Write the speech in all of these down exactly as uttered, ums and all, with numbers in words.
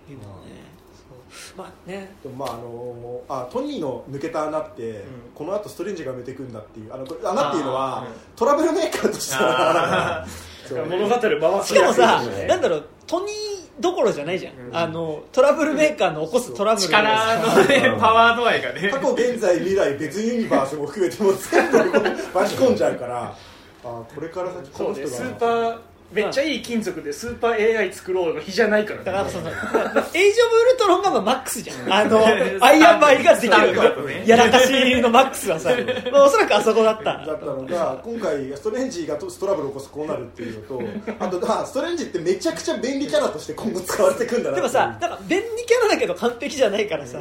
いうのね、まあね、 でもまああのあトニーの抜けた穴って、うん、この後ストレンジが埋めていくんだっていうあのこれ穴っていうのは、うん、トラブルメーカーとしては物語を回すしかもさ、なんだろうトニーどころじゃないじゃん、うん、あのトラブルメーカーの起こすトラブルの力の、ね、パワー度合いがね過去現在未来別ユニバースも含めても全部巻き込んじゃうからあこれから先この人がスーパーめっちゃいい金属でスーパー エーアイ 作ろうの日じゃないから、ね、 だからそうそうエイジオブウルトロンがマックスじゃんあのアイアンマンができる、ね、やらかしのマックスはさまあおそらくあそこだっただったのが今回ストレンジがストラブルを起こすこうなるっていうのとあとあストレンジってめちゃくちゃ便利キャラとして今後使われていくんだなでもさだから便利キャラだけど完璧じゃないからさ、うん、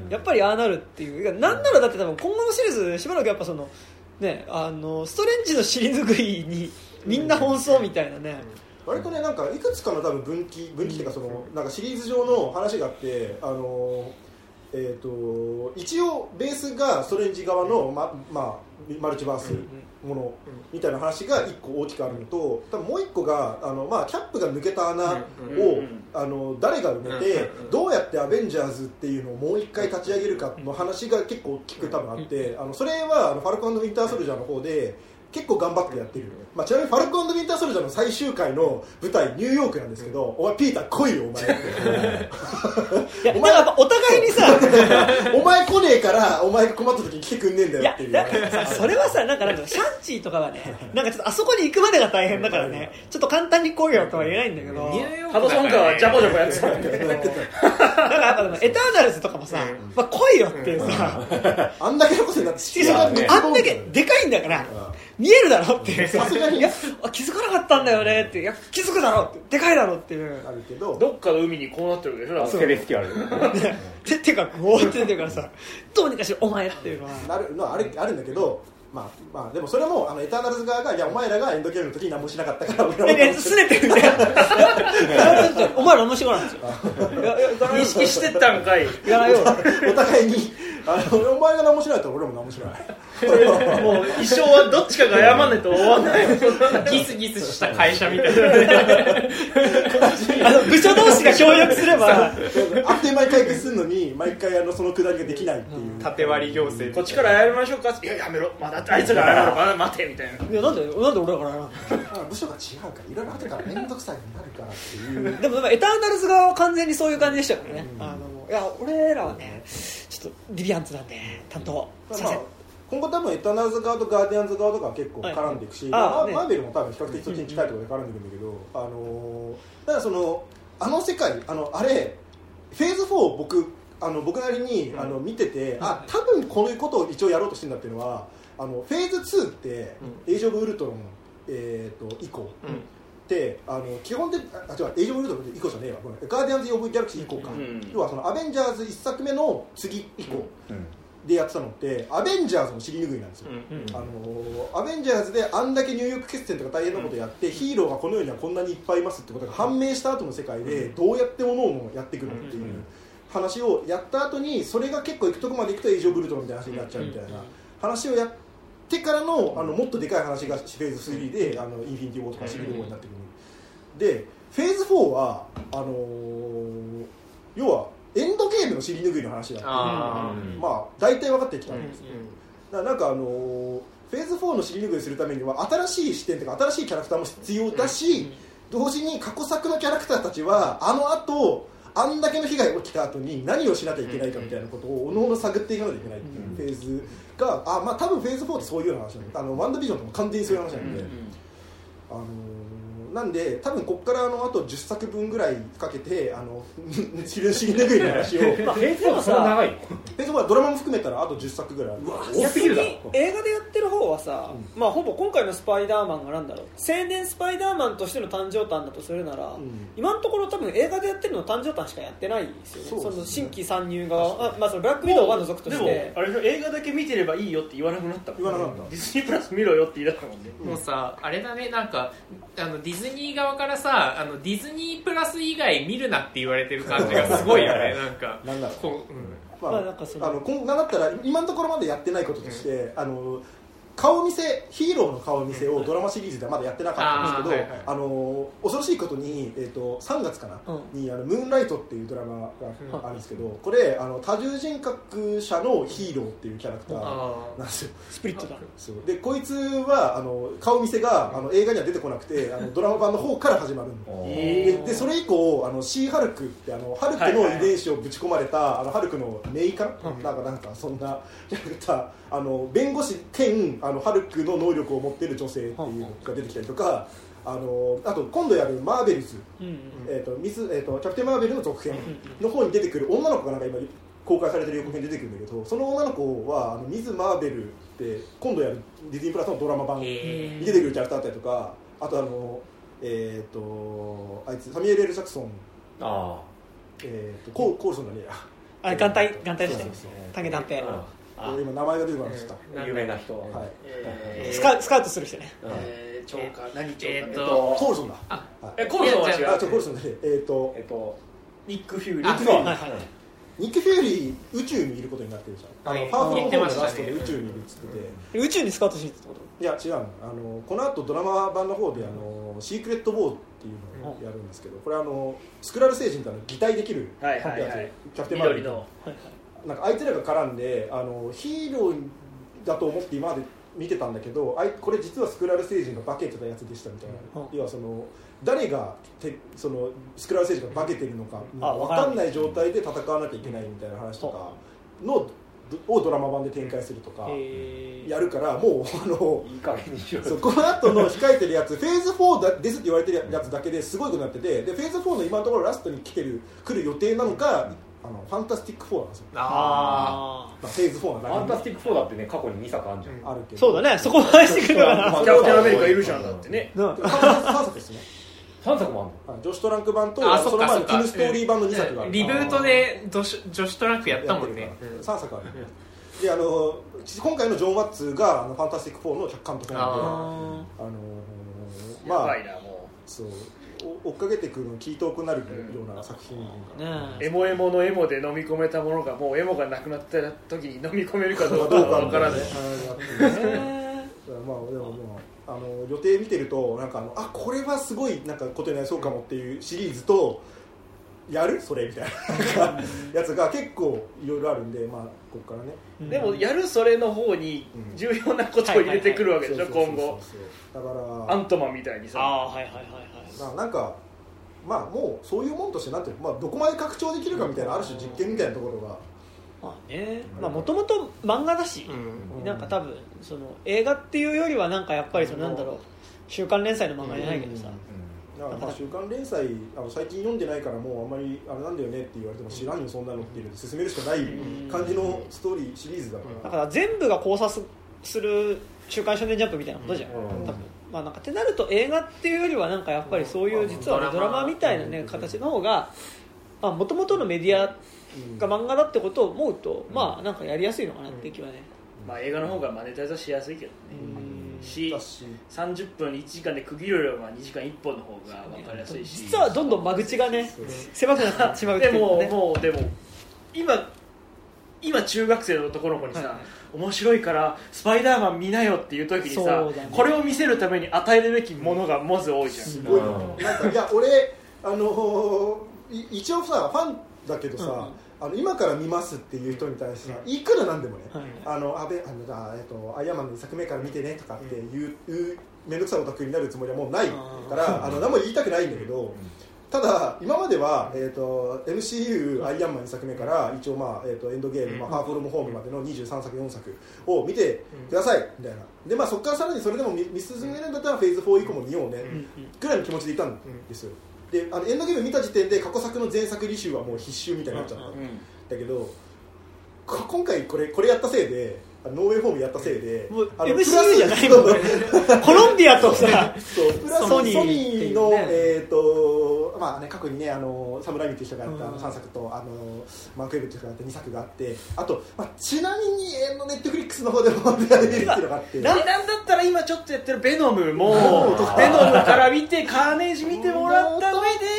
やっぱりああなるっていうなんならだって多分今後のシリーズしばらくやっぱそのねあのストレンジの尻拭いにみんな奔走みたいなね、 うん、割とねなんかいくつかの多分分岐分岐っていうかそのなんかシリーズ上の話があってあのえーと一応ベースがストレンジ側のままあマルチバースものみたいな話がいっこ大きくあるのと多分もういっこがあのまあキャップが抜けた穴をあの誰が埋めてどうやってアベンジャーズっていうのをもう一回立ち上げるかの話が結構大きく多分あってあのそれはあのファルコン&ウィンターソルジャーの方で結構頑張ってやってる、まあ、ちなみにファルコン&ウィンターソルジャーの最終回の舞台ニューヨークなんですけど、お前ピーター来いよお前っていやお前やっぱお互いにさお前来ねえからお前が困った時に来てくんねえんだよっていう。いやだからさそれはさなんかなんかシャンチーとかはねなんかちょっとあそこに行くまでが大変だからねちょっと簡単に来いよとは言えないんだけどハドソンカーはジャコジャコやってたんだけどなんかやっぱでもエターナルズとかもさ、まあ、来いよっていうさあんだけのことになって地球があんだけでかいんだから見えるだろっていうさいや気づかなかったんだよねっていや気づくだろってでかいだろっていうあるけどどっかの海にこうなってるでしょセレスティアルで手がこうって出てるからさどうにかしろお前っていうのはなるのはある、あるんだけどまあまあ、でもそれもあのエターナルズ側がいやお前らがエンドゲームの時に何もしなかったから俺らもすねてるみたいなお前ら何もしてこないんですよ認識してったんかいやらよお互いにあのお前が何もしないと俺も何もしないもう一生はどっちかが謝んないと終わんないギスギスした会社みたいなあの部署同士が協力すればあって毎回解決するのに毎回あのそのくだりができないっていう縦割り行政こっちから謝りましょうかいややめろまだあいつが謝ろうまだ待てみたいないやなんでなんで俺らから謝るの部署が違うからいろいろ後から面倒くさいになるからっていうでもでもエターナルズ側は完全にそういう感じでしたからね、うん、あのいや俺らはねちょっとディビアンツなんで担当させ、まあ、 今後多分エターナルズ側とガーディアンズ側とかは結構絡んでいくし、はいまあね、マーベルも多分比較的そっちに近いところで絡んでいくんだけど、うんうん、あのだからそのあの世界あのあれフェーズフォー僕あの僕なりに、うん、あの見てて、うん、あ多分こういうことを一応やろうとしてるんだっていうのはあのフェーズツーって、うん、エイジオブウルトロン、えー、と以降、うんであの基本的にあ違うエイジオブウルトロン以降じゃねえわガーディアンズ・オブ・ギャラクシー以降か、うん、要はそのアベンジャーズいっさくめの次以降でやってたのってアベンジャーズの尻拭いなんですよ、うんうん、あのアベンジャーズであんだけニューヨーク決戦とか大変なことやって、うん、ヒーローがこの世にはこんなにいっぱいいますってことが判明した後の世界でどうやってものをやっていくのっていう話をやった後にそれが結構いくとこまでいくとエイジオブウルトロンみたいな話になっちゃうみたいな話をやってからの、あのもっとでかい話がフェーズスリーであのインフィニティ・ウォーとかシビル・ウォーになってくるでフェーズフォーはあのー、要はエンドゲームの尻拭いの話だってあ、うん、まあ大体分かってきたんです、うんうん、だからなんかあのー、フェーズフォーの尻拭いするためには新しい視点というか新しいキャラクターも必要だし、うん、同時に過去作のキャラクターたちはあの後あんだけの被害が起きた後に何をしなきゃいけないかみたいなことをおのおの探っていかなきゃいけないっていうフェーズがあ、まあ、多分フェーズフォーってそういうような話なんであのワンダービジョンとも完全にそういう話なんで、あのーなんで多分こっからあのあとじゅっさくぶんぐらいかけてあの尻拭いの話をまあフェーズはさ長いフェーズはドラマも含めたらあとじゅっさくぐらいある多すぎるだろ映画でやってる方はさ、うん、まあほぼ今回のスパイダーマンがなんだろう青年スパイダーマンとしての誕生誕だとするなら、うん、今のところ多分映画でやってるのは誕生誕しかやってないですよね。そうですね。その新規参入側あ、まあ、そのブラックウィドウは除くとしてでもあれ映画だけ見てればいいよって言わなくなったもん、ね、 言わなかったディズニープラス見ろよって言い出したもんね、 うん、もうさあれだねなんかあのディズニー側からさあのディズニープラス以外見るなって言われてる感じがすごいよねなんかなんだろうこう、うんまあ、まあ、なんかそのあのこんなんだったら今のところまでやってないこととして、うん、あの顔見せヒーローの顔見せをドラマシリーズではまだやってなかったんですけど、 あ、はいはい、 あの恐ろしいことに、えー、とさんがつかな、うん、にあのムーンライトっていうドラマがあるんですけど、うん、これあの多重人格者のヒーローっていうキャラクターなんですよ。 スプリットだ。 そうでこいつはあの顔見せがあの映画には出てこなくてあのドラマ版の方から始まるので, でそれ以降あのシーハルクってあのハルクの遺伝子をぶち込まれた、はいはいはい、あのハルクのメイかな、うん、なんかなんかそんなキャラクターあの弁護士兼あのハルクの能力を持っている女性っていうのが出てきたりとか、あのあと今度やるマーベルズ、うんうんえーとミスえーと、キャプテンマーベルの続編の方に出てくる女の子がなんか今公開されてる予告編に出てくるんだけど、その女の子はあのミズ・マーベルって今度やるディズニープラスのドラマ版に出てくるキャラクターだったりとか、あとあのえっ、ー、とあいつサミュエル・エル・ジャクソン、あえっ、ー、とコー、コールソンだねあれ眼帯眼帯でしたよ竹探偵、 今名前が出てこなかった、 有名な人、はいえー、スカ、スカウトする人ね、 えー、超か何超か、 えー、 えっとコールソンだ、 あ、えコールソンは違う、 あ、ちょコールソンで、えっとえっとニック・フューリー、 ニック・フューリー、はいはい、ニック・フューリー宇宙にいることになってるじゃん、はい、あのファーフロムホームのラストで宇宙にいるっつってて、 宇宙にスカウトしに行ったってこと？ いや違うの、あのこの後ドラマ版の方であのシークレット・ウォーっていうのをやるんですけど、これあのスクラル星人と擬態できるやつ、はいはいはい、キャプテンマーベルの、はいはい、なんかあいつらが絡んであのヒーローだと思って今まで見てたんだけど、あいこれ実はスクラル星人が化けてたやつでしたみたいな、うん、要はその誰がてそのスクラル星人が化けてるのか分かんない状態で戦わなきゃいけないみたいな話とかのをドラマ版で展開するとかやるから、もうあのいい加減にしよう、 そうこの後の控えてるやつフェーズフォーだですって言われてるやつだけですごいことになってて、でフェーズフォーの今のところラストに来てる来る予定なのか、あのファンタスティックフォーなんですよ。あ、まあ、フェーズフォーなだけファンタスティックフォーだってね過去ににさくあるじゃん、うん、 あるけど、 そうだね、そこまでしてくるからな、 キャプテンアメリカいるじゃんだってね、 さんさくですね、 さんさくもあるの、 ジョシュトランク版とあその前のティムストーリー版のにさくがある、 リブートでジョシュ、ジョシュトランクやったもんね、 さんさくある、うん、であの今回のジョン・ワッツがあのファンタスティックフォーの監督なんで、あのー、まあやばいなもうそう追っかけてくるの聞いておくなるような作品、 うん、エモエモのエモで飲み込めたものがもうエモがなくなった時に飲み込めるかどうかわからない。 まあでももうあの予定見てるとなんかあのあこれはすごいなんかことになりそうかもっていうシリーズとやるそれみたいなやつが結構いろいろあるんで、まあここからね。 でもやるそれの方に重要なことを入れてくるわけでしょ今後。 だからアントマンみたいにさ。 あはいはいはいはい。 まあなんかまあもうそういうもんとしてなんていうまあどこまで拡張できるかみたいなある種実験みたいなところが。 まあね、まあもともと漫画だし、うん、なんか多分その映画っていうよりはなんかやっぱりそのなんだろう週刊連載の漫画じゃないけどさ、 うんうん、だからまあ週刊連載あの最近読んでないからもうあんまりあれなんだよねって言われても知らんよそんなのっていうので進めるしかない感じのストーリーシリーズだから、 だから全部が考察する週刊少年ジャンプみたいなことじゃん、うん、多分まあなんかってなると映画っていうよりはなんかやっぱりそういう実は、ね、ドラマみたいなね形の方がもともとのメディアが漫画だってことを思うと、うん、まあなんかやりやすいのかなって気はね、 まあ、映画の方がマネタイズしやすいけどね、うん、しさんじゅっぷんいちじかんで区切るよりはにじかんいっぽんの方が分かりやすいし、 実はどんどん間口がね狭くなってしまうっていうね。 でももうでも今今中学生の男の子にさ、はいはい、面白いからスパイダーマン見なよっていう時にさ、ね、これを見せるために与えるべきものがまず多いじゃん。 すごいな。なんかいや俺あの一応さファンだけどさ、うん、あの今から見ますっていう人に対してさ、いくらなんでもね、はい、あの安倍あのあえっとアイアンマンのいっさくめから見てねとかっていう、うん、面倒くさいオタクになるつもりはもうないからあの何も言いたくないんだけど。うんただ今までは、えー、と エムシーユー アイアンマンいっさくめから一応、まあえー、とエンドゲーム、まあ、ファーフロムホームまでのにじゅうさんさくよんさくを見てくださいみたいなで、まあ、そこからさらにそれでも 見, 見進めるんだったらフェーズフォー以降も見ようねぐらいの気持ちでいたんですよ。であのエンドゲーム見た時点で過去作の前作履修はもう必修みたいになっちゃったんだけど今回これこれやったせいでノーウェイフォームやったせいでもう エムシーユー じゃないもんねコロンビアとさそうプラスソニーの、ねえーとまあね、過去にねあのサムライミっていう人がやった、うん、さんさくとあのマーク・ウェブっていう人がやったにさくがあってあと、まあ、ちなみにネットフリックスの方でも出られるっていうのがあってなんだったら今ちょっとやってるベノムもベノムから見てカーネージ見てもらった上で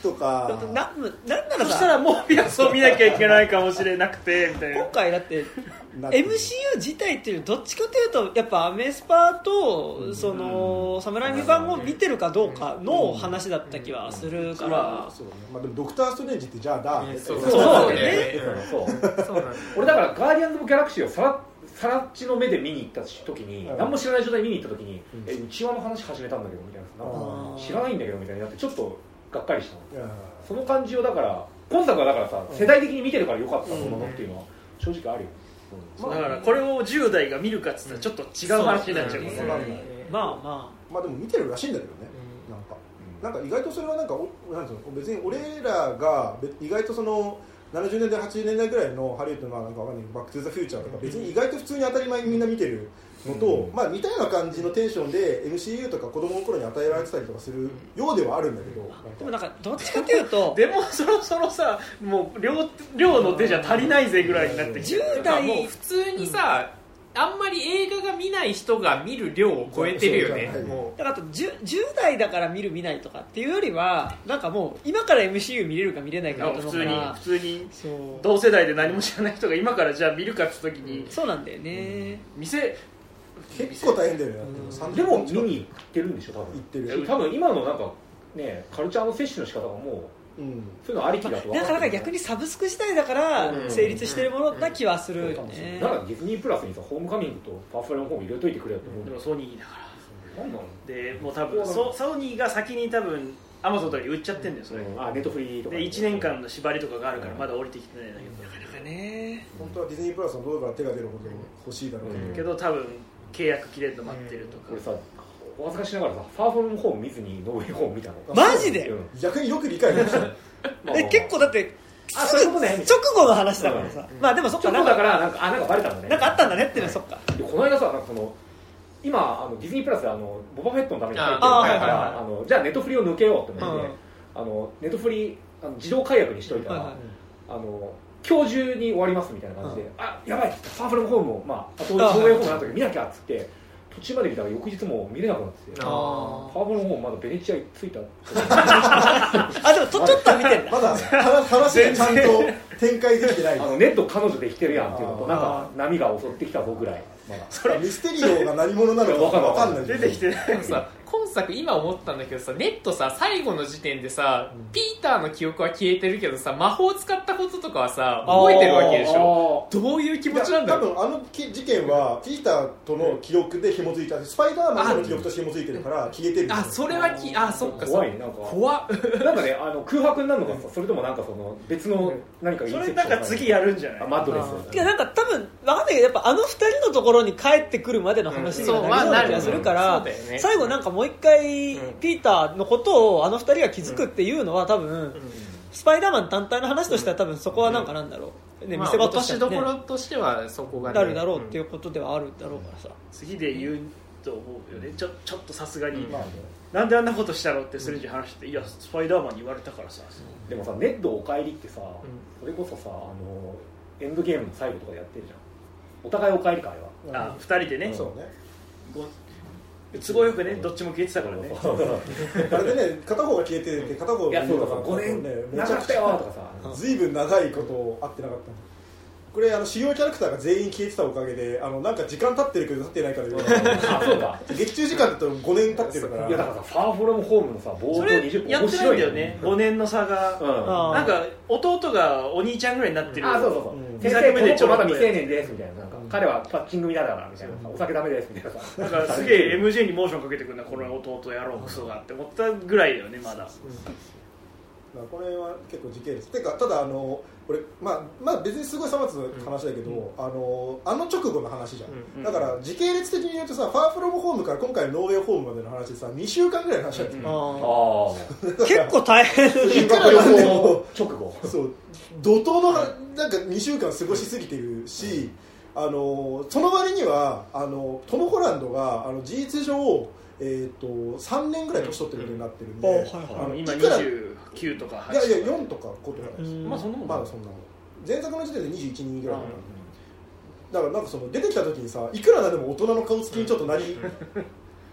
とかななんならさそしたらモービアスを見なきゃいけないかもしれなくてみたいな。 今回だって エムシーユー 自体っていうどっちかというとやっぱアメスパとそのサムライミ版を見てるかどうかの話だった気はするから、 そうね、まあでもドクターストレンジってじゃあだそうそうねそう俺だからガーディアンズ・オブ・ギャラクシーをさらさらっちの目で見に行った時に、うん、何も知らない状態で見に行った時に、うん、え内輪の話始めたんだけどみたいな、なんか知らないんだけどみたいになってちょっとがっかりしたの。その感じをだから今作はだからさ、うん、世代的に見てるから良かったものっていうのは正直あるよ、 うんまあ、だからこれをじゅう代が見るかっつったらちょっと違う話になっちゃうから、ね、 まあまあまあでも見てるらしいんだけどね、うん、なんかなんか意外とそれはなんかなんていうの別に俺らが意外とそのななじゅうねんだいはちじゅうねんだいぐらいのハリウッドのなんかわかんないバックトゥザフューチャーとか別に意外と普通に当たり前にみんな見てるのと、うん、まあ似たような感じのテンションで エムシーユー とか子供の頃に与えられてたりとかするようではあるんだけど、 うん、でもなんかどっちかというとでもそろそろさもう 量, 量の手じゃ足りないぜぐらいになってきてじゅう代もう普通にさ、うんあんまり映画が見ない人が見る量を超えてるよね。もうだからあと 10, じゅう代だから見る見ないとかっていうよりはなんかもう今から エムシーユー 見れるか見れないかと思うから普通に普通に同世代で何も知らない人が今からじゃあ見るかって時に、 うん、そうなんだよね、 うん、店結構大変だよね、 うん、でも見に行ってるんでしょ多分行ってる多分今のなんかねカルチャーの摂取の仕方がもううん、そういうのありきだと分かってる、 なかなか逆にサブスク時代だから成立してるものな気はするよね。 だからディズニープラスにさホームカミングとパワフルのホーム入れといてくれよと思う、うん、 でもソニーだからなんなんでもう多分ソソニーが先に多分アマゾンとかに売っちゃってんだよそれ、うん、 あネットフリーとかでいちねんかんの縛りとかがあるからまだ降りてきてないんだけど、 なかなかね本当はディズニープラスのどこから手が出るほど欲しいだろうけど、 うん、けど多分契約切れるの待ってるとか、 うん、これさお恥ずかしながらさファーフォームホーム見ずにノーウェイホーム見たのマジで、 うん、逆によく理解できたまあえ結構だってあそういうことね直後の話だからさ、うん、まあでもそっか直後だからなんかあなんかバレたんだねなんかあったんだねっていうのはそっかでこの間さなんかその今あのディズニープラスであのボバフェットのために入ってるからあのじゃあネットフリを抜けようって思って、うん、あのネットフリあの自動解約にしといたら、はいはい、あの今日中に終わりますみたいな感じで、うん、あやばいファーフルホームをまああとノーウェイホームの後に見なきゃっつって途中まで見たら翌日もう見れなくなってて、あファーブルの方まだベネチアに着いたあでもとちょっと見てんだまだ話がちゃんと展開できてないあのネット彼女できてるやんっていうのとなんか波が襲ってきたぞぐらい、まだそれミステリオが何者なのか分かんない出てきてないでもさ今作今思ったんだけどさネットさ最後の時点でさ、うん、ピーターの記憶は消えてるけどさ魔法を使ったこととかはさ覚えてるわけでしょ。どういう気持ちなんだろう。 多分あの事件はピーターとの記憶で紐づいたスパイダーマンの記憶として紐づいてるから消えてる。 あそれはきあそっか怖いなんか怖っなんかねあの空白になるのかそれともなんかその別の何かそれなんか次やるんじゃない。 あマッドレスいやなんか多分分かんないけどやっぱあのふたりのところに帰ってくるまでの話にはなりそうな気がするから、うんね、最後なんかもう一回、うん、ピーターのことをあのふたりが気づくっていうのは多分、うん、スパイダーマン単体の話としては多分そこはなんかなんだろう、ね、見せ場としては、ね、 まあ、落としどころとしてはそこが、ね、 なるだろうっていうことではあるだろうからさ、うん、 次で言うと思うよね。ちょ、ちょっとさすがに、うん、なんであんなことしたのってスレンジ話して、うん、いやスパイダーマンに言われたからさ、 うん、でもさネットお帰りってさ、うん、それこそさあのエンドゲームの最後とかでやってるじゃん。お互いお帰りかあれは、 あふたりでね、 うん、そうね都合よくねどっちも消えてたからねあれでね片方が消えてて片方がいやそうだごねんめちゃくちゃよとかさずいぶん長いこと会ってなかったの。これあの主要キャラクターが全員消えてたおかげであのなんか時間経ってるけど経ってないから言われてあそうだ劇中時間だとごねん経ってるからいやだからさファーフロムホームのさ冒頭にじゅっぷんやってないんだよね。ごねんの差が、うん、なんか弟がお兄ちゃんぐらいになってる。 あそうそうそう、うん、先生この子まだ未成年ですみたいな、なんか、うん、彼はパッチング見ながらみたいな、うん、お酒ダメですみたいなさなんかすげえ エムジェー にモーションかけてくるなこの弟やろうクソがって思ったぐらいだよねまだ、 うん、これは結構時系列てかただあのこれ、まあ、まあ別にすごいさまつの話だけど、うん、あのあの直後の話じゃん、うん、だから時系列的に言うとさファーフロムホームから今回のノーウェイホームまでの話でさにしゅうかんぐらいの話だったよ、 うん、結構大変いくらなんでも直後そう怒涛のなんかにしゅうかん過ごしすぎてるし、あのその割にはあのトム・ホランドがあの事実上えー、とさんねんぐらい年取ってることになってるんで、うんはいはい、 あの今にじゅうきゅうとかはちとかいやいやよんとかごとかです、 まあそんなもんまだそんなもん前作の時点でにじゅういちにんぐらいだから、だからなんかその出てきた時にさいくらなんでも大人の顔つきにちょっとなり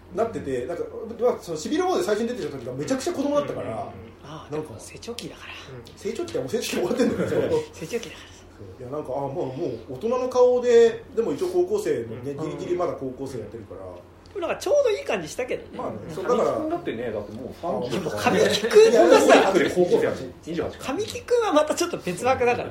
なってて、なんか、まあ、そのシビルウォーで最初に出てきた時がめちゃくちゃ子供だったから、うん、 あなんか成長期だから、 成長期はもう成長期終わってんだよね成長期だからいやなんかあもうもう大人の顔ででも一応高校生のね、ギリギリまだ高校生やってるから、 でもなんかちょうどいい感じしたけどね。 まあね、 そうだからだってねだってもうさんじゅうとか神木君がさ、 高校生やしにじゅうはちか。 神木君はまたちょっと別枠だから。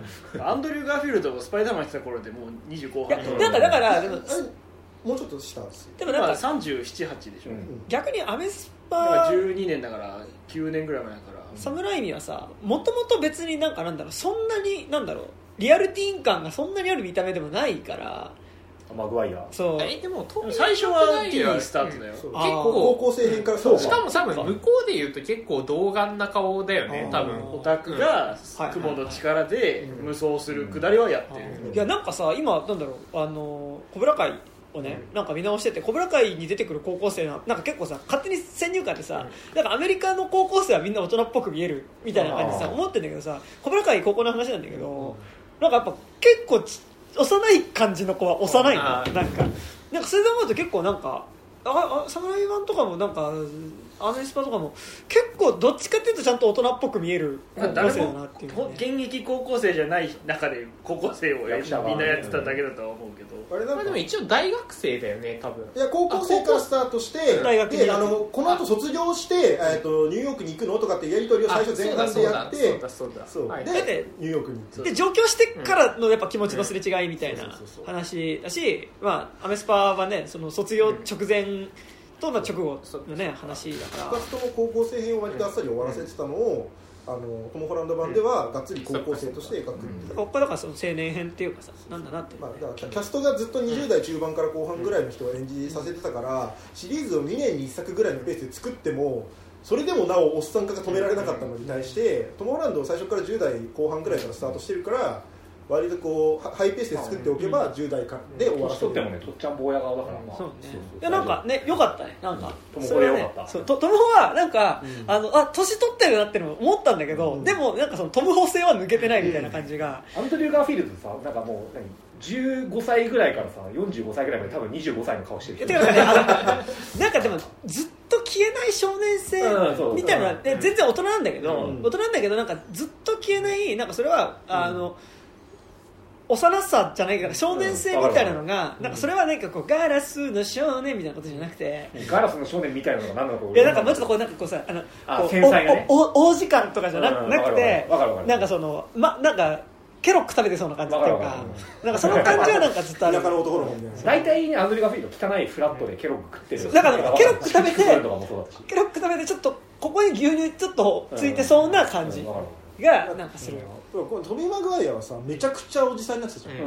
アンドリュー・ガーフィールドがスパイダーマンしてた頃でもうにじゅう後半。 いやなんかだからでももうちょっと下ですよ。 でもなんかさんじゅうなな、はちでしょ。 逆にアメスパじゅうにねんだからきゅうねんぐらい前だから。 サムライミはさ、もともと別になんかなんだろうそんなになんだろうリアルティーン感がそんなにある見た目でもないから。 マグワイアそうえでも最初はティーンスタートだよ、 うん、 結構高校生編からそうしかも多分向こうで言うと結構童顔な顔だよね多分オタクが雲の力で無双するくだりはやってる、 いやなんかさ今なんだろうあのコブラ会をねなんか見直しててコブラ会に出てくる高校生のなんか結構さ勝手に先入観でさ、うん、なんかアメリカの高校生はみんな大人っぽく見えるみたいな感じでさ思ってんだけどさコブラ会高校の話なんだけど、うん、なんかやっぱ結構ち幼い感じの子は幼いのなんかなんかそれで思うと結構なんかああサムライマンとかもなんかアメスパとかも結構どっちかっていうとちゃんと大人っぽく見える高校生だなっていう、ね、 現役高校生じゃない中で高校生をみんなやってただけだとは思うけど、 あれなんかでも一応大学生だよね多分。 いや高校生からスタートして大学であのこの後卒業して、えー、とニューヨークに行くのとかってやり取りを最初前半でやってそうだそうだそうはい、 でニューヨークに行ってで上京してからのやっぱ気持ちのすれ違いみたいな話だし、まあ、アメスパはねその卒業直前との直後のね話だからふたつとも高校生編を割とあっさり終わらせてたのを、あのトム・ホランド版ではがっつり高校生として描くっていう、 ここだからその青年編っていうかさなんだなって、 まあ、だからキャストがずっとにじゅう代中盤から後半ぐらいの人を演じさせてたからシリーズをにねんにいっさくぐらいのペースで作ってもそれでもなおおっさん化が止められなかったのに対してトム・ホランドを最初からじゅう代後半ぐらいからスタートしてるから割とこうハイペースで作っておけばじゅう代で終わらせる。 年取ってもねとっちゃん坊や顔だから、まあ、 そうね。いやなんかね良かったねなんか。 トムホ良かった。 そうトムホはなんか、うん、あのあ年取ったよなっての思ったんだけど、うん、でもなんかそのトムホ性は抜けてないみたいな感じが。 アンドリュー・ガーフィールドさなんかもう何じゅうごさいぐらいからさよんじゅうごさいぐらいまで多分にじゅうごさいの顔してる。 てかねなんかでもずっと消えない少年性みたいなので、うん、全然大人なんだけど、うん、大人なんだけどなんかずっと消えないなんかそれはあの。うん幼さじゃないけど少年性みたいなのが、うん、なんかそれはなんかこうガラスの少年みたいなことじゃなくて、 うん、ガラスの少年みたいなのが何なのかいやなんかもうちょっとこうなんかこうさあのあ繊細がねおお王子感とかじゃな,、 うん、 なくてわかるわかるなんかそのまなんかケロック食べてそうな感じっていうかなんかその感じはなんかずっとある田舎の男の子みたいな大体ねアンドリュー・ガーフィールド汚いフラットでケロック食ってるだからケロック食べてケロック食べてちょっとここに牛乳ちょっとついてそうな感じがなんかする、うんトビー・マグワイアはさめちゃくちゃおじさんになってたじゃん、うん、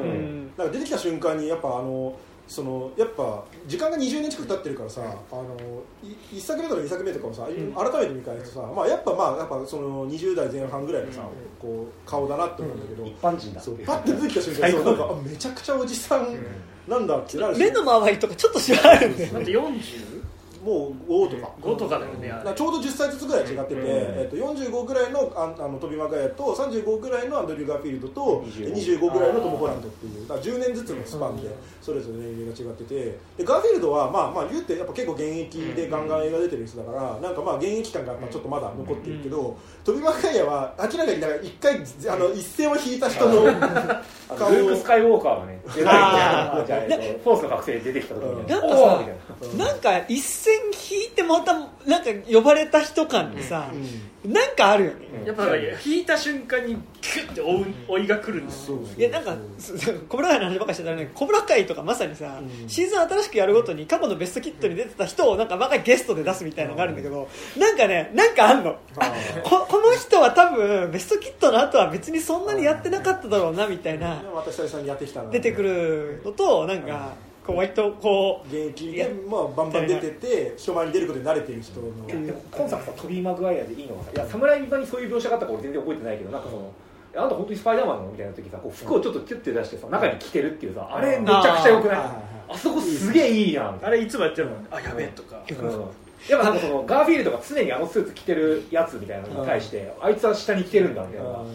なんか出てきた瞬間にやっぱあのそのやっぱ時間がにじゅうねん近く経ってるからさ、あのいっさくめとかにさくめとかをさ、うん、改めて見返すとさ、まあ、やっぱまあやっぱそのにじゅう代前半ぐらいのさ、うん、こう顔だなって思うんだけど、 うん、一般人だそうパッて出てきた瞬間になんかあめちゃくちゃおじさんなんだってなるし、 目の周りとかちょっとしわあるんだよだってよんじゅうもうごとかごとかだよね、 うん、ちょうどじゅっさいずつぐらい違ってて、うんえー、とよんじゅうごぐらいのああのトビー・マグワイアとさんじゅうごぐらいのアンドリュー・ガーフィールドとにじゅうごぐらいのトム・ホランドっていうだからじゅうねんずつのスパンでそれぞれ年齢が違っててでガーフィールドはまあまあ言うてやっぱ結構現役でガンガン映画出てる人だからなんかまあ現役感がちょっとまだ残ってるけどトビー・マグワイアは明らかになんか一回あの一線を引いた人の顔をルーク・スカイウォーカーがね出ないじゃあフォースの覚醒で出てきた時になんかさなんか一線引いてまたなんか呼ばれた人感でさ、うん、なんかあるよね、 うん、やっぱ引いた瞬間にキュッて追う追いが来るんですよ、 うん、いやなんかコブラ会の話ばっかりしてたらねコブラ会とかまさにさ、うん、シーズン新しくやるごとに過去のベストキットに出てた人をなんか毎回ゲストで出すみたいなのがあるんだけど、うん、なんかねなんかあんのあこ, この人は多分ベストキットの後は別にそんなにやってなかっただろうなみたいな出てくるのとなんかこう割とこう現役で、まあ、バンバン出てて人前に出ることに慣れてる人のいやでも今作さトビー・マグワイアでいいのがさいや侍版にそういう描写があったか俺全然覚えてないけどなんかそのあなた本当にスパイダーマンなのみたいな時さこう服をちょっとキュッて出してさ中に着てるっていうさあれめちゃくちゃ良くない あ, あそこすげえいいやんあれいつもやってるのあやべえとか、 うん、やっぱなんかそのガーフィールドが常にあのスーツ着てるやつみたいなのに対してあいつは下に着てるんだみたいな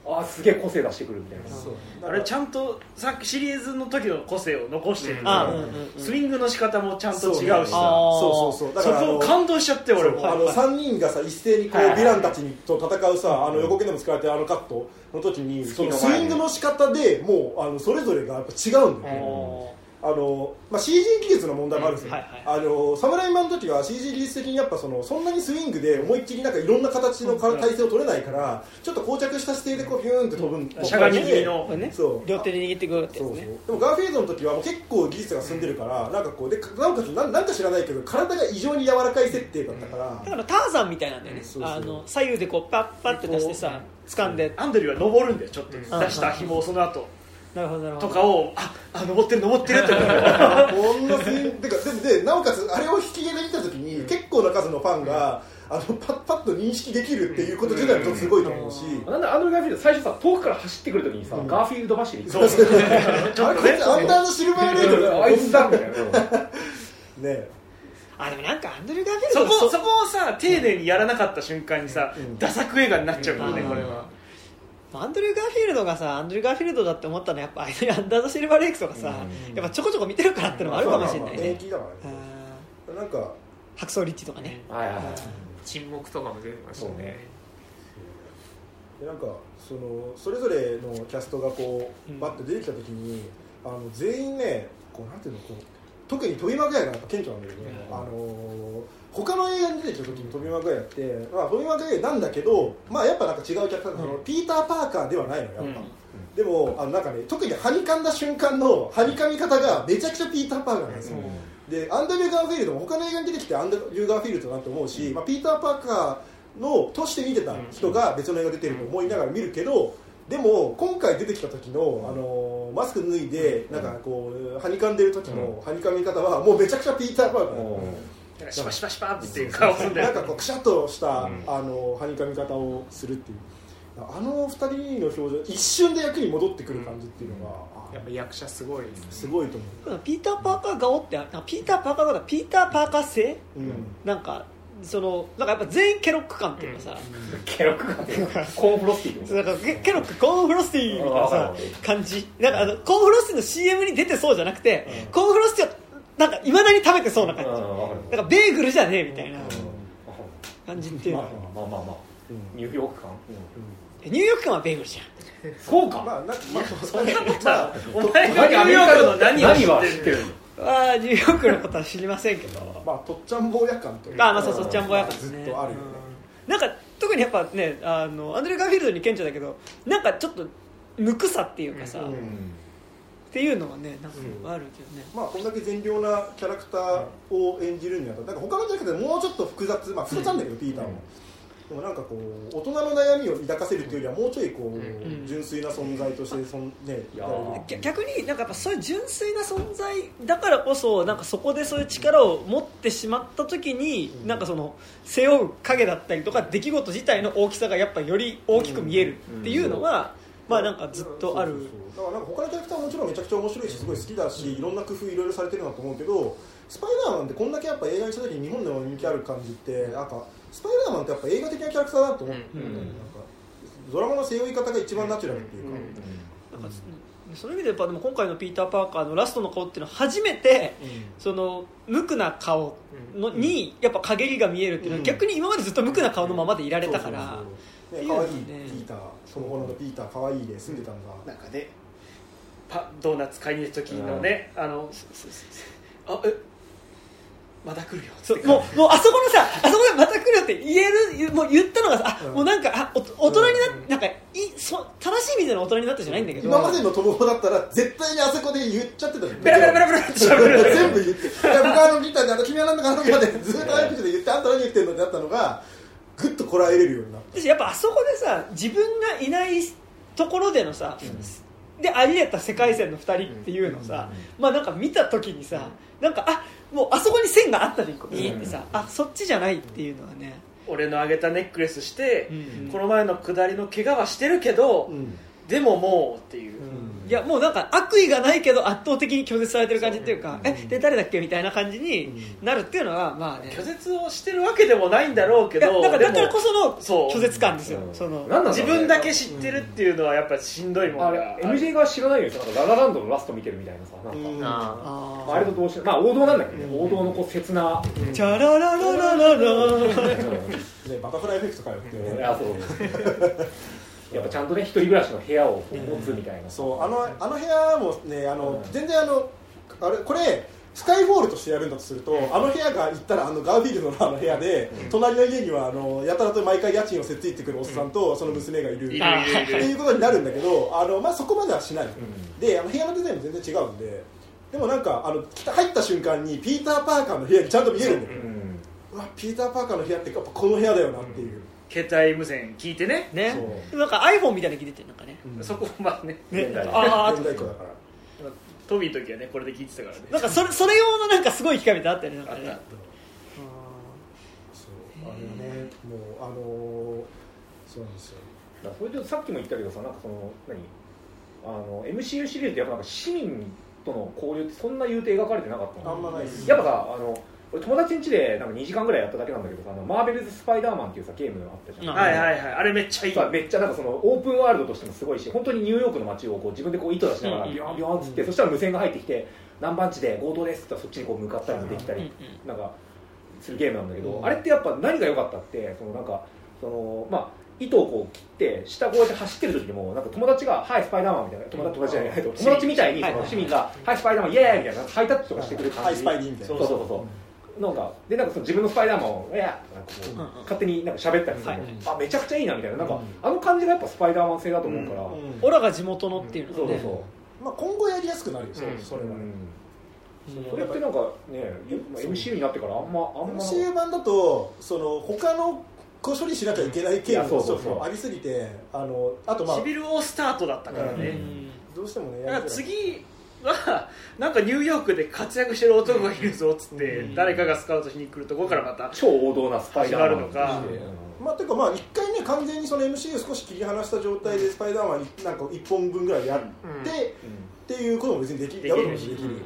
ああすげえ個性出してくるみたいな、 そうあれちゃんとさっきシリーズの時の個性を残してるんで、 うん、 スイングの仕方もちゃんと違うしさ、 そうそうそうだからそこを感動しちゃって俺もあのさんにんがさ一斉にこうヴィランたちにと戦うさあの予告でも使われてるあのカットの時にそのスイングの仕方でもうあのそれぞれがやっぱ違うんだよね。あのまあ、シージー 技術の問題もあるんですよ、うんはいはい、あのサムライマンの時は シージー 技術的にやっぱそのそんなにスイングで思いっきりなんかいろんな形の体勢を取れないからちょっと膠着した姿勢でこうビューンって飛ぶんで、 うん、しゃがみ気味の、 ね、そう両手で握ってくるってやつね。そうそうでもガーフィールドの時はもう結構技術が進んでるから、うん、なんかこうでなおかつなんなんか知らないけど体が異常に柔らかい設定だったから、 だからターザンみたいなんだよね、うん、そうそうあの左右でこうパッパッて出してさ掴んでアンドリューは登るんだよちょっと、うん、出した紐をその後なるほどなるほどとかをああ登ってる登ってるってこんなスイングてかででなおかつあれを引き絵で見た時に、うん、結構な数のファンが、うん、あのパッパッと認識できるっていうこと自体もすごいと思うし、うん、 なんであのガーフィールド最初さ遠くから走ってくる時にさ、うん、ガーフィールド走りそうそうそうあれこいつアンダーのシルバーレードであいつだみたいなねあでもなんかアンドリュー・ガーフィールドそこそこをさ丁寧にやらなかった瞬間にさ、うん、ダサく映画になっちゃうからね、うん、これはアンドリュー・ガーフィールドがさアンドリュー・ガーフィールドだって思ったのはやっぱアンダーザ・シルバーレイクとかさ、うん、やっぱちょこちょこ見てるからってのもあるかもしれないね。 人気だからね。なんか白装リッチとかね、 はいはいはい、沈黙とかも出てましたね。 でなんかそのそれぞれのキャストがこう、うん、バッと出てきた時にあの全員ねこうなんていうのこう特にトビマグワイがやっぱ顕著なんだけど、ねうん、あのー、他の映画に出てきた時にトビマグワイって、まあ、トビマグワイなんだけど、まあ、やっぱなんか違うキャラクター、うん、そのピーター・パーカーではないのやっぱ、うん、でもあのなんかね特にはにかんだ瞬間のはにかみ方がめちゃくちゃピーター・パーカーなんですよ、うん、でアンドリュー・ガーフィールドも他の映画に出てきてアンドリュー・ガーフィールドだと思うし、まあ、ピーター・パーカーのとして見てた人が別の映画出てると思いながら見るけど、でも今回出てきた時の、あのー、マスク脱いでなんかこうはにかんでる時のはにかみ方はもうめちゃくちゃピーター・パーカー、 シパシパシパっていう顔するんだよ。 なんかこうくしゃっとした、うん、あのはにかみ方をするっていう、あのふたりの表情一瞬で役に戻ってくる感じっていうのが、 うん、やっぱ役者すごいですね。 すごいと思う。 ピーター・パーカー顔ってピーター・パーカー顔だピーター・パーカー性、うん、なんかそのなんかやっぱ全員ケロック感っていうかさ、 うん、ケロック感っていうかコーンフロスティーなんかケロックコーンフロスティーみたいなさ感じ、なんかあのコーンフロスティーの シーエム に出てそうじゃなくて、うん、コーンフロスティーはなんかいまだに食べてそうな感じ、うん、なんかベーグルじゃねえみたいな感じっていうの、 まあまあまあまあ、うん、ニューヨーク感、 うん、ニューヨーク感はベーグルじゃんそうか、 まあ、なまあ、 そんなことはお前がニューヨークの何を知ってるのああニューヨークのことは知りませんけどまあとっちゃん坊や感というか、あまあそうとっちゃん坊や感、ね、 ずっとあるよね、 うん、なんか特にやっぱねあのアンドレ・ガーフィールドに顕著だけどなんかちょっとぬくさっていうかさ、うん、っていうのはねなんかあるけどね、 うん、まあこんだけ善良なキャラクターを演じるにはなんか他のキャラクターでもうちょっと複雑、まあ複雑なんだけど、うん、ピーターも、でもなんかこう大人の悩みを抱かせるというよりはもうちょいこう、うん、純粋な存在としてそん、ね、 逆になんかやっぱそういう純粋な存在だからこそなんかそこでそういう力を持ってしまった時に、うん、なんかその背負う影だったりとか出来事自体の大きさがやっぱより大きく見えるっていうのは、うん、まあなんかずっとある。 そうそうそうだからなんか他のキャラクターはもちろんめちゃくちゃ面白いしすごい好きだし、いろんな工夫いろいろされてるなと思うけど、スパイダーマンってこんだけやっぱ映画にした時に日本でも人気ある感じってなんかスパイダーマンってやっぱ映画的なキャラクターだと思う、うんうん、なんかドラマの背負い方が一番ナチュラルっていうか、うんうん、 なんかそういう意味でやっぱでも今回のピーター・パーカーのラストの顔っていうのは初めて、うん、その無垢な顔の、うん、にやっぱ陰りが見えるっていうのは、うん、逆に今までずっと無垢な顔のままでいられたから、 可愛いピーター、その頃のピーター可愛いで住んでたんだ、 なんかねパドーナツ買いに行く時のね、あのあえまた来るよそうもうもうあそこのさあそこでまた来るよって言えるもう言ったのがさ、あ、うん、もうなんかあお大人になって、うん、なんかいそ正しい意味での大人になったじゃないんだけど、 今までの友達だったら絶対にあそこで言っちゃってたじゃん、 ベラベラベラベラって喋る全部言って僕あのギターであの君はなんだかあの時までずっとあい口で言ってあんた何言ってんのってなったのがぐっとこらえれるようになった。 やっぱあそこでさ自分がいないところでのさ、うん、であり得た世界線のふたりっていうのをさ、うん、まあなんか見た時にさなんかあもうあそこに線があったじゃんビーってさ、うん、あそっちじゃないっていうのはね、 俺のあげたネックレスして、うん、この前の下りの怪我はしてるけど、うん、 でももうっていう、 うん、いやもうなんか悪意がないけど圧倒的に拒絶されてる感じっていうか、うん、えで誰だっけみたいな感じになるっていうのはまあね、 拒絶をしてるわけでもないんだろうけど、 だからだからこその拒絶感ですよ、 うん、 その自分だけ知ってるっていうのはやっぱりしんどいもんが、 うん、エムジェー が知らないよ、なんかララランドのラスト見てるみたいなさ、なんか、うん、あ, あれと同時、まあ王道なんだけどね、うん、王道のこう切な、 うん、チャララララララね、バタフライエフェクトかよって、 うん、いやそうやっぱちゃんとね一人暮らしの部屋を持つみたいな、うん、 そうあのあの部屋もねあの、うん、全然あのあれこれスカイフォールとしてやるんだとすると、うん、あの部屋が行ったらあのガーフィールドのあの部屋で、うん、隣の家にはあのやたらと毎回家賃をせっついてくるおっさんとその娘がいる、うん、っていうことになるんだけど、あの、まあ、そこまではしない、うん、であの部屋のデザインも全然違うんで、でもなんかあの入った瞬間にピーター・パーカーの部屋にちゃんと見えるんだけど、うん、うわピーター・パーカーの部屋ってやっぱこの部屋だよなっていう、うん、 携帯無線聞いてね、 ね、なんか iPhone みたいなの聞いててなんかね、 うん、そこまあね、 ねああ現代っ子だからトビーの時はねこれで聞いてたからね、 なんかそれそれ用のなんかすごい機械みたいなのあったよね、なんかね、あったそうあれねもうあのー、そうなんですよ。 だそれでさっきも言ったけどさ、なんかその何あの エムシーユー シリーズってやっぱなんか市民との交流ってそんな言うて描かれてなかったの。 あんまないです。 やっぱさあの俺友達ん家でなんかにじかんぐらいやっただけなんだけどさ、あのマーベルズ・スパイダーマンっていうさゲームあったじゃん、 はいはいはい、あれめっちゃいい、 めっちゃなんかそのオープンワールドとしてもすごいし、本当にニューヨークの街をこう自分でこう糸出しながらビヨンビヨンっつって、うん、そしたら無線が入ってきて何番地で強盗ですってそっちにこう向かったりもできたりなんかするゲームなんだけど、うん、あれってやっぱ何が良かったってそのなんかそのまあ糸をこう切って下こうやって走ってる時にもなんか友達が「はいスパイダーマン」みたいな、友達友達じゃない友達みたいにその市民が「はいスパイダーマンイエーイ!」みたいなハイタッチとかしてくる感じ、 はいスパイディみたいな、 そうそうそうそうなんかでなんかその自分のスパイダーマンを「いや!」なんかこう勝手になんか喋ったりするの、うん、あめちゃくちゃいいなみたいな、なんか、うん、あの感じがやっぱスパイダーマン製だと思うから、うんうん、 オラが地元のっていうのね、 そうそうそう、 まあ、今後やりやすくなるよ、うん、それはね、 うん、それってなんかね エムシーユー になってからあんまあんまエムシーユー 版だとその他の処理しなきゃいけないケースもありすぎて、あのあとまあシビル王スタートだったからね、 うん、どうしてもねだから次はなんかニューヨークで活躍してる男がいるぞっつって、うん、誰かがスカウトしに来るところからまた超王道なスパイダーマンのか、 まあ、ていうかまあ一回ね完全にその エムシーユー 少し切り離した状態でスパイダーマンなんかいっぽんぶんぐらいやって、うん、っていうことも別にできるやろうともできる、うんうん、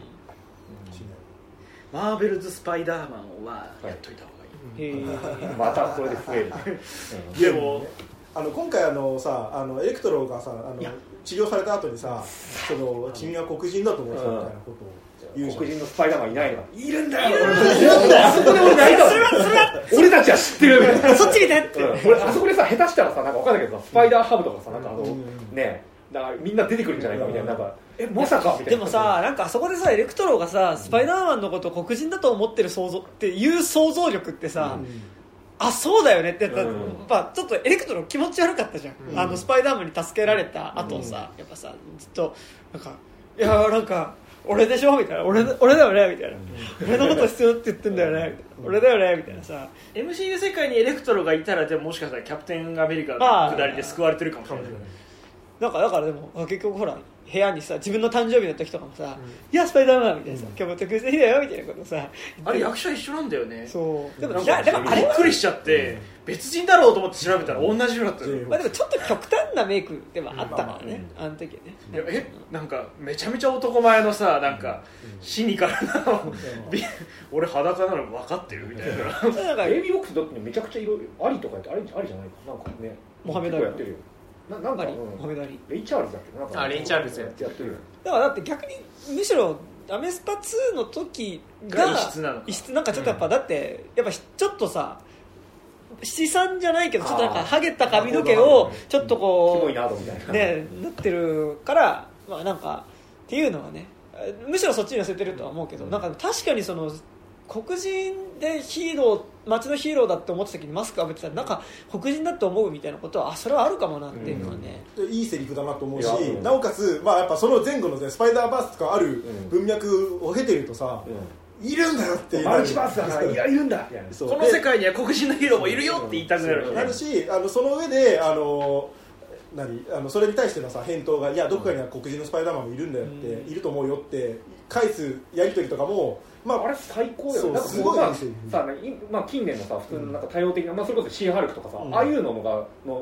マーベルズ・スパイダーマンはやっといた方がいい、 はい、またこれで増えるでもあの今回あのさあのエレクトロがさあの治療された後にさその君は黒人だと思ってたみたいなことを言うじゃん。 黒人のスパイダーマンいないのかいるんだよあそこで俺泣いたもん俺たちは知ってるみたいなそっち見てって、 うん、俺あそこでさ下手したらさなんか分かんないけどさスパイダーハブとかさなんかあの、うん、ねだからみんな出てくるんじゃないかみたいな、なんかえまさかみたいな。 でもさなんかあそこでさエレクトロがさスパイダーマンのことを黒人だと思ってる想像っていう想像力ってさ、うん、あそうだよねってやっぱ、うん、やっぱちょっとエレクトロ気持ち悪かったじゃん、うん、あのスパイダーマンに助けられた後さ、うん、やっぱさずっとなんかいやなんか俺でしょみたいな 俺, 俺だよねみたいな、うん、俺のこと必要って言ってんだよねみたいな、うん、俺だよねみたいなさエムシーユー 世界にエレクトロがいたらでももしかしたらキャプテンアメリカの下りで救われてるかもしれない、 なんかだからでも結局ほら部屋にさ自分の誕生日の時とかもさ、うん、いやスパイダーマンみたいなさ、うん、今日も特別な日だよみたいなことさあれ役者一緒なんだよね。 そうでもなんかでもあれびっくりしちゃって、うん、別人だろうと思って調べたら同じ人だったよ、 まあ、でもちょっと極端なメイクではあったからね、うん、あの時はねいやえなんかめちゃめちゃ男前のさなんかシニカルなの、うん、俺裸なの分かってるみたいななんかエイビーボックスだってめちゃくちゃ色々ありとかやってありありじゃないかなんかねモハメダリやってるよななんか、うん、 モハメダリレイチャールズだっけなんかあレイチャールズやってるだからだって逆にむしろアメスパツーの時が異質なのか異質なんかちょっとやっぱ、うん、だってやっぱちょっとさ七三じゃないけどちょっとなんかハゲた髪の毛をちょっとこう、 すごいなみたいなねなってるからまあなんかっていうのはねむしろそっちに寄せてるとは思うけど、うん、なんか確かにその黒人でヒーロー街のヒーローだって思った時にマスクかぶってたらなんか黒人だって思うみたいなことはあそれはあるかもなっていうのはね、 うん、いいセリフだなと思うし、うん、なおかつ、まあ、やっぱその前後の、ね、スパイダーバースとかある文脈を経てるとさ、うん、いるんだよってマルチバースだからいやいるんだみたいなこの世界には黒人のヒーローもいるよって言いたくなるなるしあのその上であの何あのそれに対してのさ返答がいやどこかには黒人のスパイダーマンもいるんだよって、うん、いると思うよって返すやり取りとかもまあ、あれ最高だよね。なんかすごい、まあさまあ、近年のさ普通のなんか多様的な、まあ、それこそシーハルクとかさ、うん、ああいうのがの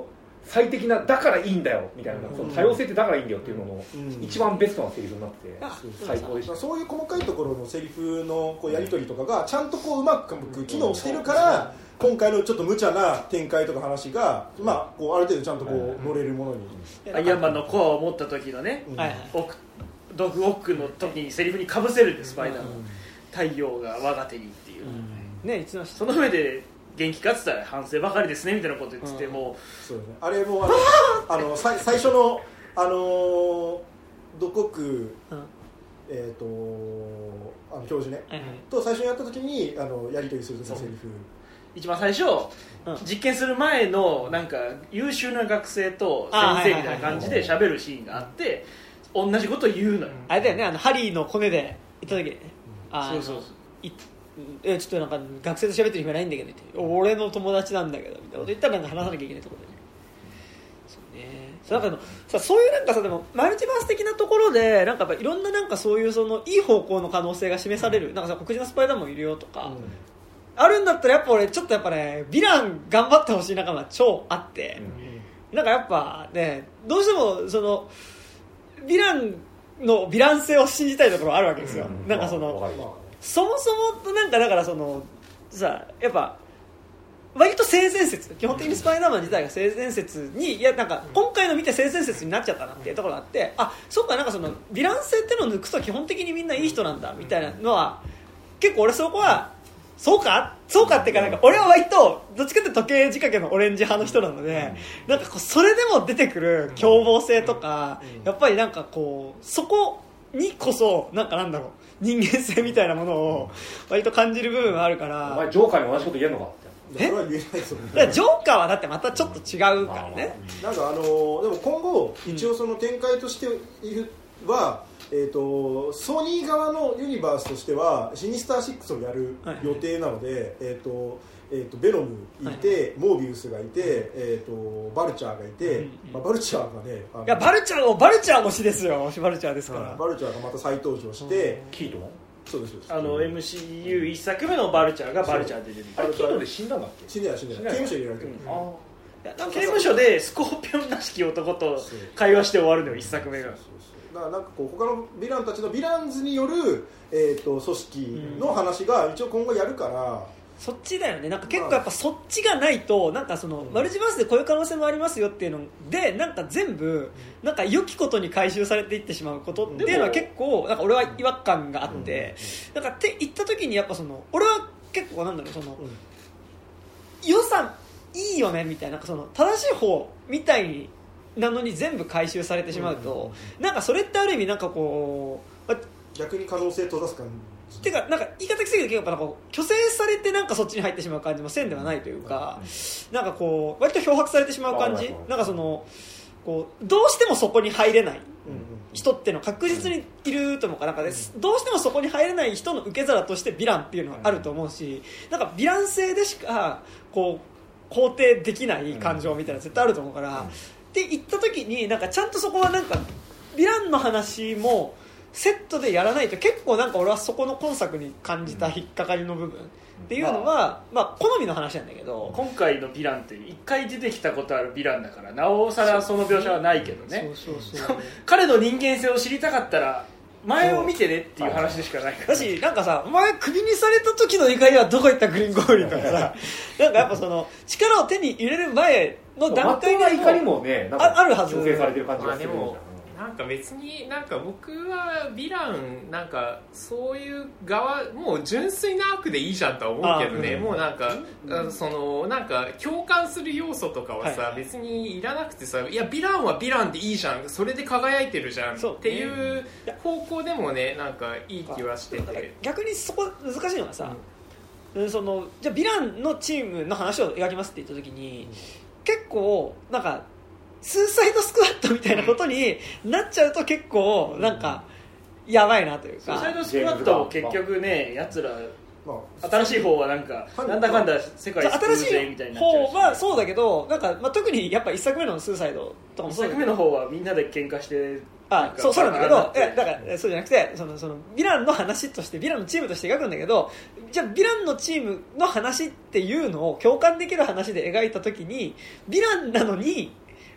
最適なだからいいんだよみたいな、その多様性ってだからいいんだよっていうのの一番ベストなセリフになってて最高でした。 そういう細かいところのセリフのこうやり取りとかがちゃんとこううまく機能してるから今回のちょっと無茶な展開とか話が、まあ、こうある程度ちゃんとこう乗れるものに、 アイアンマンのコアを持った時のね、うん、ドッグウォックの時にセリフにかぶせるんですスパイダーマン、うん、太陽が我が手にっていう、うんね、その上で元気かって言ったら反省ばかりですねみたいなこと言ってて、うん、もうそう、ね、あれもあのあの最初のあのー、ドッグウォック、うんえー、とあの教授ね、はいはい、と最初にやった時にあのやり取りする時のセリフ一番最初、うん、実験する前のなんか優秀な学生と先生みたいな感じで喋るシーンがあって同じことを言うのよ。 あれだよね、あのハリーのコネで行った時に、うん、あそうそうそういえちょっとなんか学生と喋ってる暇ないんだけどって俺の友達なんだけどみたいなこと言ったらなんか話さなきゃいけないところでね。そうね。そうなんかさそういうなんかさでもマルチバース的なところでなんかやっぱいろんななんかそういうそのいい方向の可能性が示されるなんかさ黒人のスパイダーマンもいるよとか。うんあるんだったらやっぱ俺ちょっとやっぱねヴィラン頑張ってほしい仲間超あって、うん、なんかやっぱねどうしてもそのヴィランのヴィラン性を信じたいところあるわけですよ、うん、なんかそのそもそもなんかだからそのさやっぱ割と性善説基本的にスパイダーマン自体が性善説にいやなんか今回の見て性善説になっちゃったなっていうところがあってあそうかなんかそのヴィラン性ってのを抜くと基本的にみんないい人なんだみたいなのは結構俺そこはそうかそうかってかなんか俺は割とどっちかって時計仕掛けのオレンジ派の人なのでなんかこうそれでも出てくる凶暴性とかやっぱりなんかこうそこにこそなんかなんだろう人間性みたいなものを割と感じる部分はあるからお前ジョーカーに同じこと言えんのかってそれは言えないですよね。 だからジョーカーはだってまたちょっと違うからね。 なんかあのでも今後一応その展開としては、うんえー、とソニー側のユニバースとしてはシニスターシックスをやる予定なので、はいえーとえー、とベノムいて、はい、モービウスがいて、えー、とバルチャーがいて、うんまあ、バルチャーがねあのいやバルチャーバルチャー推しですよバルチャーですから、 はい、バルチャーがまた再登場して、 うん、キートンそうですあの エムシーユーいっ 作目のバルチャーがバルチャーで出てるあれキートンで死んだんだっけ死んでない死んでない刑務所入れられてる、うん、あ刑務所でスコーピオンらしき男と会話して終わるのよいっさくめがそうそうだからなんかこう他のヴィランたちのヴィランズによる、えー、と組織の話が一応今後やるから、うん、 そっちだよねなんか結構やっぱそっちがないとなんかそのマルチバースでこういう可能性もありますよっていうのでなんか全部なんか良きことに回収されていってしまうことっていうのは結構なんか俺は違和感があってなんかって言った時にやっぱその俺は結構なんだろうその予算いいよねみたいな、なんかその正しい方みたいなのに全部回収されてしまうと、うん、なんかそれってある意味なんかこう逆に可能性閉ざす感じてかなんか言い方きついけど結構なんか虚勢されてなんかそっちに入ってしまう感じもせんではないというか、うん、なんかこう割と漂白されてしまう感じ、なんかそのこうどうしてもそこに入れない人っていうのは確実にいると思うから、なんかです、どうしてもそこに入れない人の受け皿としてヴィランっていうのはあると思うし、なんかヴィラン性でしかこう肯定できない感情みたいな絶対あると思うから、うん、って言った時になんかちゃんとそこはなんかヴィランの話もセットでやらないと結構なんか俺はそこの今作に感じた引っかかりの部分っていうのは、まあ、まあ好みの話なんだけど、 今回のヴィランって一回出てきたことあるヴィランだからなおさらその描写はないけどね、そうそうそう彼の人間性を知りたかったら前を見てねっていう話でしかないから、 だしなんかさお前クビにされた時の怒りはどこ行ったグリーンゴーリーとかさなんかやっぱその力を手に入れる前の段階でも怒りもねなんかあるはず、 調整されてる感じがする、 まあ、でもなんか別になんか僕はヴィランなんかそういう側もう純粋な悪でいいじゃんとは思うけどね、うん、もうなんか、うん、そのなんか共感する要素とかはさ、はい、別にいらなくてさ、いやヴィランはヴィランでいいじゃん、それで輝いてるじゃんっていう方向でもねなんかいい気はしてて、 逆にそこ難しいのがさ、うん、そのじゃあヴィランのチームの話を描きますって言った時に、うん、結構なんかスーサイドスクワットみたいなことになっちゃうと結構なんかやばいなというか、 スーサイドスクワットも結局ねやつら新しい方はなんかなんだかんだ世界救うぜみたいになっちゃうし、 新しい方はそうだけどなんか、まあ、特にやっぱいっさくめのスーサイドとかもそうだけど、 いっさくめの方はみんなで喧嘩してあそうそうなんだけど、えだからそうじゃなくてそのそのヴィランの話としてヴィランのチームとして描くんだけど、じゃあヴィランのチームの話っていうのを共感できる話で描いた時にヴィランなのに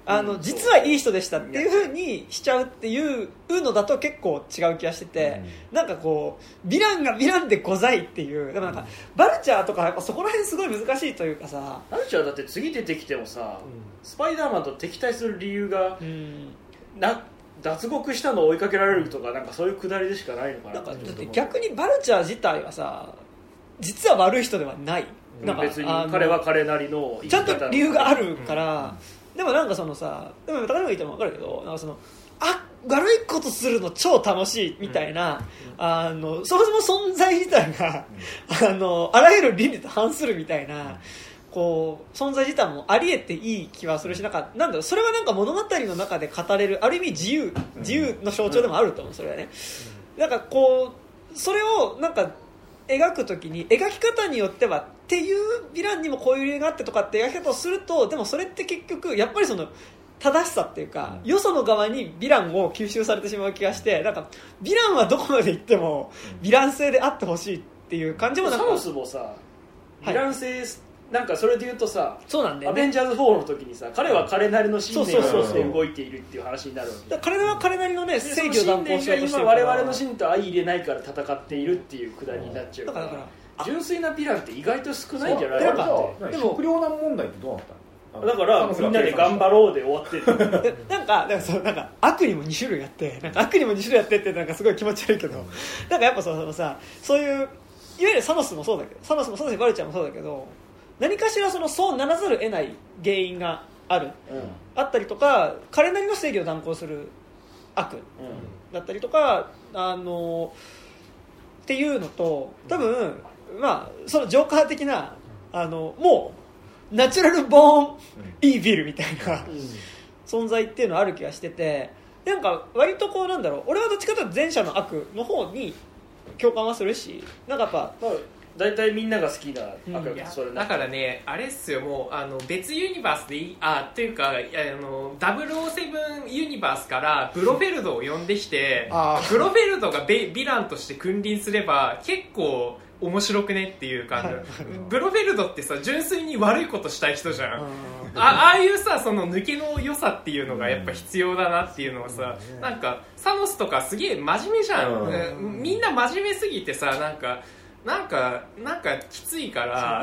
あの、うん、実はいい人でしたっていう風にしちゃうっていうのだと結構違う気がしてて、うん、なんかこうヴィランがヴィランでございっていうでもなんか、うん、バルチャーとかやっぱそこら辺すごい難しいというかさバルチャーだって次出てきてもさ、うん、スパイダーマンと敵対する理由が、うん、な脱獄したのを追いかけられるとかなんかそういうくだりでしかないのかな。 なんかだって逆にバルチャー自体はさ実は悪い人ではない、 うん、なんか別に彼は彼なりのちゃんと理由があるから、うん、でもなんかそのさでも高野が言っても分かるけどなんかそのあ悪いことするの超楽しいみたいな、うん、あのそもそも存在自体が、うん、あのあらゆる倫理と反するみたいな、うんこう存在自体もありえていい気はするしなんかなんだろうそれはなんか物語の中で語れるある意味自由自由の象徴でもあると思うそれはねなんかこうそれをなんか描くときに描き方によってはっていうヴィランにもこういう理由があってとかって描き方をするとでもそれって結局やっぱりその正しさっていうかよその側にヴィランを吸収されてしまう気がしてなんかヴィランはどこまで行ってもヴィラン性であってほしいっていう感じもなんかサノスもさヴィラン性、はいなんかそれで言うとさそうなんだよ、ね、 アベンジャーズフォーの時にさ彼は彼なりの信念を持って動いているっていう話になるわけだ彼は彼なりのね正義を断行しようとしてるから今我々の信念と相入れないから戦っているっていうくだりになっちゃうから、 だから純粋なヴィランって意外と少ないんじゃないかなってでも食糧難問題ってどうなったのだからみんなで頑張ろうで終わってるなんかなんかそうなんか悪にもに種類あってなんか悪にもに種類あってってなんかすごい気持ち悪いけど、うん、なんかやっぱそのさそういういわゆるサノスもそうだけどサノスもそうだしバルチャーもそうだけど何かしらそのそうならざるを得ない原因がある、うん、あったりとか彼なりの正義を断行する悪だったりとか、うん、あのっていうのと多分、まあ、そのジョーカー的なあのもうナチュラルボーンイービルみたいな、うん、存在っていうのはある気がしててなんか割とこうなんだろう俺はどっちかというと前者の悪の方に共感はするしなんかやっぱ、まあ大体みんなが好きな赤がそれだからねあれっすよもうあの別ユニバースでいいあっていうかあのダブルオーセブンユニバースからブロフェルドを呼んできてブロフェルドがヴィランとして君臨すれば結構面白くねっていう感じ、はい、ブロフェルドってさ純粋に悪いことしたい人じゃんあ, ああいうさその抜けの良さっていうのがやっぱ必要だなっていうのはさ、うん、なんかサノスとかすげえ真面目じゃん、うん、みんな真面目すぎてさなんかなんかなんかきついから、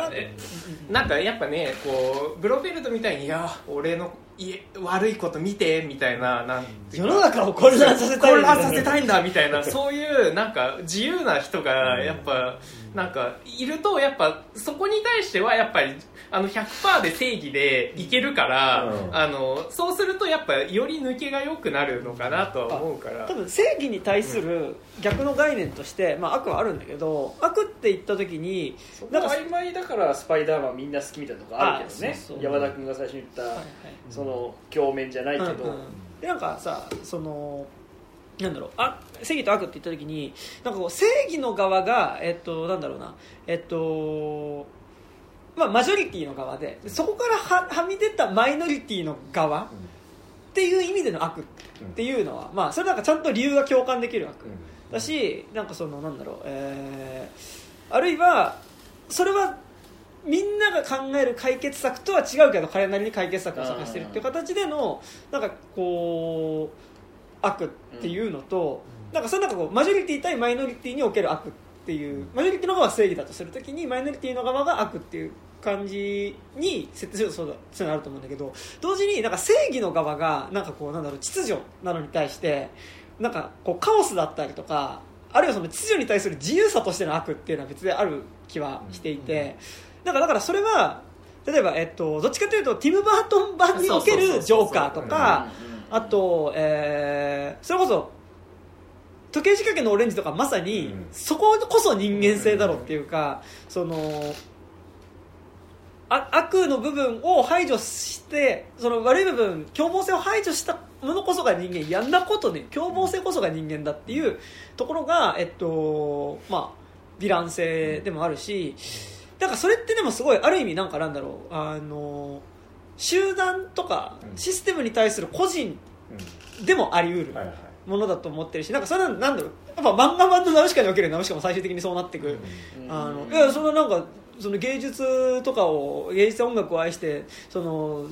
ね、なんかやっぱねこうブロフェルドみたいにいや俺の家悪いこと見てみたいななんて世の中を混乱させたい混乱させたいんだみたいなそういうなんか自由な人がやっぱなんかいるとやっぱそこに対してはやっぱりあの ひゃくパーセント で正義でいけるから、うん、あのそうするとやっぱより抜けが良くなるのかなとは思うから多分正義に対する逆の概念として、まあ、悪はあるんだけど悪って言った時にそこが曖昧だからスパイダーマンみんな好きみたいなとこあるけどねそうそう山田君が最初に言った、はいはい、その鏡面じゃないけど、うんうん、 でなんかさそのなんだろうあ正義と悪って言った時になんかこう正義の側がえっとなんだろうなえっとまあマジョリティの側でそこからははみ出たマイノリティの側っていう意味での悪っていうのはまあそれなんかちゃんと理由が共感できる悪だしなんかそのなんだろうえー、あるいはそれはみんなが考える解決策とは違うけど彼なりに解決策を探してるっていう形でのなんかこう悪っていうのと、うん、なんかその中こうマジョリティ対マイノリティにおける悪っていうマジョリティの側は正義だとするときにマイノリティの側が悪っていう感じに設定するとそうだそういうのあると思うんだけど同時になんか正義の側がなんかこうなんだろう秩序なのに対してなんかこうカオスだったりとかあるいはその秩序に対する自由さとしての悪っていうのは別である気はしていてだからだからそれは例えば、えっと、どっちかというとティム・バートン版におけるジョーカーとかあと、えー、それこそ時計仕掛けのオレンジとかまさにそここそ人間性だろうっていうかそのあ悪の部分を排除してその悪い部分凶暴性を排除したものこそが人間やんなことね凶暴性こそが人間だっていうところが、えっとまあ、ヴィラン性でもあるしだからそれってでもすごいある意味なんかなんだろうあの集団とかシステムに対する個人でもあり得るものだと思ってるしなんかそれはなんだろうやっぱ漫画版のナウシカにおけるナウシカも最終的にそうなっていく、うん、あのいやそのなんかその芸術とかを芸術音楽を愛してその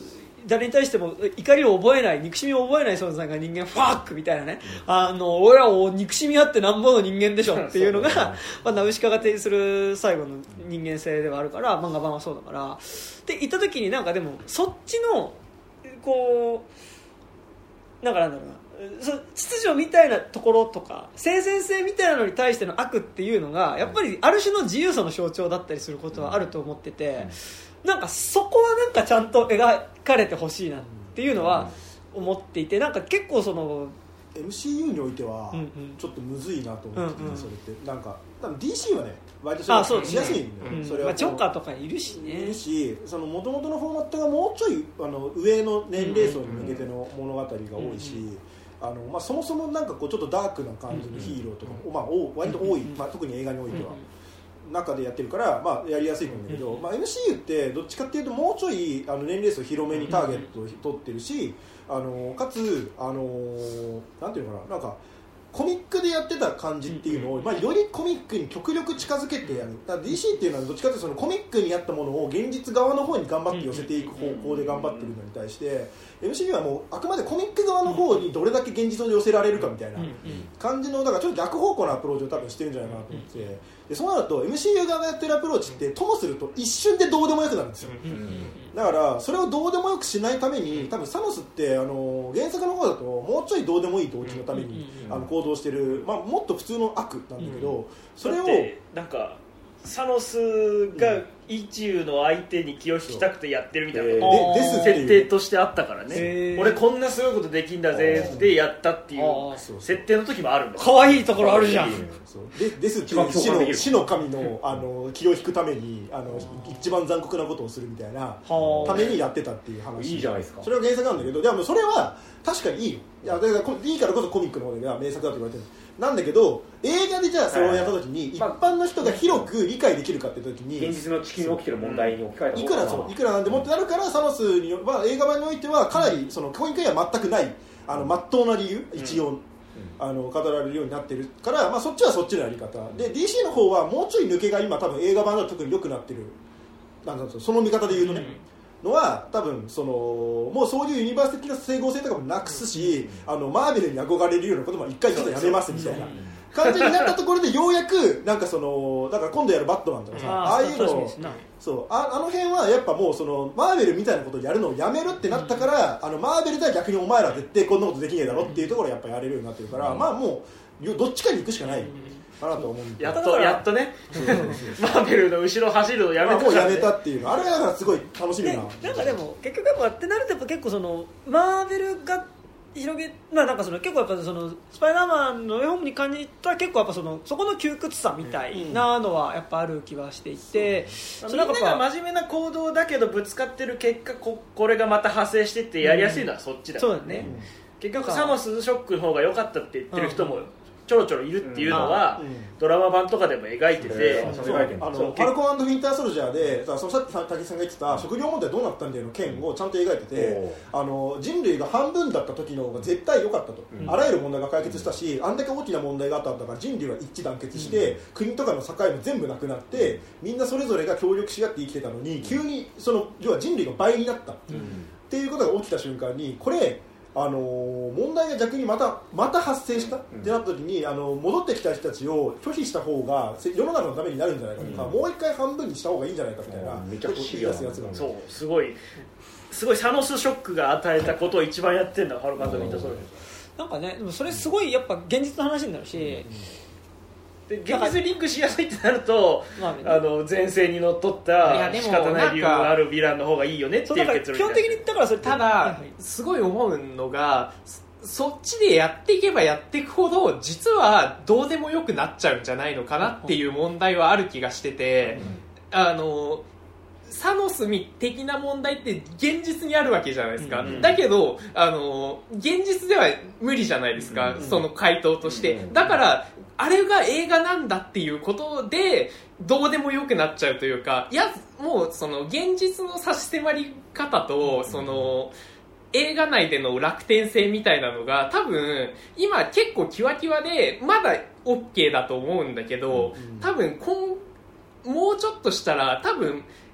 誰に対しても怒りを覚えない憎しみを覚えない存在が人間ファックみたいなね、あの俺らを憎しみ合ってなんぼの人間でしょっていうのがまあ、ナウシカが提示する最後の人間性ではあるから漫画版はそうだからって言った時になんかでもそっちのこうなんかなんだろうな秩序みたいなところとか性善性みたいなのに対しての悪っていうのがやっぱりある種の自由さの象徴だったりすることはあると思ってて、なんかそこはなんかちゃんと描かれてほしいなっていうのは思っていて、なんか結構そのエムシーユー においてはちょっとむずいなと思ってて、うんうん、それってなんか多分 ディーシー はね割とそれしやすいんだよ、うん、それは、まあ、 ジョーカーとかいるしねいるし、その元々のフォーマットがもうちょいあの上の年齢層に向けての物語が多いし、うんうん、あのまあ、そもそもなんかこうちょっとダークな感じのヒーローとかも、まあ、割と多い、まあ、特に映画においては中でやってるから、まあ、やりやすいと思うんだけど、まあ、エムシーユー ってどっちかっていうともうちょいあの年齢層広めにターゲットを取ってるし、あのかつあのなんていうのかな、なんかコミックでやってた感じっていうのを、まあ、よりコミックに極力近づけてやる。だから ディーシー っていうのはどっちかというとそのコミックにやったものを現実側の方に頑張って寄せていく方向で頑張ってるのに対して エムシーユー はもうあくまでコミック側の方にどれだけ現実を寄せられるかみたいな感じの、だからちょっと逆方向なアプローチを多分してるんじゃないかなと思ってて、でそうなると エムシーユー 側がやってるアプローチってともすると一瞬でどうでもよくなるんですよ。だからそれをどうでもよくしないために多分サノスってあの原作の方だともうちょいどうでもいい動機のためにあの行動してる、まあ、もっと普通の悪なんだけど、それをなんかサノスが意中の相手に気を引きたくてやってるみたいなこと、設定としてあったからね、俺こんなすごいことできんだぜってやったっていう設定の時もあるんだ。 可愛いところあるじゃん。 でですっていう死の、死の神 の, あの気を引くためにあの一番残酷なことをするみたいなためにやってたっていう話。 いいじゃないですか。 それは原作なんだけど、でもそれは確かにいいよ。いやだからいいからこそコミックの方では名作だと言われてるなんだけど、映画でじゃあそれをやった時に一般の人が広く理解できるかって時に、 現実の地球に起きてる問題に置き換えたいくらそういくらなんでもってなるから、サノスには映画版においてはかなりそのコミックには全くないあの真っ当な理由一応、うん、あの語られるようになってるから、まあ、そっちはそっちのやり方で ディーシー の方はもうちょい抜けが今多分映画版だと特に良くなってるなんだろう、その見方で言うとね、うん、のは多分そのもうそういうユニバース的な整合性とかもなくすし、うん、あのマーベルに憧れるようなことも一回ちょっとやめますみたいな感じになったところでようやくなんかそのだから今度やるバットマンとかさ、あ, ああいうのそう あ, あの辺はやっぱもうそのマーベルみたいなことをやるのをやめるってなったから、うん、あのマーベルでは逆にお前ら絶対こんなことできねえだろっていうところをやっぱやれるようになってるから、うん、まあもうどっちかに行くしかないかなと思うんで、 やっとやっとねマーベルの後ろ走るのをやめた、 ね、もうやめたっていうのあれはだからすごい楽しみな。 なんかでも結局やっぱってなるとやっぱ結構そのマーベルが広げ、まあ、なんかその結構やっぱそのスパイダーマンの絵本に感じたら結構やっぱそのそこの窮屈さみたいなのはやっぱある気はしていて、 うん、みんなが真面目な行動だけどぶつかってる結果 こ, これがまた派生してってやりやすいのはそっちだ、 うん、そうだね、 うん、結局サノスショックの方が良かったって言ってる人もちょろちょろいるっていうのは、うん、ドラマ版とかでも描いてて、 うん、そうあのファルコン&フィンターソルジャーでさそのさっき武井さんが言ってた食料問題どうなったんだよの件をちゃんと描いてて、うん、あの人類が半分だった時の方が絶対良かったと、うん、あらゆる問題が解決したし、あんだけ大きな問題があったんだから人類は一致団結して、うん、国とかの境も全部なくなってみんなそれぞれが協力し合って生きてたのに急にその要は人類が倍になった、うん、っていうことが起きた瞬間にこれあのー、問題が逆にまたまた発生したってなった時に、あの戻ってきた人たちを拒否した方が世の中のためになるんじゃないかとか、うん、もう一回半分にした方がいいんじゃないかみたいな、 めちゃくちゃいいやつがそうすごいすごいサノスショックが与えたことを一番やってるのはハルカンとミンタソルジャー。 なんかねでもそれすごいやっぱ現実の話になるし、うんで現実リンクしやすいってなると、まあね、あの前世にのっとった仕方ない理由があるヴィランの方がいいよねっていう結論。 基本的にだからそれただすごい思うのがそっちでやっていけばやっていくほど実はどうでもよくなっちゃうんじゃないのかなっていう問題はある気がしてて、うん、あのサノス的な問題って現実にあるわけじゃないですか、うん、だけどあの現実では無理じゃないですか、うん、その回答として、うん、だからあれが映画なんだっていうことでどうでもよくなっちゃうというか、いやもうその現実の差し迫り方とその映画内での楽天性みたいなのが多分今結構キワキワでまだ OK だと思うんだけど、多分今もうちょっとしたら多分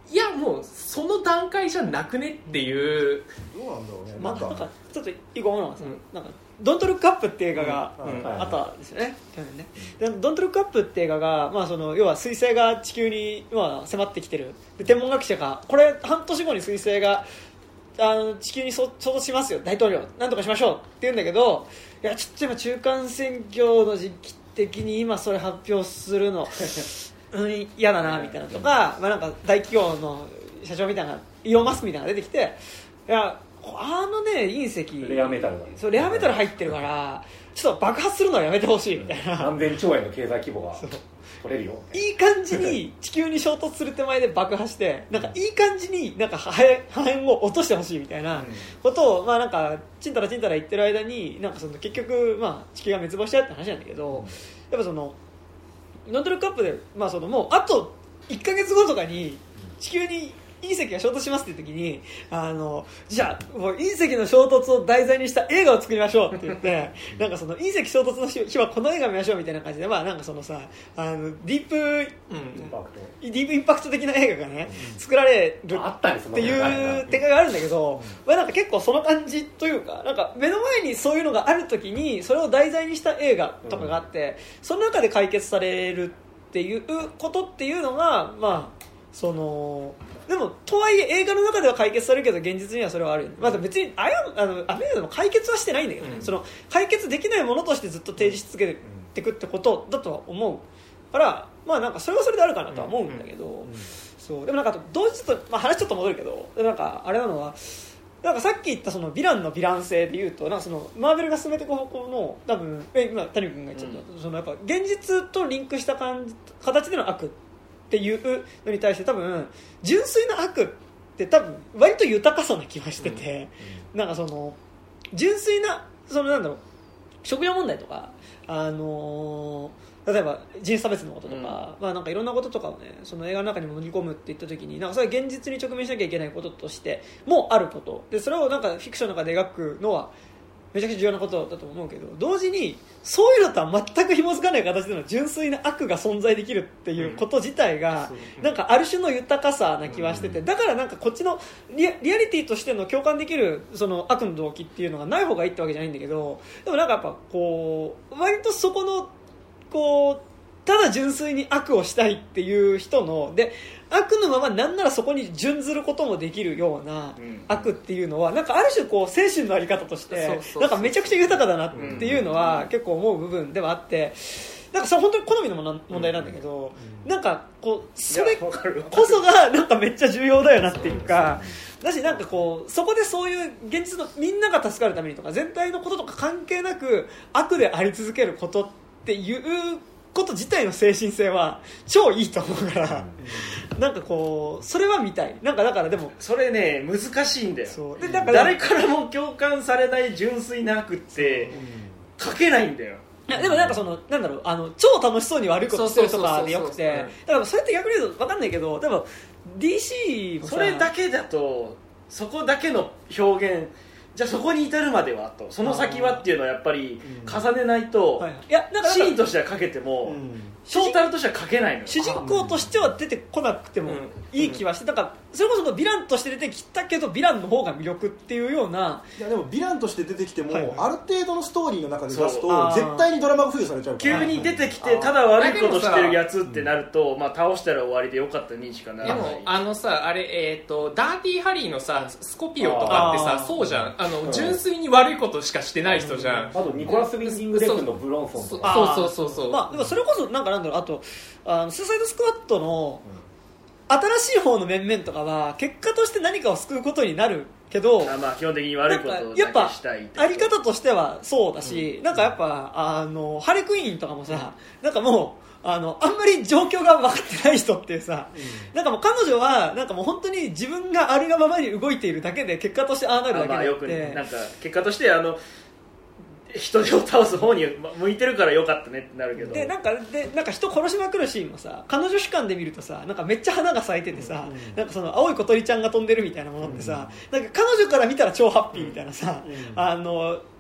いやもうその段階じゃなくねっていう。 どうなんだろうね。 まあ、なんかちょっと一個思うのがさ、うん、なんかドントルックアップって映画があったんですよね、去年ね。でドントルックアップって映画が、まあ、その要は彗星が地球に、まあ、迫ってきてる。で天文学者がこれ半年後に彗星があの地球に衝突しますよ、大統領なんとかしましょうって言うんだけど、いやちょっと今中間選挙の時期的に今それ発表するのうん、嫌だなみたいなとか、まあ、なんか大企業の社長みたいなイーロン・マスクみたいなのが出てきて、いやあのね隕石レアメタルが、ね、 そうレアメタル入ってるからちょっと爆発するのはやめてほしいみたいな、 何千兆円の経済規模が取れるよ、 いい感じに地球に衝突する手前で爆破してなんかいい感じになんか破片を落としてほしいみたいなことを、まあ、なんかちんたらちんたら言ってる間になんかその結局、まあ、地球が滅亡しちゃうって話なんだけど、やっぱそのノントルカップで、まあ、そのもうあといっかげつごとかに地球に隕石が衝突しますっていう時にあのじゃあもう隕石の衝突を題材にした映画を作りましょうって言ってなんかその隕石衝突の日はこの映画見ましょうみたいな感じで、まあ、なんかそのさあのディープ、うん、ディープインパクト的な映画がね、うん、作られるっていう展開があるんだけど、まあ、なんか結構その感じというかなんか目の前にそういうのがある時にそれを題材にした映画とかがあって、うん、その中で解決されるっていうことっていうのがまあそのでもとはいえ映画の中では解決されるけど現実にはそれはある、まだ別にあやあのアメリカでも解決はしてないんだけどね、うん、その解決できないものとしてずっと提示し続けていくってことだとは思うからまあなんかそれはそれであるかなとは思うんだけど、うんうん、そうでもなんか同時と、まあ、話ちょっと戻るけどなんかあれなのはなんかさっき言ったそのヴィランのヴィラン性でいうとなんかそのマーベルが進めていく方向の多分え今谷君が言っちゃった、うん、そのやっぱ現実とリンクした感じ形での悪っていうのに対して多分純粋な悪って多分割と豊かさな気がしてて、うんうん、なんかその純粋なそのなんだろう食料問題とかあのー、例えば人種差別のこととか、うんまあ、なんかいろんなこととかをねその映画の中にも乗り込むって言った時になんかそれは現実に直面しなきゃいけないこととしてもあることでそれをなんかフィクションの中で描くのはめちゃくちゃ重要なことだと思うけど同時にそういうのとは全く紐づかない形での純粋な悪が存在できるっていうこと自体がなんかある種の豊かさな気はしててだからなんかこっちのリアリティとしての共感できるその悪の動機っていうのがない方がいいってわけじゃないんだけどでもなんかやっぱこう割とそこのこうただ純粋に悪をしたいっていう人ので悪のままなんならそこに準ずることもできるような悪っていうのはなんかある種こう精神のあり方としてなんかめちゃくちゃ豊かだなっていうのは結構思う部分ではあってなんかそれ本当に好みの問題なんだけどなんかこうそれこそがなんかめっちゃ重要だよなっていうかだしなんかこうそこでそういう現実のみんなが助かるためにとか全体のこととか関係なく悪であり続けることっていうこと自体の精神性は超いいと思うから、うん、なんかこうそれは見たいなんかだからでもそれね難しいんだよそうでだから誰からも共感されない純粋な悪って書けないんだよいやでもなんかそのなんだろうあの超楽しそうに悪いことしてるとかでよくてだからそれって逆に言うと分かんないけどでも ディーシー もそれだけだとそこだけの表現じゃあそこに至るまではとその先はっていうのはやっぱり重ねないと、うんはい、いやなんかシーンとしては書けても、うん、トータルとしては書けないの主人公としては出てこなくてもいい気はしてだからそれこそヴィランとして出てきたけどヴィランの方が魅力っていうようないやでもヴィランとして出てきても、はい、ある程度のストーリーの中で出すと絶対にドラマが付与されちゃうから急に出てきてただ悪いことしてるやつってなると、まあ、倒したら終わりでよかったにしかならないでもあのさあれ、えー、とダーティーハリーのさスコピオとかってさそうじゃんあの純粋に悪いことしかしてない人じゃんあとニコラス・ウィンディング・レックのブロンソンとかそうそうそうそう、 まあ、でもそれこそなんかなんだろうあとあのスーサイドスクワットの新しい方の面々とかは結果として何かを救うことになるけどあ、まあ、基本的に悪いことをやっぱあり方としてはそうだし、うん、なんかやっぱあのハレクイーンとかもさ、うん、なんかもうあのあんまり状況が分かってない人っていうさ、うん、なんかもう彼女はなんかもう本当に自分があるがままに動いているだけで結果としてああなるだけであって、まあ、よくなんか結果としてあの人手を倒す方に向いてるからよかったねってなるけどでなんかでなんか人殺しまくるシーンもさ彼女主観で見るとさなんかめっちゃ花が咲いててさ、うんうん、なんかその青い小鳥ちゃんが飛んでるみたいなものってさ、うん、なんか彼女から見たら超ハッピーみたいなさ、うん、あの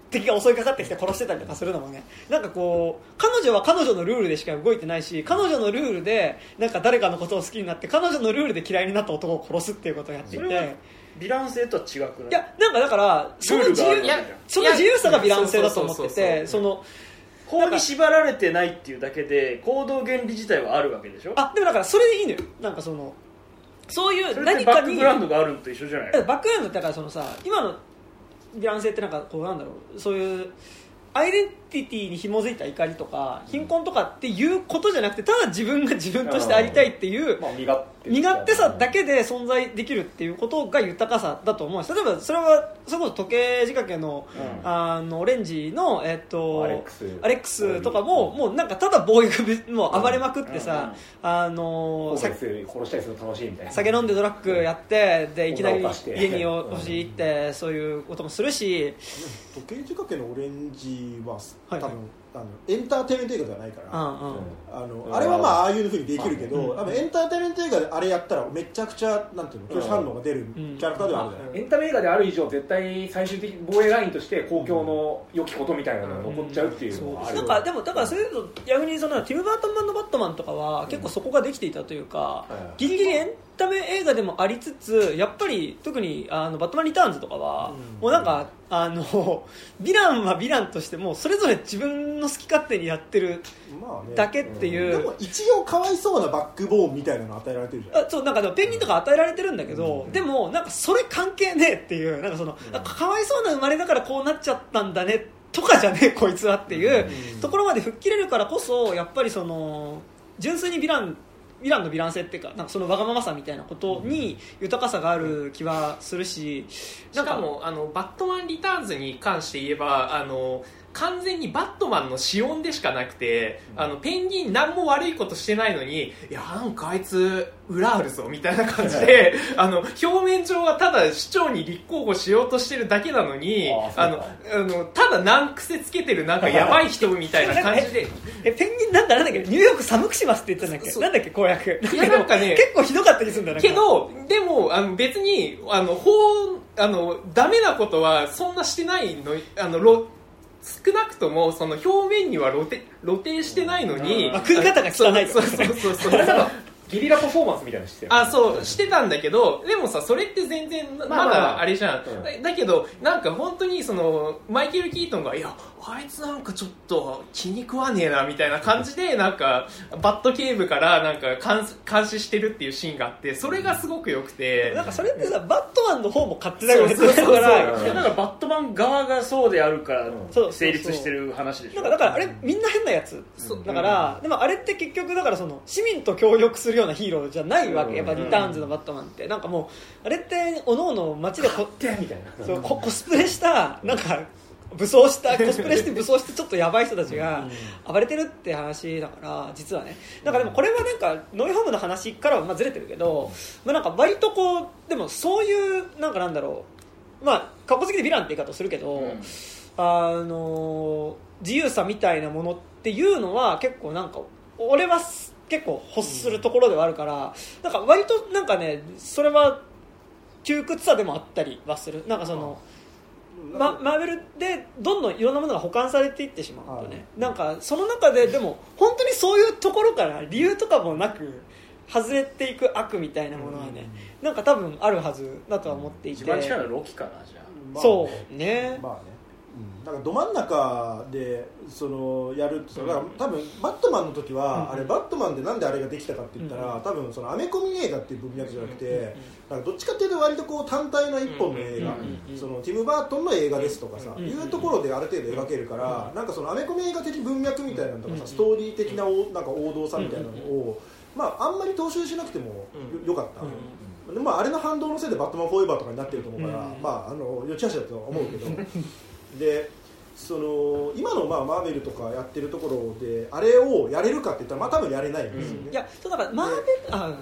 敵が襲いかかってきて殺してたりとかするのもね、なんかこう彼女は彼女のルールでしか動いてないし、彼女のルールでなんか誰かのことを好きになって彼女のルールで嫌いになった男を殺すっていうことをやっていて、ヴィラン性とは違くない？ いやなんかだからその自由その自由さがヴィラン性だと思ってて、その法に縛られてないっていうだけで行動原理自体はあるわけでしょ。 あでもだからそれでいいのよ。なんかそのそういう何かにバックグラウンドがあるのと一緒じゃない？ バックグラウンドってだからそのさ、今のヴィラン性ってなんかこうなんだろう、そういうアイデンティティに紐づいた怒りとか貧困とかっていうことじゃなくて、ただ自分が自分としてありたいっていう、 まあ、身勝手身勝手さだけで存在できるっていうことが豊かさだと思うし、例えばそれはそれこそ時計仕掛けの、うん、あのオレンジの、えっと、 アレックス、 アレックスとかも、うん、もうなんかただ暴力もう暴れまくってさ、うん、あの殺したりするの楽しいみたいな、 酒飲んでドラッグやってでいきなり家に押し入ってそういうこともするし、 時計仕掛けのオレンジは、 はい多分あのエンターテインメント映画ではないから、 うんうん、 あのあれはまあああいう風にできるけど、多分エンターテインメント映画であれやったらめちゃくちゃなんていうの、拒否反応が出るキャラクターではあるじゃない、 うん、エンタメ映画である以上絶対最終的防衛ラインとして公共の良きことみたいなのが残っちゃうっていうのはある、 なんかでもだからそういうの逆にそのティム・バートン版のバットマンとかは結構そこができていたというか、うん、ギリギリエンタメ映画でもありつつ、やっぱり特にあのバットマンリターンズとかは、うん、もうなんかあのヴィランはヴィランとしてもそれぞれ自分の好き勝手にやってるだけっていう、 まあね、うん、でも一応かわいそうなバックボーンみたいなの与えられてるじゃん。 あそうなんかでもペンギンとか与えられてるんだけど、うん、でもなんかそれ関係ねえっていう、なんかその、うん、かわいそうな生まれだからこうなっちゃったんだねとかじゃねえこいつはっていうところまで吹っ切れるからこそ、やっぱりその純粋にヴィランヴィランのヴィラン性っていうか、なんかそのわがままさみたいなことに豊かさがある気はするし、 しかもあのバットマンリターンズに関して言えば、あの完全にバットマンの私音でしかなくて、あのペンギン何も悪いことしてないのに、いやなんかあいつ裏あるぞみたいな感じであの表面上はただ市長に立候補しようとしてるだけなのに、あのあのただ難癖つけてるなんかやばい人みたいな感じでえペンギンなんだなんだっけ、ニューヨーク寒くしますって言ってたんだっけ、なんだっけ公約、 いやなんかね結構ひどかったりするんだな。 けどでもあの別にあの法あのダメなことはそんなしてないの、あのロ少なくともその表面には露呈、露呈してないのに、 まあ、食い方が汚いとか、 そうそうそうそうゲリラパフォーマンスみたいなのしてる。 あ、そうしてたんだけど、でもさそれって全然まだあれじゃん、まあ、だけどなんか本当にそのマイケル・キートンがいやあいつなんかちょっと気に食わねえなみたいな感じでなんかバット警部からなんか監監視してるっていうシーンがあって、それがすごく良くて、 なんかそれってさバットマンの方も勝手だよね。 そうそうそうそう、だからバットマン側がそうであるから成立してる話でしょ。 だからだからあれみんな変なやつだから、でもあれって結局だからその市民と協力するようなヒーローじゃないわけ。やっぱリターンズのバットマンってなんかもうあれっておのおの街でこみたいなそうココスプレしたなんか武装したコスプレして武装してちょっとヤバい人たちが暴れてるって話だから実はね。なんかでもこれはなんかノイホームの話からはまあずれてるけど、まあ、なんか割とこうでもそういうなんかなんだろう、まあ格好好きでヴィランって言い方をするけど、うん、あの自由さみたいなものっていうのは結構なんか俺は結構欲するところではあるから、なんか割となんかねそれは窮屈さでもあったりはする。なんかそのマ, マーベルでどんどんいろんなものが保管されていってしまうとね、なんかその中ででも本当にそういうところから理由とかもなく外れていく悪みたいなものはね、うん、なんか多分あるはずだとは思っていて、 一番近いのはロキかなじゃあ、 まあ、そうね、 まあね、うん、なんかど真ん中でそのやるって、うん、だから多分バットマンの時は、うん、あれバットマンでなんであれができたかって言ったら、うん、多分そのアメコミ映画っていう文脈じゃなくて、うん、なんかどっちかっていうと割とこう単体の一本の映画、うん、そのティム・バートンの映画ですとかさ、うん、いうところである程度描けるから、うん、なんかそのアメコミ映画的文脈みたいなのとかさ、ストーリー的ななんか王道さみたいなのを、まあ、あんまり踏襲しなくても よ,、よかった、うん、でまあ、あれの反動のせいでバットマンフォーエバーとかになってると思うから、うん、まああのよちあしだとは思うけどでその今のまあマーベルとかやってるところであれをやれるかって言ったらまあ多分やれないんですよね、うん、 いやそうだからマーベルあ、はい、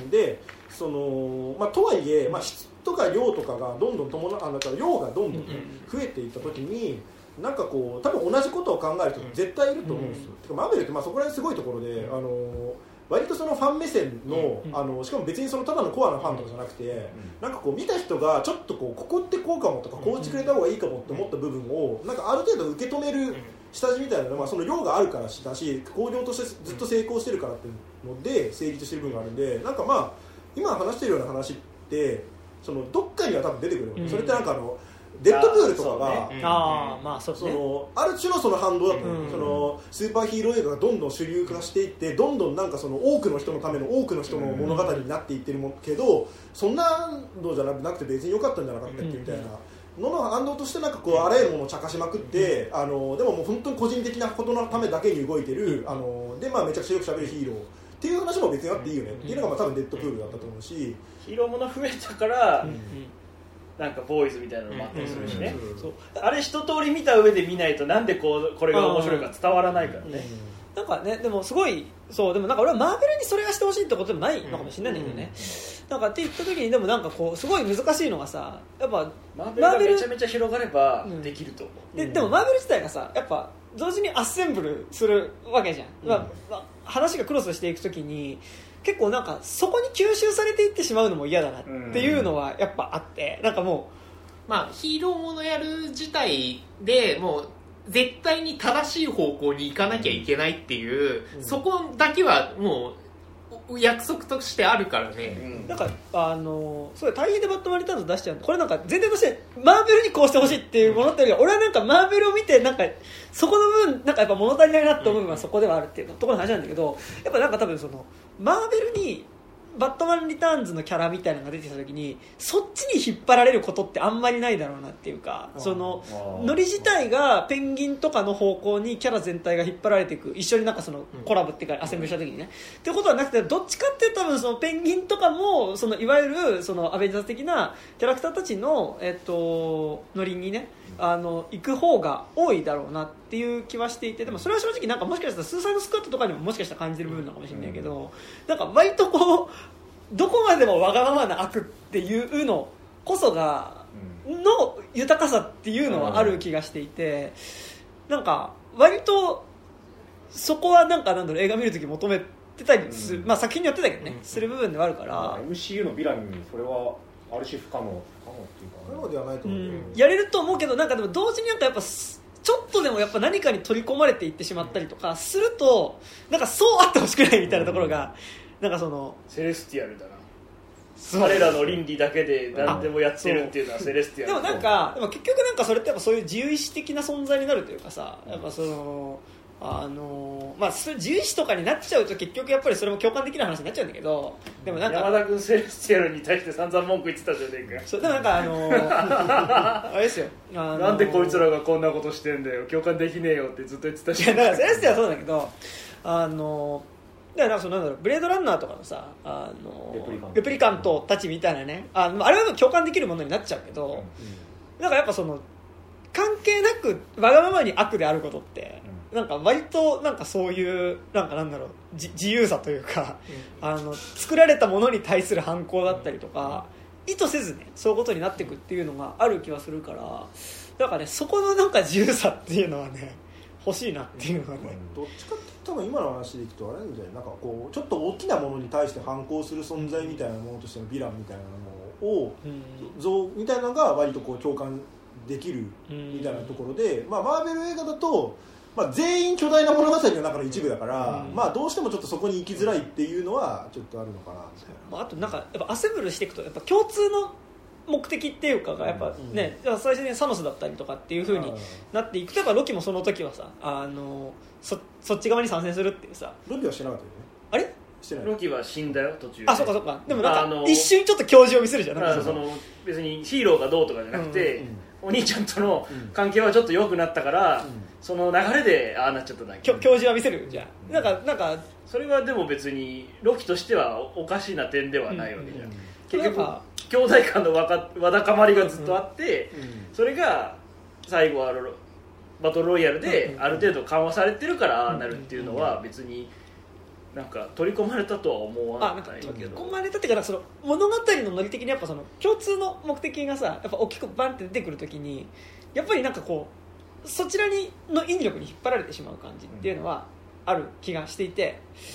でその、まあ、とはいえ、まあ、質とか量とかがどんどん伴あだから量がどんどん、ね、増えていった時になんかこう多分同じことを考える人絶対いると思うんですよ、うん、てかマーベルってまあそこら辺すごいところで、あの割とそのファン目線 の,、うん、あのしかも別にそのただのコアなファンとかじゃなくて、うん、なんかこう見た人がちょっとこうここってこうかもとかこうしてくれた方がいいかもって思った部分をなんかある程度受け止める下地みたいなのは、まあ、その量があるからだし興行としてずっと成功してるからっていうので成立してる部分があるんでなんかまあ今話してるような話ってそのどっかには多分出てくる、うん、それってなんかあのデッドプールとかがある種のその反動だと思う、うん、そのスーパーヒーロー映画がどんどん主流化していってどんどんなんかその多くの人のための多くの人の物語になっていってるもんけどそんなのじゃなくて別に良かったんじゃなかったっけみたいなのの反動としてなんかこうあらゆるものを茶化しまくってあのでももう本当に個人的なことのためだけに動いてるあので、まあ、めちゃくちゃよくしゃべるヒーローっていう話も別にあっていいよねっていうのがまあ多分デッドプールだったと思うしヒーローもの増えたから、うんうんなんかボーイズみたいなのもあったりするしね、うんうん、そうあれ一通り見た上で見ないとなんでこうこれが面白いか伝わらないからね、 うん、なんかねでもすごいそうでもなんか俺はマーベルにそれがしてほしいってことでもないのかもしれないんだけどね、うん、なんかって言った時にでもなんかこうすごい難しいのがさやっぱマーベルがめちゃめちゃ広がればできると思う、 うん、で, でもマーベル自体がさやっぱ同時にアッセンブルするわけじゃん、うんまあ、話がクロスしていく時に結構なんかそこに吸収されていってしまうのも嫌だなっていうのはやっぱあってなんかもうまあ、ヒーローものやる自体でもう絶対に正しい方向に行かなきゃいけないっていう、うん、そこだけはもう約束としてあるからね、 うん、なんかあのそれ対比でバットマンリターンズ出しちゃうこれなんか前提としてマーベルにこうしてほしいっていうものっていうよりは俺はなんかマーベルを見てなんかそこの分なんかやっぱ物足りないなって思うのがそこではあるっていうところの話なんだけどやっぱなんか多分そのマーベルにバットマンリターンズのキャラみたいなのが出てきた時にそっちに引っ張られることってあんまりないだろうなっていうかそのノリ自体がペンギンとかの方向にキャラ全体が引っ張られていく一緒になんかそのコラボっていうかアセンブルした時にねってことはなくてどっちかっていうと多分そのペンギンとかもそのいわゆるそのアベンジャーズ的なキャラクターたちのえっとノリにねあの行く方が多いだろうなっていう気はしていてでもそれは正直なんかもしかしたらスーサイドスクワットとかにももしかしたら感じる部分なのかもしれないけどなんか割とこうどこまでもわがままな悪っていうのこそがの豊かさっていうのはある気がしていてなんか割とそこはなんかなんだろう映画見るとき求めてたりする、まあ、作品によってだけどねする部分ではあるからエムシーユー のヴィランにそれはある種不可能不可能っていうか不可能ではないと思う、うん、 やれると思うけどなんかでも同時になんかやっぱちょっとでもやっぱ何かに取り込まれていってしまったりとかするとなんかそうあってほしくないみたいなところが、うん、なんかそのセレスティアルだな彼らの倫理だけで何でもやってるっていうのはセレスティアルでもなんかでも結局なんかそれってやっぱそういう自由意志的な存在になるというかさやっぱそのあのまあそれ自由意志とかになっちゃうと結局やっぱりそれも共感できる話になっちゃうんだけどでもなんか山田君セレスティアルに対して散々文句言ってたじゃねえかそうでもなんかあのー、あれですよ、 あのー、なんでこいつらがこんなことしてんだよ共感できねえよってずっと言ってたしいやだからセレスティアルはそうだけどあのーだからなんかそのなんだろうブレードランナーとかのさあのレプリカントレプリカントたちみたいなねあのあれは共感できるものになっちゃうけど、うんうん、なんかやっぱその関係なくわがままに悪であることって、うん、なんか割となんかそういうなんかなんだろうじ自由さというか、うん、あの作られたものに対する反抗だったりとか、うん、意図せずねそういうことになっていくっていうのがある気はするからだからねそこのなんか自由さっていうのはね欲しいなっていうのがね、 うん、どっちかって多分今の話でいくとあれなんじゃないなんかこうちょっと大きなものに対して反抗する存在みたいなものとしてのヴィランみたいなのを、うん、像みたいなのが割とこう共感できるみたいなところで、うんまあ、マーベル映画だと、まあ、全員巨大な物語の中の一部だから、うんまあ、どうしてもちょっとそこに行きづらいっていうのはちょっとあるのかなみたいな、 まあ、あとなんかやっぱアセンブルしていくとやっぱ共通の目的っていうかがやっぱね、うん、最初にサノスだったりとかっていう風になっていくとやっぱロキもその時はさあの そ, そっち側に参戦するっていうさロキはしてなかったよねあれしてないロキは死んだよ途中であそっかそっかでもなんか一瞬ちょっと教授を見せるじゃんなんかその別にヒーローがどうとかじゃなくて、うんうん、お兄ちゃんとの関係はちょっと良くなったから、うん、その流れでああなっちゃっただけ教授は見せるじゃん、うん、なんかなんかそれはでも別にロキとしてはおかしな点ではないわけじゃん、うんうん、結局兄弟間のわかわだかまりがずっとあって、うんうん、それが最後はバトルロイヤルである程度緩和されてるからああなるっていうのは別になんか取り込まれたとは思わないけど取り込まれたっていうかその物語のノリ的にやっぱその共通の目的がさやっぱ大きくバンって出てくるときにやっぱりなんかこうそちらにの引力に引っ張られてしまう感じっていうのはある気がしていて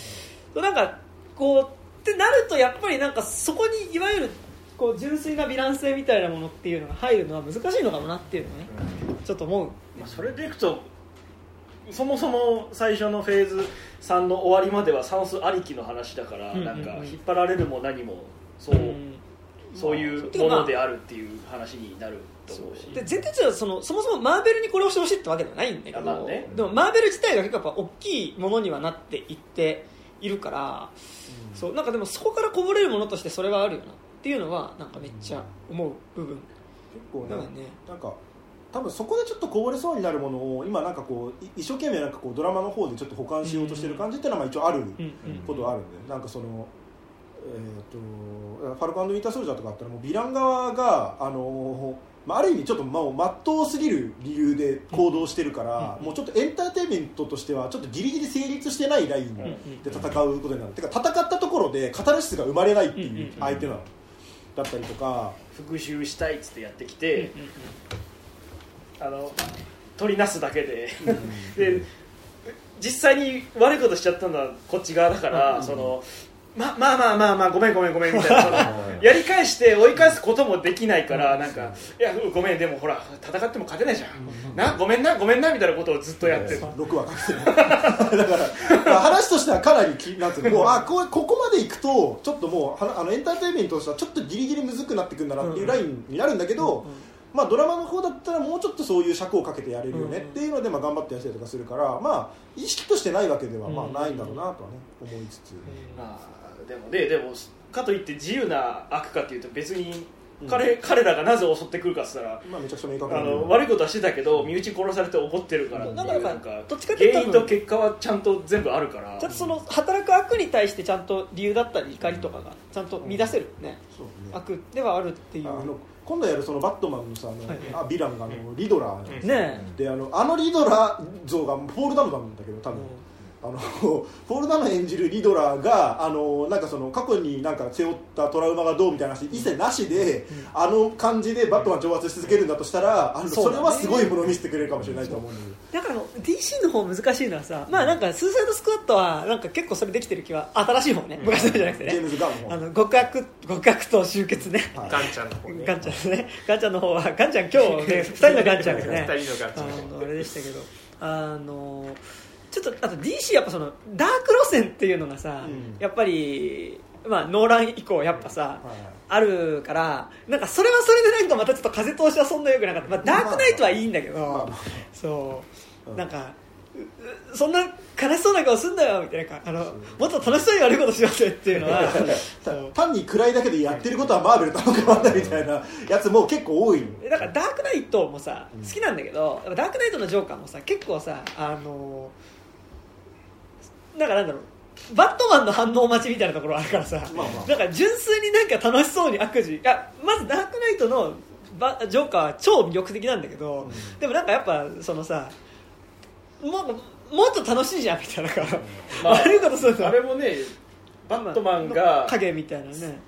なんかこうってなるとやっぱりなんかそこにいわゆるこう純粋なヴィラン性みたいなものっていうのが入るのは難しいのかもなっていうのをね、うん、ちょっと思う、 まあ、それでいくとそもそも最初のフェーズさんの終わりまではサノスありきの話だから、うんうんうん、なんか引っ張られるも何もそう、うん、そういうものであるっていう話になると思うし、 で前提としてはそのそもそもマーベルにこれをしてほしいってわけではないんだけど、 まあね、 でもマーベル自体が結構やっぱ大きいものにはなっていっているから、うん、そうなんかでもそこからこぼれるものとしてそれはあるよなっていうのはなんかめっちゃ思う部分、 結構ね、ねなんか多分そこでちょっとこぼれそうになるものを今なんかこう一生懸命なんかこうドラマの方でちょっと保管しようとしてる感じっていうのはまあ一応あることはあるんで、なんかその、えー、とファルコン&ウィンターソルジャーとかあったらもうヴィラン側があのまあ、ある意味ちょっとまっとうすぎる理由で行動してるから、うん、もうちょっとエンターテインメントとしてはちょっとギリギリ成立してないラインで戦うことになる、うん、てか戦ったところでカタルシスが生まれないっていう相手なの、だったりとか復讐したいっつってやってきて、うん、あの取りなすだけで、うん、で実際に悪いことしちゃったのはこっち側だから、うん、そのままあまあまあまあごめんごめんごめんみたいなそのやり返して追い返すこともできないからなんかいやごめんでもほら戦っても勝てないじゃんなごめんなごめんなみたいなことをずっとやってるろくわかってるだから話としてはかなりきなんていうのもうあこうここまでいくとちょっともうあのエンターテインメントとしてはちょっとギリギリむずくなってくるんだなっていうラインになるんだけど、まあ、ドラマの方だったらもうちょっとそういう尺をかけてやれるよねっていうのでまあ頑張ってやったりとかするから、まあ、意識としてないわけではまあないんだろうなとはね思いつつ、 まあでもね、でもかといって自由な悪かっていうと別に 彼,、うん、彼らがなぜ襲ってくるかって言ったら、 まあ、めちゃくちゃ明確なあの悪いことはしてたけど身内殺されて怒ってるからっていう、なんか原因と結果はちゃんと全部あるからちゃんとその働く悪に対してちゃんと理由だったり怒りとかがちゃんと見出せるね、うん、悪ではあるっていう。 あの今度やるそのバットマンのさあの、はい、あヴィランがあのリドラー、 ね、 であのあのリドラー像がポール・ダノなんだけど多分、うんあのポール・ダノ演じるリドラーがあのなんかその過去になんか背負ったトラウマがどうみたいな話一切なしで、うん、あの感じでバットマン挑発し続けるんだとしたらあの そ,、ね、それはすごいものを見せてくれるかもしれないと思うんだから ディーシー の方難しいのはさ、まあなんかスーサイドスクワットはなんか結構それできてる気は新しい方ね、昔のじゃなくてね、 ジェームズ・ガンの方あの極悪極悪と終結ね、 はい、ガンちゃんの方ねガンちゃんねガンちゃんの方はガンちゃん今日ねふたりのガンちゃんですねふたりのガンちゃんあのあれでしたけどあのちょっとあと ディーシー やっぱそのダーク路線っていうのがさ、うん、やっぱり、まあ、ノーラン以降やっぱさ、はい、あるからなんかそれはそれでなんかまたちょっと風通しはそんな良くなかった、まあ、ダークナイトはいいんだけど、まあ、そう、うん、なんかそんな悲しそうな顔すんだよみたいなあのもっと楽しそうに悪いことしようぜっていうのは単に暗いだけでやってることはマーベルと変わんないみたいなやつも結構多いだからダークナイトもさ好きなんだけど、うん、ダークナイトのジョーカーもさ結構さあのなんかなんだろうバットマンの反応待ちみたいなところあるからさ、まあまあ、なんか純粋になんか楽しそうに悪事いやまずダークナイトのバジョーカーは超魅力的なんだけど、うん、でもなんかやっぱそのさももっと楽しいじゃんみたいな、まあ、悪いことするのあれもねバットマンが影みたいなね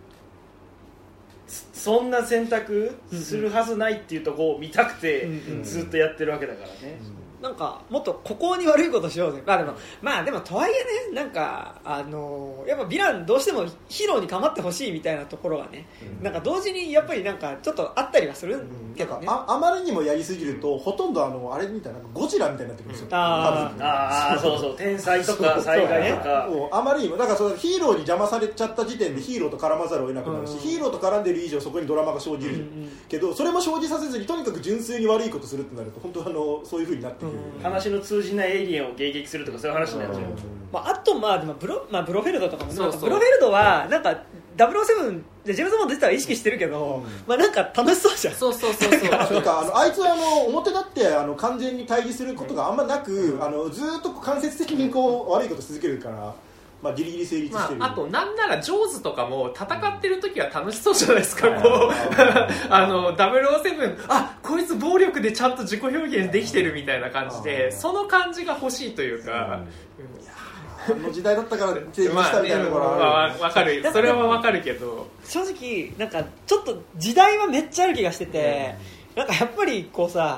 そんな選択するはずないっていうところを見たくてずっとやってるわけだからね、うんうん、 なんかもっとここに悪いことしようぜ、まあでもまあでもとはいえねなんかあのやっぱヴィランどうしてもヒーローに構ってほしいみたいなところがね、うん、なんか同時にやっぱりなんかちょっとあったりはするけどね、 うん、あ, あまりにもやりすぎるとほとんどあのあれみたいなゴジラみたいになってくるんですよ、 うん、ああそうそう天災とか災害とかもうあまりにもだからそのヒーローに邪魔されちゃった時点でヒーローと絡まざるを得なくなるし、うん、ヒーローと絡んでる以上そこにドラマが生じる、うん、けどそれも生じさせずにとにかく純粋に悪いことするってなると本当あのそういう風になってくる、 うん、話の通じないエイリアンを迎撃するとかそういう話になっちゃう、 まあ、あとまあでもブロ、まあ、ブロフェルドとかもそうそうブロフェルドはなんかダブルオーセブンでジェームズボンド出てたら意識してるけど、うん、まあなんか楽しそうじゃんそうそうそうそうなんかあのあいつはあの表立ってあの完全に対峙することがあんまなく、うん、あのずっと間接的にこう悪いこと続けるからまあ、ギリギリ成立してる、 まあ、あとなんならジョーズとかも戦ってる時は楽しそうじゃないですか、うん、こうあのダブルオーセブンあこいつ暴力でちゃんと自己表現できてるみたいな感じでその感じが欲しいというか、 うん、あの時代だったから定義したみたいなところはある、 まあ、分かるそれは分かるけど正直なんかちょっと時代はめっちゃある気がしてて、うん、なんかやっぱりこうさ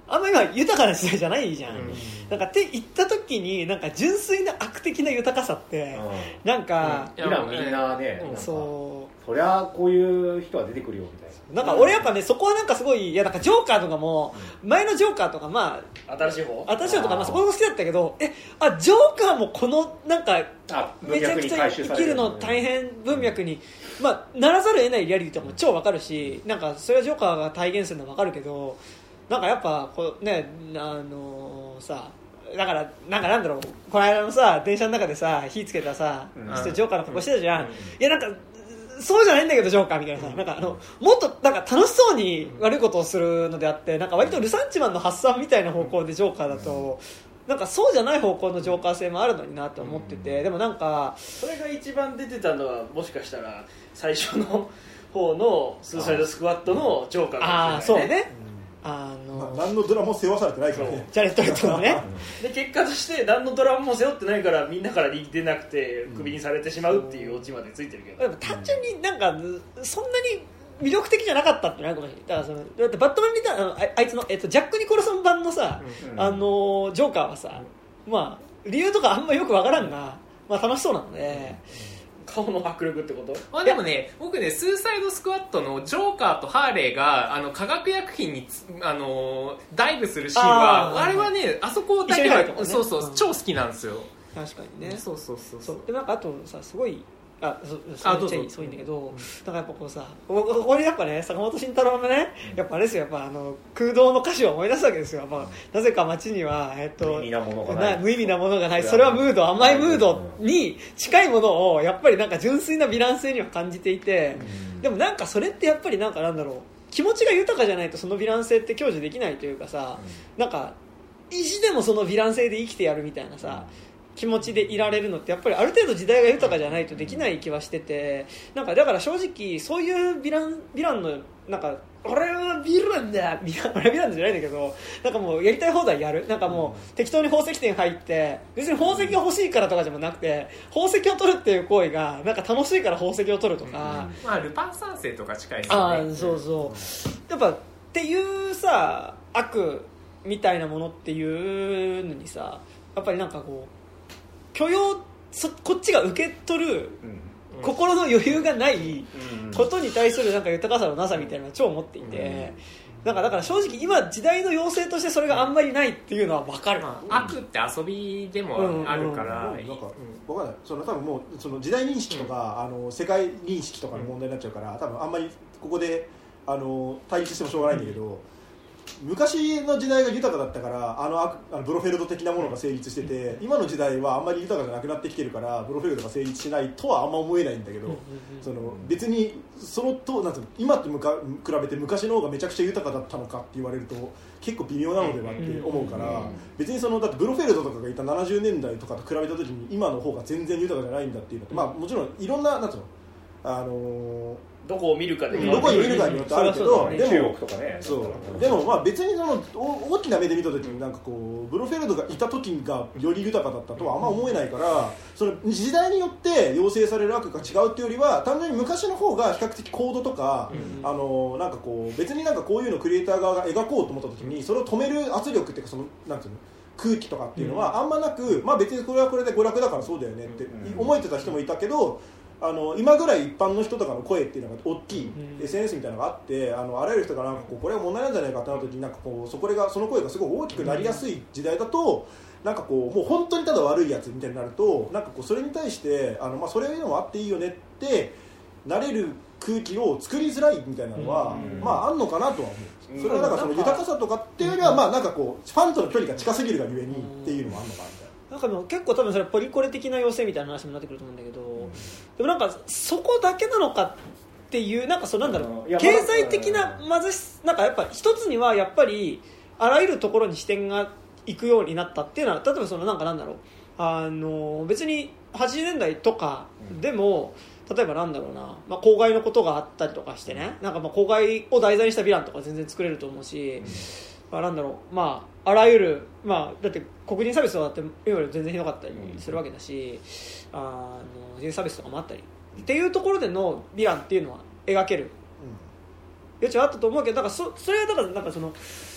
あんま今豊かな時代じゃないじゃん、うん、なんかって言った時になんか純粋な悪的な豊かさって、うん、なんか、 うん、今みんなね、 うん、そうそりゃこういう人は出てくるよみたいな。なんか俺やっぱねそこはなんかすごいいやなんかジョーカーとかも、うん、前のジョーカーとかまあ新しい方新しい方とかまあそこも好きだったけどえあジョーカーもこのなんかめちゃくちゃ生きるの大変文脈に、まあ、ならざるを得ないリアリティとかも超わかるしなんかそれはジョーカーが体現するのはわかるけどなんかやっぱこうねあのー、さだからなんかなんだろうこの間のさ電車の中でさ火つけたさ、うん、ジョーカーの格好してたじゃん、うん、いやなんかそうじゃないんだけどジョーカーみたいなさ、うん、なんかあのもっとなんか楽しそうに悪いことをするのであってなんか割とルサンチマンの発散みたいな方向でジョーカーだとなんかそうじゃない方向のジョーカー性もあるのになと思っててでもなんかそれが一番出てたのはもしかしたら最初の方のスーサイドスクワットのジョーカーかもしれないね。ああそうねあのまあ、何のドラマも背負わされてないからねジャレット・レッドのねで結果として何のドラマも背負ってないからみんなから人気出なくてクビにされてしまうっていうオチまでついてるけど、 でも単純になんかそんなに魅力的じゃなかったってないかもしれない。だからそのだってバットマンリターン あ, あいつの、えっと、ジャック・ニコルソン版のさ、うん、あのジョーカーはさ、まあ理由とかあんまよくわからんが、まあ、楽しそうなので、 顔の迫力ってこと？ まあでもね、僕ね、スーサイドスクワットのジョーカーとハーレーがあの化学薬品にあのダイブするシーンは あ, あれはね、あそこだけは、ね、そうそう、うん、超好きなんですよ。 確かにね。 そうそうそうそう。 でなんかあとさすごい。あそそめっちゃいいそういいんだけど、うん、だからやっぱこうさここにやっぱね坂本慎太郎のねやっぱあれですよやっぱあの空洞の歌詞を思い出すわけですよ、まあ、なぜか街には、えっと、無意味なものがない無意味なものがないそれはムード甘いムードに近いものをやっぱりなんか純粋なヴィラン性には感じていて、うん、でもなんかそれってやっぱりなんかなんだろう気持ちが豊かじゃないとそのヴィラン性って享受できないというかさ、うん、なんか意地でもそのヴィラン性で生きてやるみたいなさ、うん気持ちでいられるのってやっぱりある程度時代が豊かじゃないとできない気はしててなんかだから正直そういうヴィラン、ヴィランのなんか俺はヴィランだ俺はヴィランじゃないんだけどなんかもうやりたい放題やるなんかもう適当に宝石店入って別に宝石が欲しいからとかじゃなくて宝石を取るっていう行為がなんか楽しいから宝石を取るとか、 うん、まあルパン三世とか近いですよね。 あそうそうやっぱっていうさ悪みたいなものっていうのにさやっぱりなんかこう許容そこっちが受け取る、うん、心の余裕がないことに対するなんか豊かさのなさみたいなのを超思っていて、うん、なんかだから正直今時代の要請としてそれがあんまりないっていうのは分かる、 まあ、悪って遊びでもあるから、うんうん、 なんか分かんないその多分もうその時代認識とか、うん、あの世界認識とかの問題になっちゃうから多分あんまりここであの対立してもしょうがないんだけど、うん昔の時代が豊かだったからあのあのブロフェルド的なものが成立してて今の時代はあんまり豊かじゃなくなってきてるからブロフェルドが成立しないとはあんま思えないんだけどその別にそのとなんていうの今とむか比べて昔の方がめちゃくちゃ豊かだったのかって言われると結構微妙なのではって思うから別にそのだってブロフェルドとかがいたななじゅうねんだいとかと比べた時に今の方が全然豊かじゃないんだっていうのって、まあ、もちろんいろんななんていうのあのーどこを見るかでどこを見るかによってあるけど、 でも中国とかね。 そうでもまあ別にその大きな目で見た時になんかこうブロフェルドがいた時がより豊かだったとはあんま思えないから、その時代によって要請される悪が違うっていうよりは単純に昔の方が比較的コードとか、うん、あのなんかこう別になんかこういうのクリエイター側が描こうと思った時にそれを止める圧力っていうかそのなんていうの空気とかっていうのはあんまなく、まあ別にこれはこれで娯楽だからそうだよねって思えてた人もいたけど。あの今ぐらい一般の人とかの声っていうのが大きい エスエヌエス みたいなのがあってあのあらゆる人がなんかこうこれは問題なんじゃないかってなった時になんかこうそこがその声がすごい大きくなりやすい時代だとなんかこうもう本当にただ悪いやつみたいになるとなんかこうそれに対してあの、まあ、それでもあっていいよねってなれる空気を作りづらいみたいなのは、まああんのかなとは思う。それはなんかその豊かさとかっていうよりはまあなんかこうファンとの距離が近すぎるがゆえにっていうのもあんのかなみたいな。 なんかも結構多分それはポリコレ的な要請みたいな話になってくると思うんだけど、うん、でもなんかそこだけなのかっていうなんかそうなんだろう経済的な貧しなんかやっぱ一つにはやっぱりあらゆるところに視点が行くようになったっていうのは例えばそのなんかなんだろうあの別にはちじゅうねんだいとかでも、うん、例えばなんだろうな、まあ、公害のことがあったりとかしてねなんかまあ公害を題材にしたヴィランとか全然作れると思うし、うんまあ、なんだろうまああらゆる、まあ、だって黒人差別だって今より全然ひどかったりするわけだし、うん、あの人種差別とかもあったりっていうところでのヴィランっていうのは描ける余地はあったと思うけどだから そ, それはだからなんかその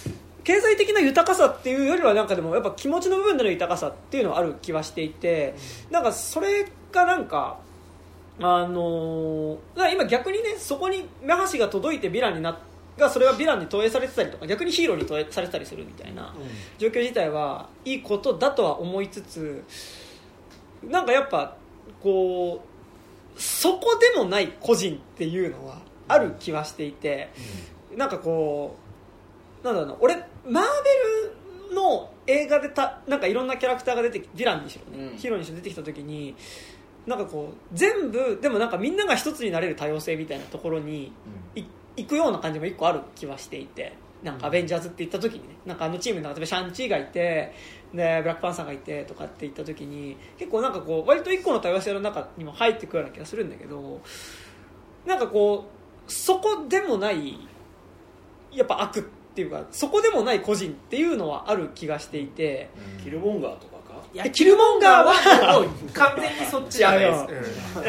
経済的な豊かさっていうよりはなんかでもやっぱ気持ちの部分での豊かさっていうのはある気はしていて、なんかそれがなんかあのー、今逆にねそこに目端が届いてヴィランにながそれがヴィランに投影されてたりとか逆にヒーローに投影されてたりするみたいな状況自体はいいことだとは思いつつ、なんかやっぱこうそこでもない個人っていうのはある気はしていて、なんかこうなんだろうな、俺マーベルの映画でたなんかいろんなキャラクターが出てきてヴィランにしろね、うん、ヒーローにしろ出てきた時になんかこう全部でもなんかみんなが一つになれる多様性みたいなところにい、うん、行くような感じも一個ある気はしていて、なんかアベンジャーズって言った時にね、なんかあのチームの中でシャンチーがいてでブラックパンサーがいてとかって言った時に結構なんかこう割と一個の多様性の中にも入ってくるような気がするんだけど、なんかこうそこでもないやっぱ悪っていうかそこでもない個人っていうのはある気がしていて、 うん、キルモンガーとかいやキルモンガーはもう完全にそっちじゃないです、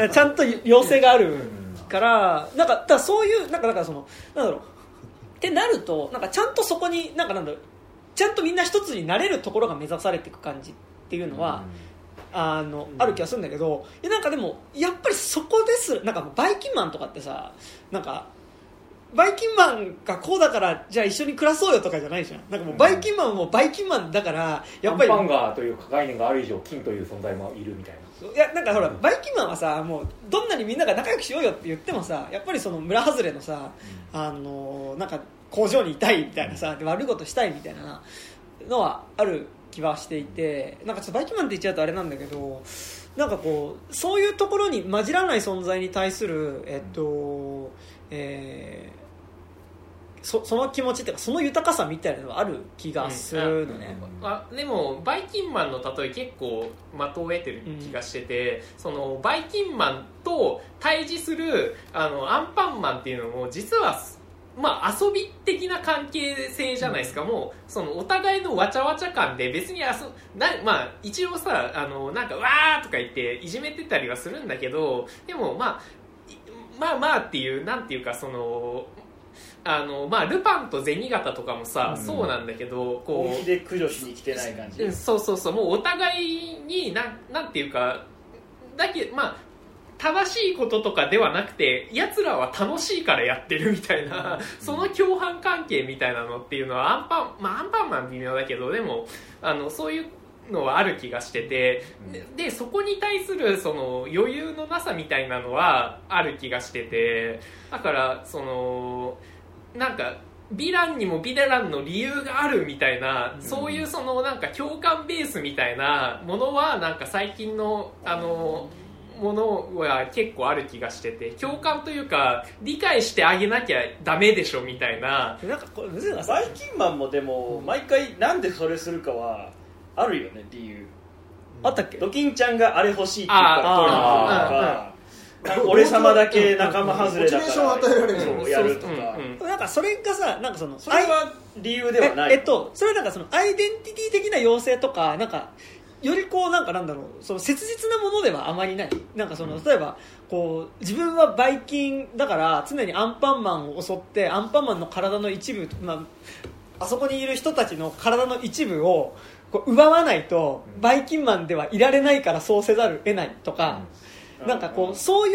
うん、ちゃんと要請があるからなんかだからそういうなんかだからそのなんだろうってなるとなんかちゃんとそこになんかなんだろうちゃんとみんな一つになれるところが目指されていく感じっていうのは、うん、あの、うん、ある気がするんだけど、なんかでもやっぱりそこですなんかバイキンマンとかってさなんかバイキンマンがこうだからじゃあ一緒に暮らそうよとかじゃないじゃん。なんかもうバイキンマンもバイキンマンだからやっぱりアンパンガーという概念がある以上金という存在もいるみたいな。 いやなんかほらバイキンマンはさもうどんなにみんなが仲良くしようよって言ってもさやっぱりその村外れのさ、うん、あのなんか工場にいたいみたいなさで悪いことしたいみたいなのはある気はしていて、なんかちょっとバイキンマンって言っちゃうとあれなんだけどなんかこうそういうところに混じらない存在に対するえっと、えーそ, その気持ちっていうかその豊かさみたいなのがある気がするのね、 うん、あでもバイキンマンの例え結構的を得てる気がしてて、うん、そのバイキンマンと対峙するあのアンパンマンっていうのも実はまあ遊び的な関係性じゃないですか、うん、もうそのお互いのわちゃわちゃ感で別に遊な、まあ、一応さあのなんかわーとか言っていじめてたりはするんだけどでもまあまあまあっていうなんていうかそのあのまあ、ルパンと銭形とかもさ、うん、そうなんだけどこう本気で駆除しに来てない感じ。 そうそうそうもうお互いにな ん, なんていうかだけまあ正しいこととかではなくて奴らは楽しいからやってるみたいな、うん、その共犯関係みたいなのっていうのはアンパン、まあ、アンパンマン微妙だけどでもあのそういうのはある気がしてて、うん、で, でそこに対するその余裕のなさみたいなのはある気がしててだからそのなんかヴィランにもヴィランの理由があるみたいな、うん、そういうそのなんか共感ベースみたいなものはなんか最近のあのものは結構ある気がしてて共感というか理解してあげなきゃダメでしょみたいな。 なんかこれむずいな。 バイキンマンもでも毎回なんでそれするかはあるよね理由。 あったっけ？ ドキンちゃんがあれ欲しいって言ったら取るとか。俺様だけ仲間外れだからやるとか、 なんかそれがさなんかそのそれは理由ではない。 えっとそれはなんかそのアイデンティティ的な要請とかなんかよりこうなんかなんだろうその切実なものではあまりない。なんかその例えばこう自分はバイキンだから常にアンパンマンを襲ってアンパンマンの体の一部、まあ、あそこにいる人たちの体の一部をこう奪わないとバイキンマンではいられないからそうせざるを得ないとか。なんかこうそういう、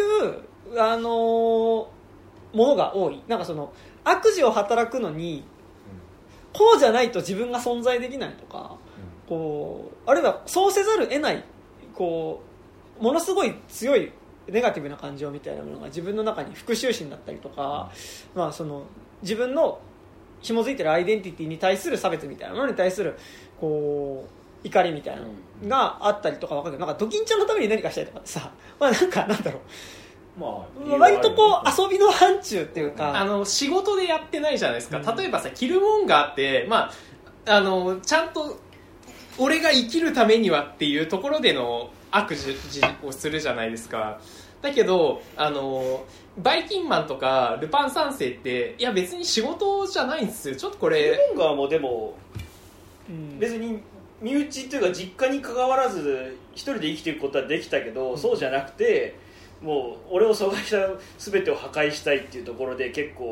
あのー、ものが多い。なんかその悪事を働くのにこうじゃないと自分が存在できないとか、こうあるいはそうせざるを得ないこうものすごい強いネガティブな感情みたいなものが自分の中に復讐心だったりとか、まあ、その自分の紐づいてるアイデンティティに対する差別みたいなものに対するこう怒りみたいなのがあったりとか分かるけど、なんかドキンちゃんのために何かしたいとかってさ、まあなんかなんだろう、まあ、割とこう遊びの範疇っていうかあの仕事でやってないじゃないですか。例えばさキルモンガーって、まあ、あのちゃんと俺が生きるためにはっていうところでの悪事をするじゃないですか。だけどあのバイキンマンとかルパン三世っていや別に仕事じゃないんですよ。ちょっとこれキルモンガーもでも、うん、別に身内というか実家に関わらず一人で生きていくことはできたけど、うん、そうじゃなくてもう俺を阻害した全てを破壊したいっていうところで結構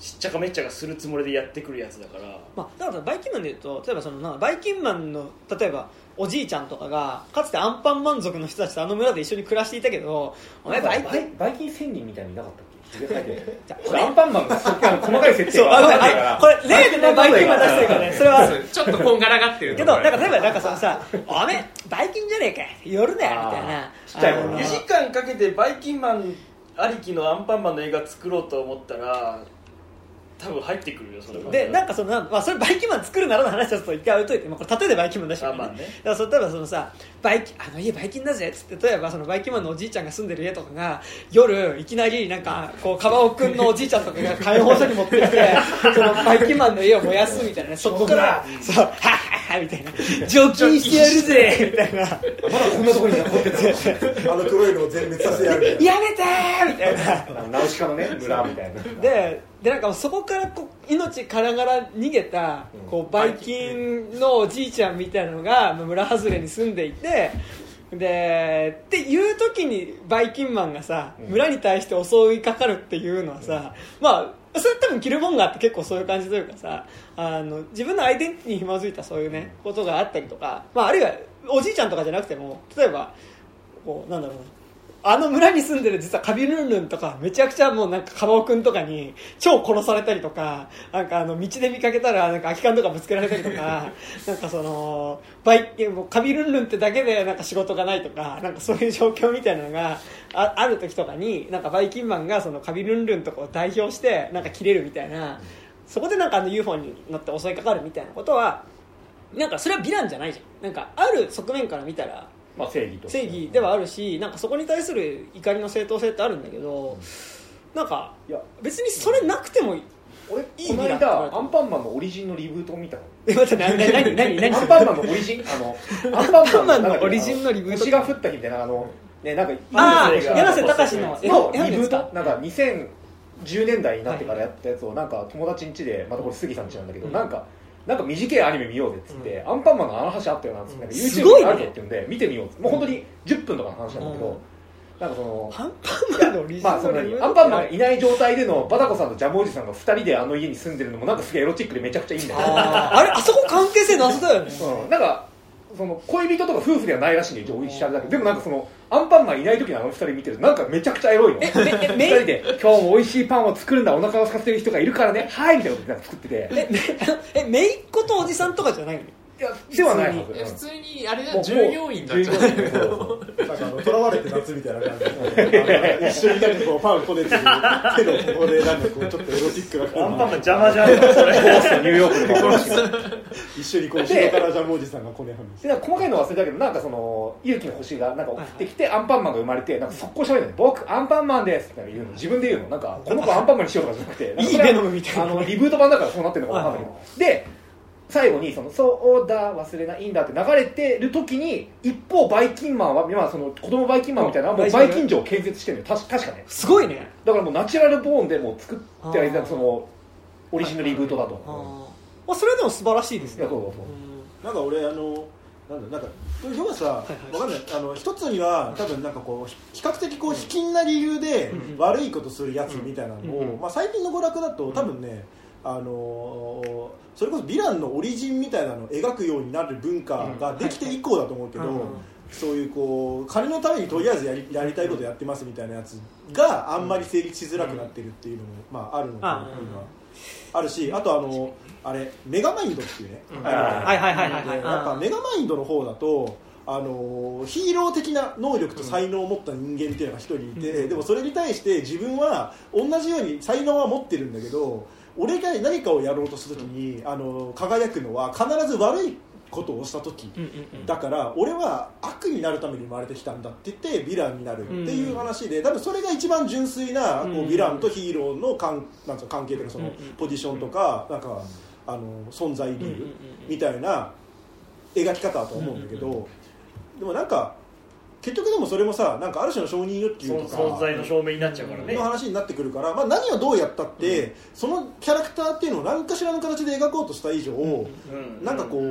しっちゃかめっちゃかするつもりでやってくるやつだから、 まあ、だからバイキンマンでいうと例えばそのなバイキンマンの例えばおじいちゃんとかがかつてアンパンマン族の人たちとあの村で一緒に暮らしていたけどお前バイキンバイキン仙人みたいにいなかったっけこれアンパンマンが細かい設定が分かんないからこれ例でねバイキンマン出してるからねそれはちょっとこんがらがってるけどなんか例えばなんかそのさおめバイキンじゃねえか夜だよみたいなちっちゃいにじかんかけてバイキンマンありきのアンパンマンの映画作ろうと思ったら多分入ってくるよそれでなんかその、まあ、それバイキンマン作るならの話はちょっと一回置いといて、まあ、これ例えでバイキンマン出してるからね、ねだからそ例えばそのさバイキあの家バイキンだぜっつって例えばそのバイキンマンのおじいちゃんが住んでる家とかが夜いきなりなんかこうカバオくんのおじいちゃんとかが解放所に持ってきてそのバイキンマンの家を燃やすみたいな、ね、そこからそうはっはっはみたいな除菌してやるぜみたいなまだこんなところに残ってるあの黒いのを全滅させやるやめてーみたいなナウシカのね村みたいなででなんかそこからこう命からがら逃げたこうバイキンのおじいちゃんみたいなのが村外れに住んでいてでっていう時にバイキンマンがさ村に対して襲いかかるっていうのはさ、まあそれ多分キルモンガーって結構そういう感じというかさあの自分のアイデンティティにひもづいたそういうねことがあったりとか、まあ、あるいはおじいちゃんとかじゃなくても例えばこうなんだろうなあの村に住んでる実はカビルンルンとかめちゃくちゃもうなんかカバオくんとかに超殺されたりとかなんかあの道で見かけたらなんか空き缶とかぶつけられたりとかなんかそのバイカビルンルンってだけでなんか仕事がないとかなんかそういう状況みたいなのが あ, ある時とかになんかバイキンマンがそのカビルンルンとかを代表してなんか切れるみたいなそこでなんかあの ユーフォー に乗って襲いかかるみたいなことはなんかそれはヴィランじゃないじゃんなんかある側面から見たらまあ、正義と正義ではあるしなんかそこに対する怒りの正当性ってあるんだけど、うん、なんかいや別にそれなくてもいい、 俺この間アンパンマンのオリジンのリブートを見たのえ待って何何何何アンパンマンのオリジンあのアンパンマンのオリジンのリブート星が降った日みたいなあのねなんかああ柳瀬隆のリブートなんかにせんじゅうねんだいになってからやったやつをなんか友達ん家でまたこれ杉さん家なんだけど、うん、なんかなんか短いアニメ見ようぜっつって、うん、アンパンマンのあの話あったよなっつって、うん、YouTube にあるぞって言うんで見てみようっつって、もう本当にじゅっぷんとかの話なんだけど、うん、なんかそのアンパンマンのオリジナル、 まあ、そのアンパンマンがいない状態でのバタコさんとジャムおじさんがふたりであの家に住んでるのもなんかすげえエロチックでめちゃくちゃいいんだよあ, あれあそこ関係性謎だよね、 うん、なんかその恋人とか夫婦ではないらしいんで一緒だけどでもなんかそのアンパンマンいない時のあのふたり見てるとなんかめちゃくちゃエロいのふたりで今日も美味しいパンを作るんだお腹を空かせてる人がいるからねはいみたいなこと作っててええめいっ子とおじさんとかじゃないのいやではないはず普通にあれだ従業員だっちゃうなんかとらわれて夏みたいな感じで一緒になんかこうパンこねて手のここでなんかこうちょっとエロチックなアンパンマン邪魔じゃんそれコースニューヨークで一緒にこう後ろからジャムおじさんがこねはむで細かいの忘れたけどなんかその勇気の星がなんか送ってきて、はいはい、アンパンマンが生まれてなんか速攻しゃべるの僕アンパンマンですって言うの自分で言うのなんかこの子アンパンマンにしようとかじゃなくていいベノムみたいなあのリブート版だからそうなってるのか分かんないけどで最後にそのそうだ忘れないんだって流れてる時に一方バイキンマンは、まあ、その子供バイキンマンみたいなもうバイキン城を建設してるのよ確かねすごいねだからもうナチュラルボーンでもう作ってあげたそのオリジナルリブートだと、 あ、まあ、それでも素晴らしいですね。 いやそうそうそうなんか俺あのなんだなんか要はさ、わかんないあの一つには多分なんかこう比較的こう卑近な理由で悪いことするやつみたいなのを、まあ、最近の娯楽だと多分ねあのそれこそヴィランのオリジンみたいなのを描くようになる文化ができて以降だと思うけど、そういうこう金のためにとりあえずやり、やりたいことやってますみたいなやつがあんまり成立しづらくなってるっていうのも、まあ、あるのかなっていうのはあるし、あとあのあれメガマインドっていうね、 はいはいはいはいはい、 なんかメガマインドの方だとあのヒーロー的な能力と才能を持った人間っていうのが一人いて、うん、でもそれに対して自分は同じように才能は持ってるんだけど、俺が何かをやろうとするときにあの輝くのは必ず悪いことをした時、うんうんうん、だから俺は悪になるために生まれてきたんだって言ってヴィランになるっていう話で、多分それが一番純粋なこうヴィランとヒーローの関、なんか関係とかそのポジションとかなんかあの存在理由みたいな描き方だと思うんだけど、でもなんか結局でもそれもさなんかある種の承認欲求とか存在の証明になっちゃうからねの話になってくるから、まあ、何をどうやったって、うん、そのキャラクターっていうのを何かしらの形で描こうとした以上、うん、なんかこう、うん、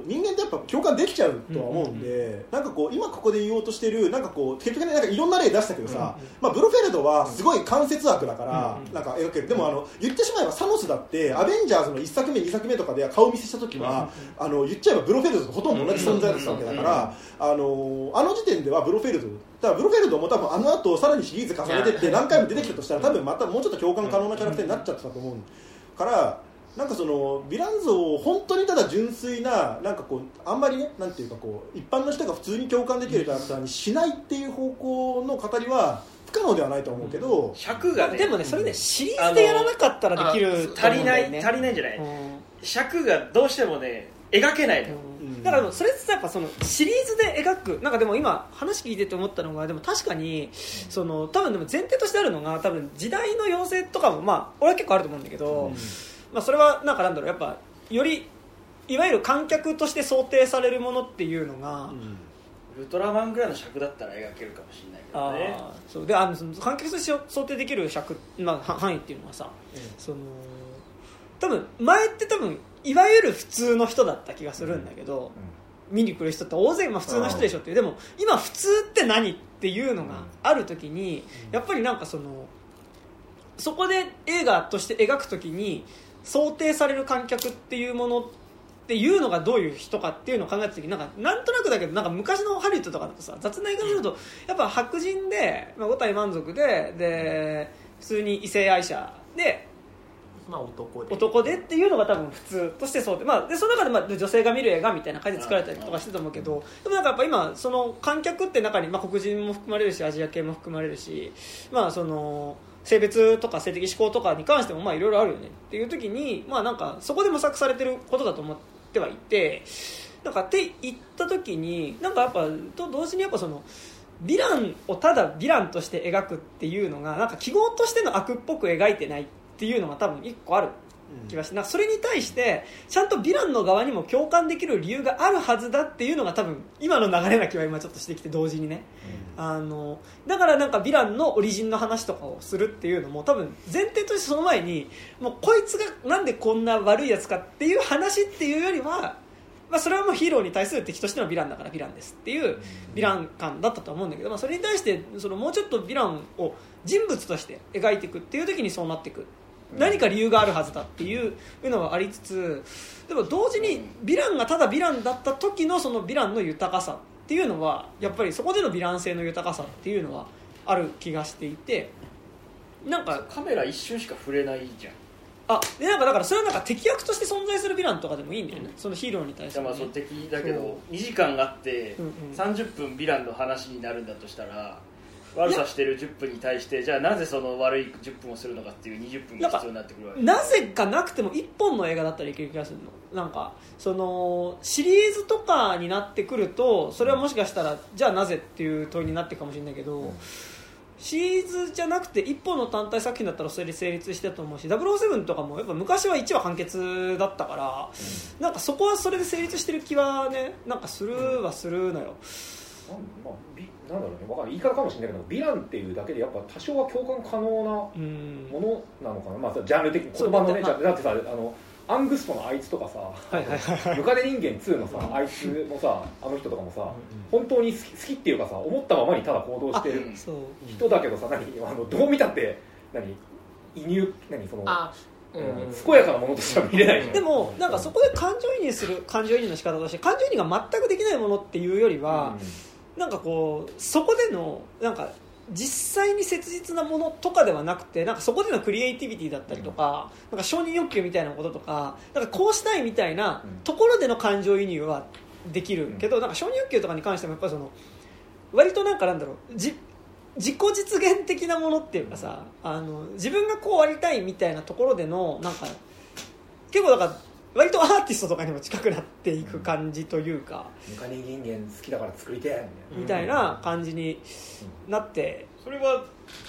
人間ってやっぱ共感できちゃうとは思うんで、うん、なんかこう今ここで言おうとしてるなんかこう結局ねなんかいろんな例出したけどさ、うんまあ、ブロフェルドはすごい間接悪だから、うん、なんか描けるでもあの言ってしまえばサノスだってアベンジャーズのいっさくめにさくめとかで顔見せした時は、うん、あの言っちゃえばブロフェルドとほとんど同じ存在だったわけだから、うん、あのあの時点ではブロフェルドだからブロフェルドも多分あの後さらにシリーズ重ねてって何回も出てきたとしたら多分またもうちょっと共感可能なキャラクターになっちゃってたと思うからなんかそのヴィラン像を本当にただ純粋ななんかこうあんまりねなんていうかこう一般の人が普通に共感できるキャラクターにしないっていう方向の語りは不可能ではないと思うけど尺がねでもねそれねシリーズでやらなかったらできる足りない足りないんじゃない、うん、尺がどうしてもね描けないの、 うん、だからそれってやっぱそのシリーズで描くなんかでも今話聞いてて思ったのがでも確かにその多分でも前提としてあるのが多分時代の要請とかもまあ俺は結構あると思うんだけど、うんまあ、それはなんかなんだろうやっぱよりいわゆる観客として想定されるものっていうのが、うん、 ウルトラマンぐらいの尺だったら描けるかもしれないけどねあそうであのその観客として想定できる尺、まあ、範囲っていうのはさ、うん、その多分前って多分いわゆる普通の人だった気がするんだけど、うん、見に来る人って大勢、まあ、普通の人でしょっていうでも今普通って何っていうのがある時に、うん、やっぱりなんかそのそこで映画として描く時に想定される観客っていうものっていうのがどういう人かっていうのを考えた時になんかなんとなくだけどなんか昔のハリウッドとかだとさ雑な言い方するとやっぱ白人で、まあ、五体満足でで普通に異性愛者でまあ、男で男でっていうのが多分普通としてそうで、まあ、でその中でまあ女性が見る映画みたいな感じで作られたりとかしてたと思うけどでもなんかやっぱ今その観客って中に、まあ、黒人も含まれるしアジア系も含まれるし、まあ、その性別とか性的指向とかに関してもまあいろいろあるよねっていう時に、まあ、なんかそこで模索されてることだと思ってはいてなんかって言った時になんかやっぱと同時にやっぱそのヴィランをただヴィランとして描くっていうのがなんか記号としての悪っぽく描いてないっていうのが多分一個ある気がして、うん、それに対してちゃんとヴィランの側にも共感できる理由があるはずだっていうのが多分今の流れな気は今ちょっとしてきて同時にね、うん、あのだからなんかヴィランのオリジンの話とかをするっていうのも多分前提としてその前にもうこいつがなんでこんな悪いやつかっていう話っていうよりはまあ、それはもうヒーローに対する敵としてのヴィランだからヴィランですっていうヴィラン感だったと思うんだけど、まあ、それに対してそのもうちょっとヴィランを人物として描いていくっていう時にそうなっていく何か理由があるはずだっていうのはありつつでも同時にヴィランがただヴィランだった時のそのヴィランの豊かさっていうのはやっぱりそこでのヴィラン性の豊かさっていうのはある気がしていてなんかカメラ一瞬しか触れないじゃんあでなんかだからそれはなんか敵役として存在するヴィランとかでもいいんだよね、うん、そのヒーローに対して、ね、 まあそう敵だけどにじかんあってさんじゅっぷんヴィランの話になるんだとしたら悪さしてるじゅっぷんに対してじゃあなぜその悪いじゅっぷんをするのかっていうにじゅっぷんが必要になってくるわけなぜかなくてもいっぽんの映画だったらいける気がするのなんかそのシリーズとかになってくるとそれはもしかしたらじゃあなぜっていう問いになっていくかもしれないけど、うんシリーズじゃなくて一本の単体作品だったらそれで成立してたと思うしダブルオーセブンとかもやっぱ昔はいちわ完結だったから、うん、なんかそこはそれで成立してる気はねなんかするはするのよ、うん、 なんまあ、なんだろうね分かんない言い方かもしれないけどヴィランっていうだけでやっぱ多少は共感可能なものなのかな、まあ、ジャンル的に言葉のねだってさあのアングストのあいつとかさ、はいはいはい、ムカデ人間ツーのさあいつもさあの人とかもさ、うん、本当に好き、好きっていうかさ思ったままにただ行動してる人だけどさ何あのどう見たって何移入何そのあ、うん、健やかなものとしては見れないじゃんでもなんかそこで感情移入する感情移入の仕方として感情移入が全くできないものっていうよりは、うん、なんかこうそこでのなんか実際に切実なものとかではなくてなんかそこでのクリエイティビティだったりとか、うん、なんか承認欲求みたいなこととかなんかこうしたいみたいなところでの感情移入はできるけど、うん、なんか承認欲求とかに関してもやっぱりその割となんかなんだろうじ自己実現的なものっていうかさあの自分がこうありたいみたいなところでのなんか結構だから割とアーティストとかにも近くなっていく感じというかムカデ人間好きだから作りてみたいな感じになって、 それは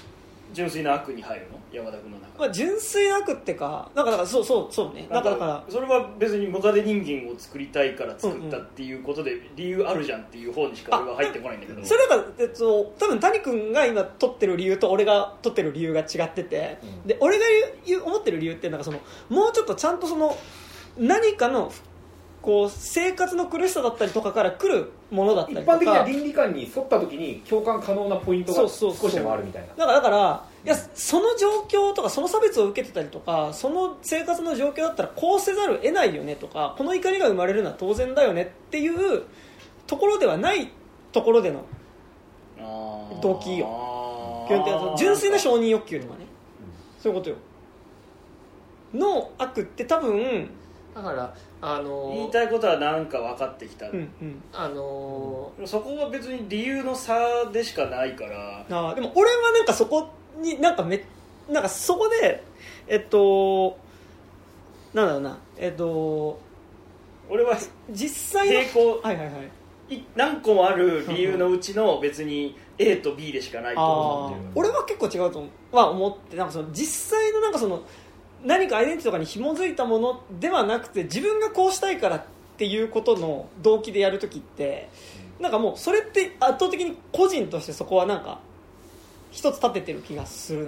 純粋な悪に入るの山田君の中で、 まあ、純粋な悪ってかなんかだからそうそうそうねなんかだからそれは別にムカデ人間を作りたいから作ったっていうことで理由あるじゃんっていう方にしか俺は入ってこないんだけど、 それが、えっと、多分谷君が今取ってる理由と俺が取ってる理由が違ってて、うん、で俺が言う思ってる理由ってなんかそのもうちょっとちゃんとその何かのこう生活の苦しさだったりとかから来るものだったりとか一般的な倫理観に沿った時に共感可能なポイントが少しでもあるみたいな。 だからだからいやその状況とかその差別を受けてたりとかその生活の状況だったらこうせざるを得ないよねとかこの怒りが生まれるのは当然だよねっていうところではないところでの動機よ。基本的に純粋な承認欲求とかね、うん、そういうことよの悪って多分だからあのー、 言いたいことは何か分かってきた、うんうん、 あのー、 そこは別に理由の差でしかないから。 あでも俺はなんかそこになんかめなんかそこでえっとなんだろうなえっと俺は実際の平行、 はいはいはい、 何個もある理由のうちの別に A と B でしかないと思ってる。 俺は結構違うとは思ってなんかその実際のなんかその何かアイデンティティとかに紐づいたものではなくて自分がこうしたいからっていうことの動機でやるときってなんかもうそれって圧倒的に個人としてそこはなんか一つ立ててる気がするのね、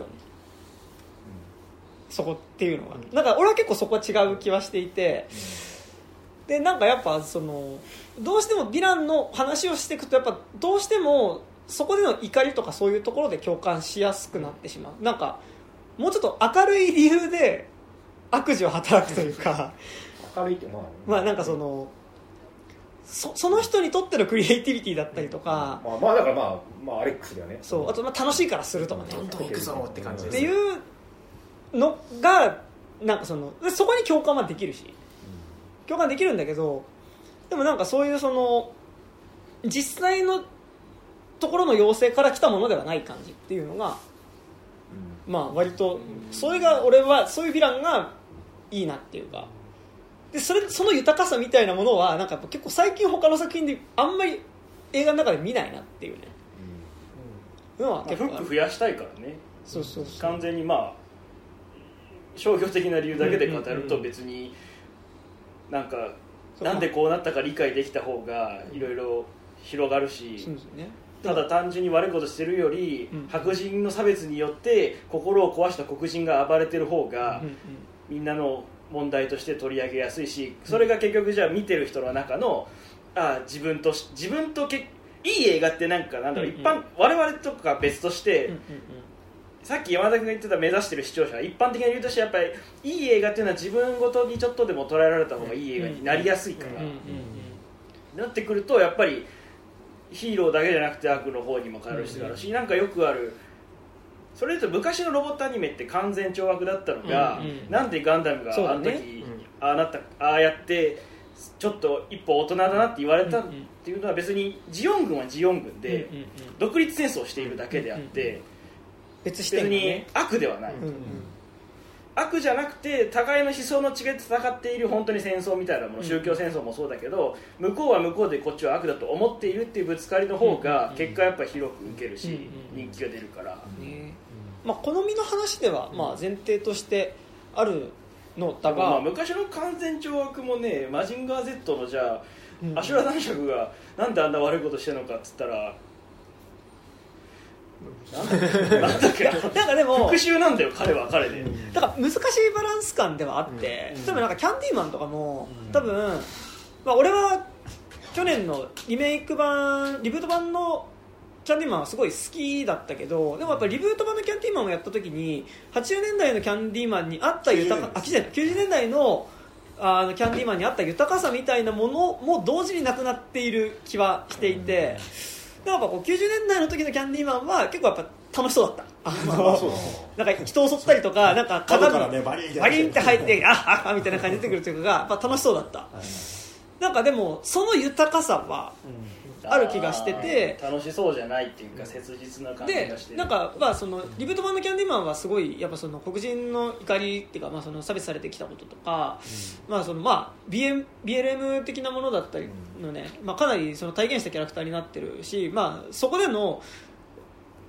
うん、そこっていうのがだから俺は結構そこは違う気はしていて、うん、でなんかやっぱそのどうしてもヴィランの話をしていくとやっぱどうしてもそこでの怒りとかそういうところで共感しやすくなってしまう。なんかもうちょっと明るい理由で悪事を働くというか明るいってまあ、 まあなんかその そ, その人にとってのクリエイティビティだったりとか、 まあ、まあだからまあ、まあ、アレックスだよね。 そうあとまあ楽しいからするとかねどんどん行くぞって感じですっていうのがなんかそのそこに共感はできるし共感できるんだけどでもなんかそういうその実際のところの要請から来たものではない感じっていうのがまあ割とそれが俺はそういうヴィランがいいなっていうかでそれその豊かさみたいなものはなんか結構最近他の作品であんまり映画の中で見ないなっていうね、 うんうん、のは結構フック増やしたいからね。 そうそうそう完全にまあ商業的な理由だけで語ると別になんかなんでこうなったか理解できた方がいろいろ広がるし、 そうですね、 ただ単純に悪いことしてるより、うん、白人の差別によって心を壊した黒人が暴れてる方が、うんうん、みんなの問題として取り上げやすいし、それが結局じゃあ見てる人の中のあ自分と自分とけいい映画ってなんかなんだろう、うんうん、一般我々とか別として、うんうんうん、さっき山田君が言ってた目指してる視聴者一般的な理由としてやっぱりいい映画っていうのは自分ごとにちょっとでも捉えられた方がいい映画になりやすいから、うんうんうんうん、なってくるとやっぱりヒーローだけじゃなくて悪の方にも変わる人があるし、うんうん、なんかよくあるそれと昔のロボットアニメって完全懲悪だったのが、うんうん、なんでガンダムがあの時、ね、ああなったああやってちょっと一歩大人だなって言われたっていうのは別にジオン軍はジオン軍で独立戦争をしているだけであって別に悪ではない、うんうん、悪じゃなくて互いの思想の違いで戦っている本当に戦争みたいなもの、宗教戦争もそうだけど向こうは向こうでこっちは悪だと思っているっていうぶつかりの方が結果やっぱり広く受けるし人気が出るから、ねまあ、好みの話ではまあ前提としてあるのだが、 まあ、昔の完全懲悪もねマジンガー Z のじゃあ、うん、アシュラ男爵がなんであんな悪いことしてるのかっつったらなんだっけななんかでも復讐なんだよ彼は彼で、うん、 だから難しいバランス感ではあって、うん、例えばなんかキャンディーマンとかも、うん、多分、まあ、俺は去年のリメイク版リブート版のキャンディーマンはすごい好きだったけどでもやっぱりリブート版のキャンディーマンをやった時にはちじゅうねんだいのキャンディーマンにあった豊かあきゅうじゅうねんだいのあのキャンディーマンにあった豊かさみたいなものも同時になくなっている気はしていて、うん、なんかこうきゅうじゅうねんだいの時のキャンディーマンは結構やっぱ楽しそうだったあの、まあ、そうなんか人を襲ったりとかなんか角からねバリンバリンって入ってあっあっみたいな感じで出てくるというかがやっぱ楽しそうだった、はい、なんかでもその豊かさは、うんある気がしてて楽しそうじゃないっていうか切実な感じがしてでなんか、まあ、そのリブート版のキャンディーマンはすごいやっぱその黒人の怒りっていうか、まあ、その差別されてきたこととか、うんまあそのまあ、ビーエム ビーエルエム 的なものだったりのね、まあ、かなりその体現したキャラクターになってるし、まあ、そこでの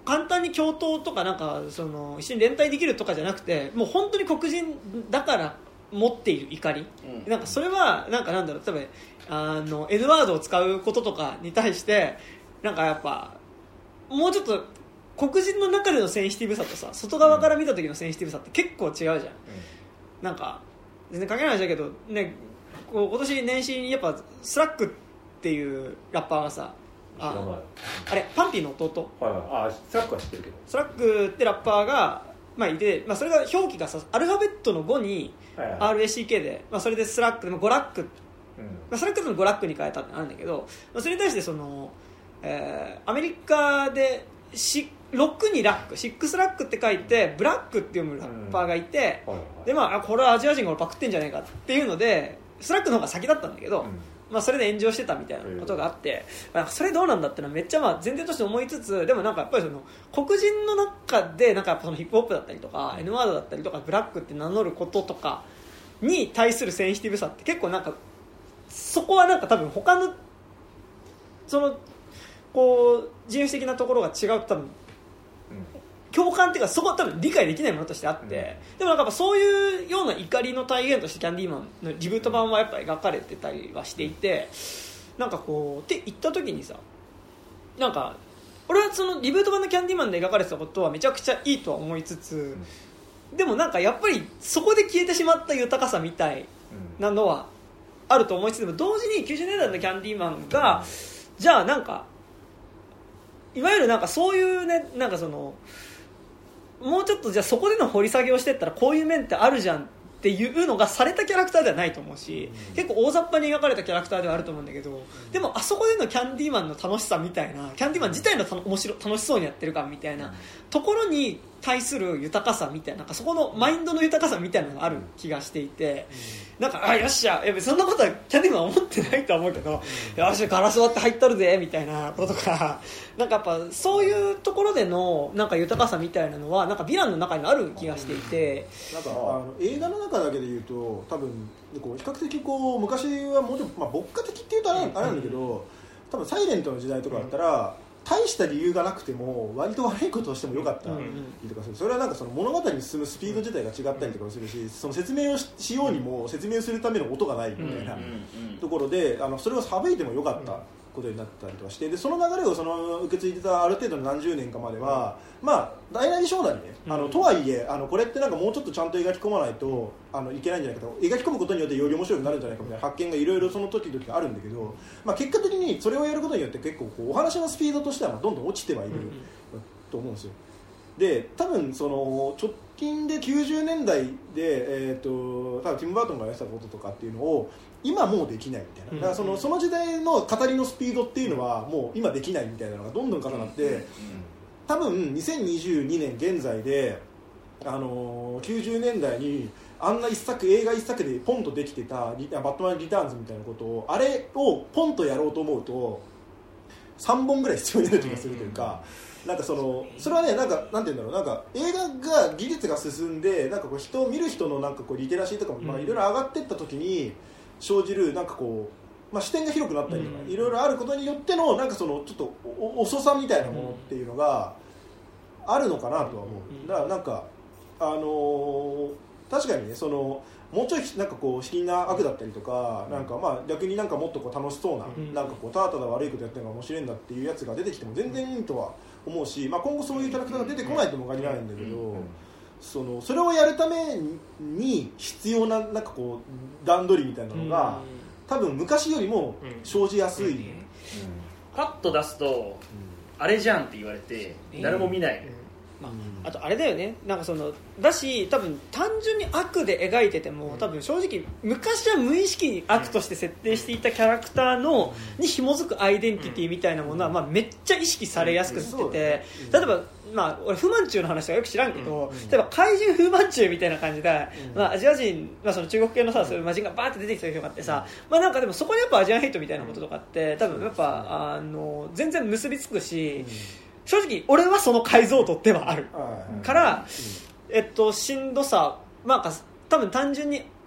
簡単に共闘とかなんかその一緒に連帯できるとかじゃなくて、もう本当に黒人だから持っている怒り、うん、なんかそれはなんかなんだろう、多分あの N ワードを使うこととかに対してなんかやっぱもうちょっと黒人の中でのセンシティブさとさ、外側から見た時のセンシティブさって結構違うじゃん、うん、なんか全然関係ない話だけどね、こう今年年始にやっぱスラックっていうラッパーがさ、ああれパンピーの弟、 はいはい、あスラックは知ってるけど、 スラックってラッパーが、まあ、いて、まあ、それが表記がさアルファベットのごに アールエーシーケー で、まあ、それでスラックでもゴラック、うんまあ、スラックでもゴラックに変えたってあるんだけど、まあ、それに対してその、えー、アメリカでしろくにラックシックスラックって書いてブラックって読むラッパーがいて、うんはいはい、でまあこれはアジア人がパクってんじゃないかっていうのでスラックの方が先だったんだけど、うんまあ、それで炎上してたみたいなことがあって、うん、それどうなんだってのはめっちゃまあ前提として思いつつ、でもなんかやっぱりその黒人の中でなんかやっぱそのヒップホップだったりとか N ワードだったりとかブラックって名乗ることとかに対するセンシティブさって結構なんかそこはなんか多分他のそのこう人種的なところが違うと多分共感っていうかそこは多分理解できないものとしてあって、うん、でもなんかやっぱそういうような怒りの体現としてキャンディーマンのリブート版はやっぱ描かれてたりはしていて、なんかこうって言った時にさ、なんか俺はそのリブート版のキャンディーマンで描かれてたことはめちゃくちゃいいとは思いつつ、うん、でもなんかやっぱりそこで消えてしまった豊かさみたいなのはあると思いつつ、でも同時にきゅうじゅうねんだいのキャンディーマンが、うん、じゃあなんかいわゆるなんかそういうね、なんかそのもうちょっとじゃあそこでの掘り下げをしていったらこういう面ってあるじゃんっていうのがされたキャラクターではないと思うし、うん、結構大雑把に描かれたキャラクターではあると思うんだけど、うん、でもあそこでのキャンディーマンの楽しさみたいな、キャンディーマン自体のたの面白楽しそうにやってる感みたいなところに対する豊かさみたいな、なんかそこのマインドの豊かさみたいなのがある気がしていて、うん、なんかあよっしゃ、いやそんなことはキャンディーマンは思ってないとは思うけど、うん、よしガラス割って入っとるぜみたいなこととか、なんかやっぱそういうところでのなんか豊かさみたいなのはなんかヴィランの中にある気がしていて、 なんかあの映画の中だけで言うと多分こう比較的こう昔はもうちょっと、まあ、牧歌的っていうとあれなんだけど、多分サイレントの時代とかだったら、大した理由がなくても割と悪いことをしてもよかったりとかする。それはなんかその物語に進むスピード自体が違ったりとかするし、その説明を し, しようにも説明するための音がないみたいなところで、あのそれを省いてもよかったことになったりとかして、でその流れをその受け継いでたある程度の何十年かまでは、まあ大なり小なりね、あのとはいえあのこれってなんかもうちょっとちゃんと描き込まないとあのいけないんじゃないかと、描き込むことによってより面白くなるんじゃないかみたいな発見がいろいろその時々あるんだけど、まあ、結果的にそれをやることによって結構こうお話のスピードとしてはどんどん落ちてはいると思うんですよ。で多分その直近できゅうじゅうねんだいで、えー、と多分ティム・バートンがやってたこととかっていうのを今もうできないみたいな、だからその、その時代の語りのスピードっていうのはもう今できないみたいなのがどんどん重なって、多分にせんにじゅうにねん現在で、あのー、きゅうじゅうねんだいにあんな一作映画一作でポンとできてたバットマンリターンズみたいなことをあれをポンとやろうと思うとさんぼんぐらい必要になる気がするというか、なんかそのそれはね、なんかなんていうんだろう、なんか映画が技術が進んでなんかこう人を見る人のなんかこうリテラシーとかもまあいろいろ上がっていった時に生じるなんかこう、まあ、視点が広くなったりとかいろいろあることによってのなんかそのちょっと遅さみたいなものっていうのがあるのかなとは思う。だからなんかあのー、確かにね、そのもうちょいなんかこう卑近な悪だったりとか、なんかまあ逆になんかもっとこう楽しそうな、なんかこうただただ悪いことやってるのが面白いんだっていうやつが出てきても全然いいとは思うし、まあ、今後そういうキャラクターが出てこないとも限らないんだけど、そのそれをやるために必要ななんかこう段取りみたいなのが多分昔よりも生じやすい。 パッと出すとあれじゃんって言われて誰も見ない。 まあ、あとあれだよね、なんかそのだし多分単純に悪で描いてても多分正直昔は無意識に悪として設定していたキャラクターのに紐づくアイデンティティみたいなものはまあめっちゃ意識されやすくなってて、例えばまあ俺フマンチューの話はよく知らんけど、例えば怪人フマンチューみたいな感じで、まあ、アジア人、まあ、その中国系のさそういう魔人がバーって出てきた人があってさ、まあなんかでもそこにやっぱアジアンヘイトみたいなこととかって多分やっぱあの全然結びつくし、正直俺はその解像度ではあるから、えっと、しんどさ、まあ、多分単純に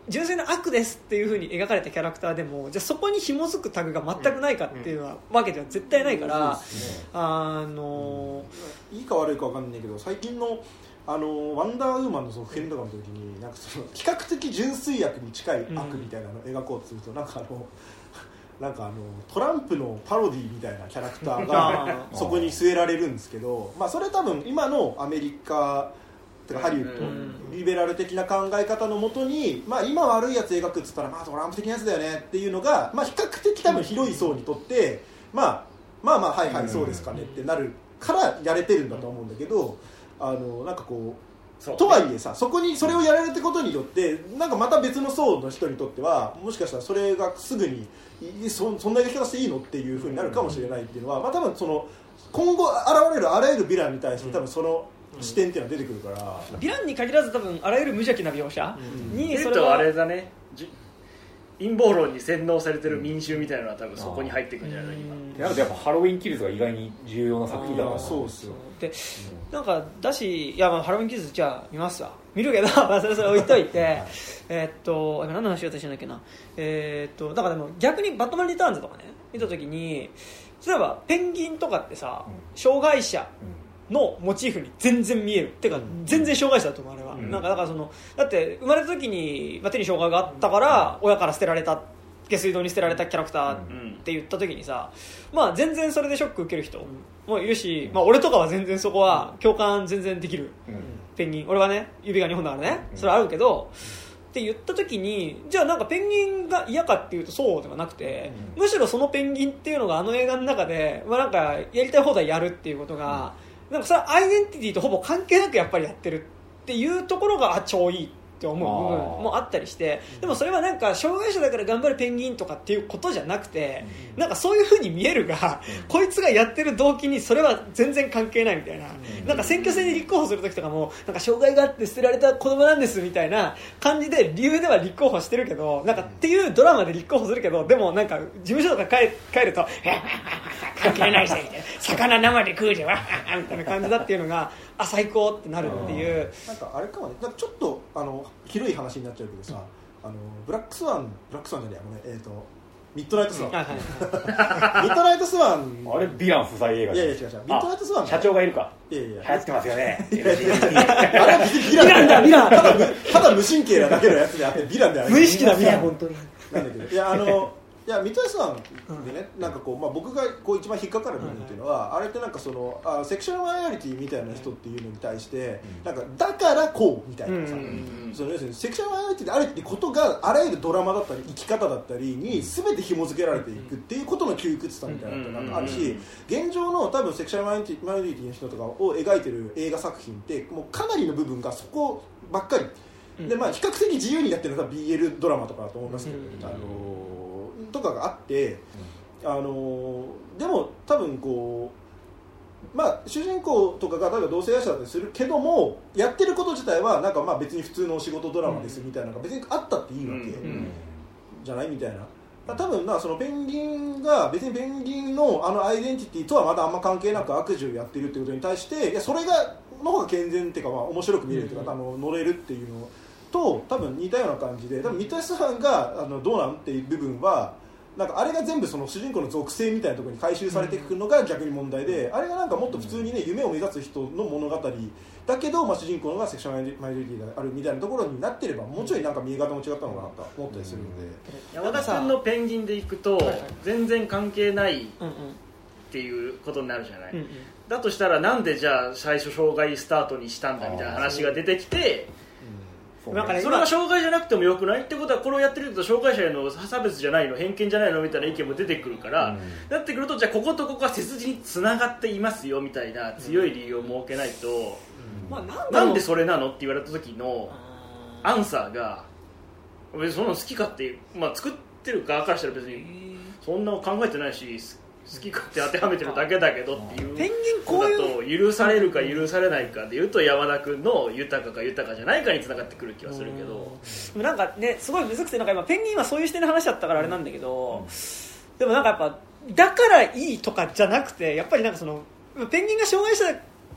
純粋な悪ですっていう風に描かれたキャラクターでもじゃあそこに紐づくタグが全くないかっていうのは、うん、わけでは絶対ないから、うん、あのー、いいか悪いか分かんないけど最近のあのワンダーウーマンの続編とかの時になんかその比較的純粋悪に近い悪みたいなのを描こうとすると、うん、なんかあのなんかあのトランプのパロディみたいなキャラクターがそこに据えられるんですけど、まあ、それ多分今のアメリカとかハリウッド、うん、リベラル的な考え方のもとに、まあ、今悪いやつ描くっつったら、まあ、トランプ的なやつだよねっていうのが、まあ、比較的多分広い層にとって、まあ、まあまあはいはいそうですかねってなるからやれてるんだと思うんだけど、あのなんかこうとはいえさそこにそれをやられたことによってなんかまた別の層の人にとってはもしかしたらそれがすぐに そ, そんな描き方していいのっていう風になるかもしれないっていうのは、まあ、多分その今後現れるあらゆるヴィランに対して多分その視点っていうのは出てくるから、 ヴィランに限らず多分あらゆる無邪気な描写にそれはあれだね陰謀論に洗脳されてる民衆みたいなのは多分そこに入ってくるんじゃないのなるとやっぱハロウィンキルズが意外に重要な作品だからそうですよでなんかだしいやまあハロウィンキルズじゃあ見ますわ見るけどまあそれそれ置いといてえっと何の話を私しなきゃなえー、っとだからでも逆にバットマンリターンズとかね見た時に例えばペンギンとかってさ、うん、障害者のモチーフに全然見えるっていうか、うん、全然障害者だと思うあれは、うん、なんかだからそのだって生まれた時に、まあ、手に障害があったから、うん、親から捨てられた下水道に捨てられたキャラクターって言った時にさ、まあ、全然それでショック受ける人もいるし、まあ、俺とかは全然そこは共感全然できる、うん、ペンギン俺はね指がにほんだからねそれはあるけど、って言った時にじゃあなんかペンギンが嫌かっていうとそうではなくて、うん、むしろそのペンギンっていうのがあの映画の中で、まあ、なんかやりたい放題やるっていうことが、うん、なんかそれはアイデンティティとほぼ関係なくやっぱりやってるっていうところがあ超いいって思う部分もあったりして、でもそれはなんか障害者だから頑張るペンギンとかっていうことじゃなくて、なんかそういう風に見えるが、こいつがやってる動機にそれは全然関係ないみたいな、なんか選挙戦に立候補する時とかもなんか障害があって捨てられた子供なんですみたいな感じで理由では立候補してるけど、なんかっていうドラマで立候補するけど、でもなんか事務所とか帰, 帰ると関係ないしみたいな、魚生で食うじゃんみたいな感じだっていうのがあ最高ってなるっていう、 なんかあれかもね、なんかちょっとあの広い話になっちゃうけどさ、あのブラックスワンブラックスワンじゃねえや、えーとミッドナイトスワン、うん、ミッドナイトスワンあれヴィラン不在映画いやいや違う違うミッドナイトスワン社長がいるかいやいや流行ってますよねあれは別にヴィランだヴィランただただ無神経なだけのやつであってヴィランである無意識なヴィラン本当になんだけどいやあのいやミッドナイトスワンでね、なんかこう、まあ、僕がこう一番引っかかる部分っていうのは、うん、あれってなんかそのあセクシュアルマイノリティみたいな人っていうのに対して、うん、なんかだからこうみたいなさ、うん、その要するにセクシュアルマイノリティであるってことがあらゆるドラマだったり生き方だったりに全て紐付けられていくっていうことの窮屈さみたいなのがなんかあるし、現状の多分セクシュアルマイノリティの人とかを描いてる映画作品ってもうかなりの部分がそこばっかりで、まあ、比較的自由にやってるのが ビーエル ドラマとかだと思いますけど、うん、あのとかがあって、うん、あのでも多分こう、まあ、主人公とかが例えば同性愛者だったりするけどもやってること自体はなんかまあ別に普通のお仕事ドラマですみたいなのが別にあったっていいわけ、うん、じゃないみたいな。多分なそのペンギンが別にペンギンのあのアイデンティティとはまだあんま関係なく悪事をやってるってことに対していやそれがの方が健全っていうか、まあ、面白く見れるというか、うん、あの乗れるっていうのと多分似たような感じで多分ミッドナイトスワンがあのどうなんっていう部分はなんかあれが全部その主人公の属性みたいなところに回収されていくのが逆に問題で、あれがなんかもっと普通にね夢を目指す人の物語だけど、まあ、主人公がセクシュアルマイノリティがあるみたいなところになってればもうちょいなんか見え方も違ったのかなと思ったりするので、 山田君のペンギンでいくと全然関係ないっていうことになるじゃない、うんうん、だとしたらなんでじゃあ最初障害スタートにしたんだみたいな話が出てきて、なんかね、それが障害じゃなくてもよくないってことはこれをやってると障害者への差別じゃないの偏見じゃないのみたいな意見も出てくるから、うん、なってくるとじゃあこことここは切実につながっていますよみたいな強い理由を設けないと、うんまあ、なん, なんでそれなのって言われた時のアンサーが別にそんなの好きかって、まあ、作ってる側からしたら別にそんな考えてないし好きかって当てはめてるだけだけどっていうペンギンこういうと許されるか許されないかでいうと山田君の豊かか豊かじゃないかにつながってくる気はするけど、 なんかねすごいむずくてなんか今ペンギンはそういう視点の話だったからあれなんだけど、うん、でもなんかやっぱだからいいとかじゃなくてやっぱりなんかそのペンギンが障害者っ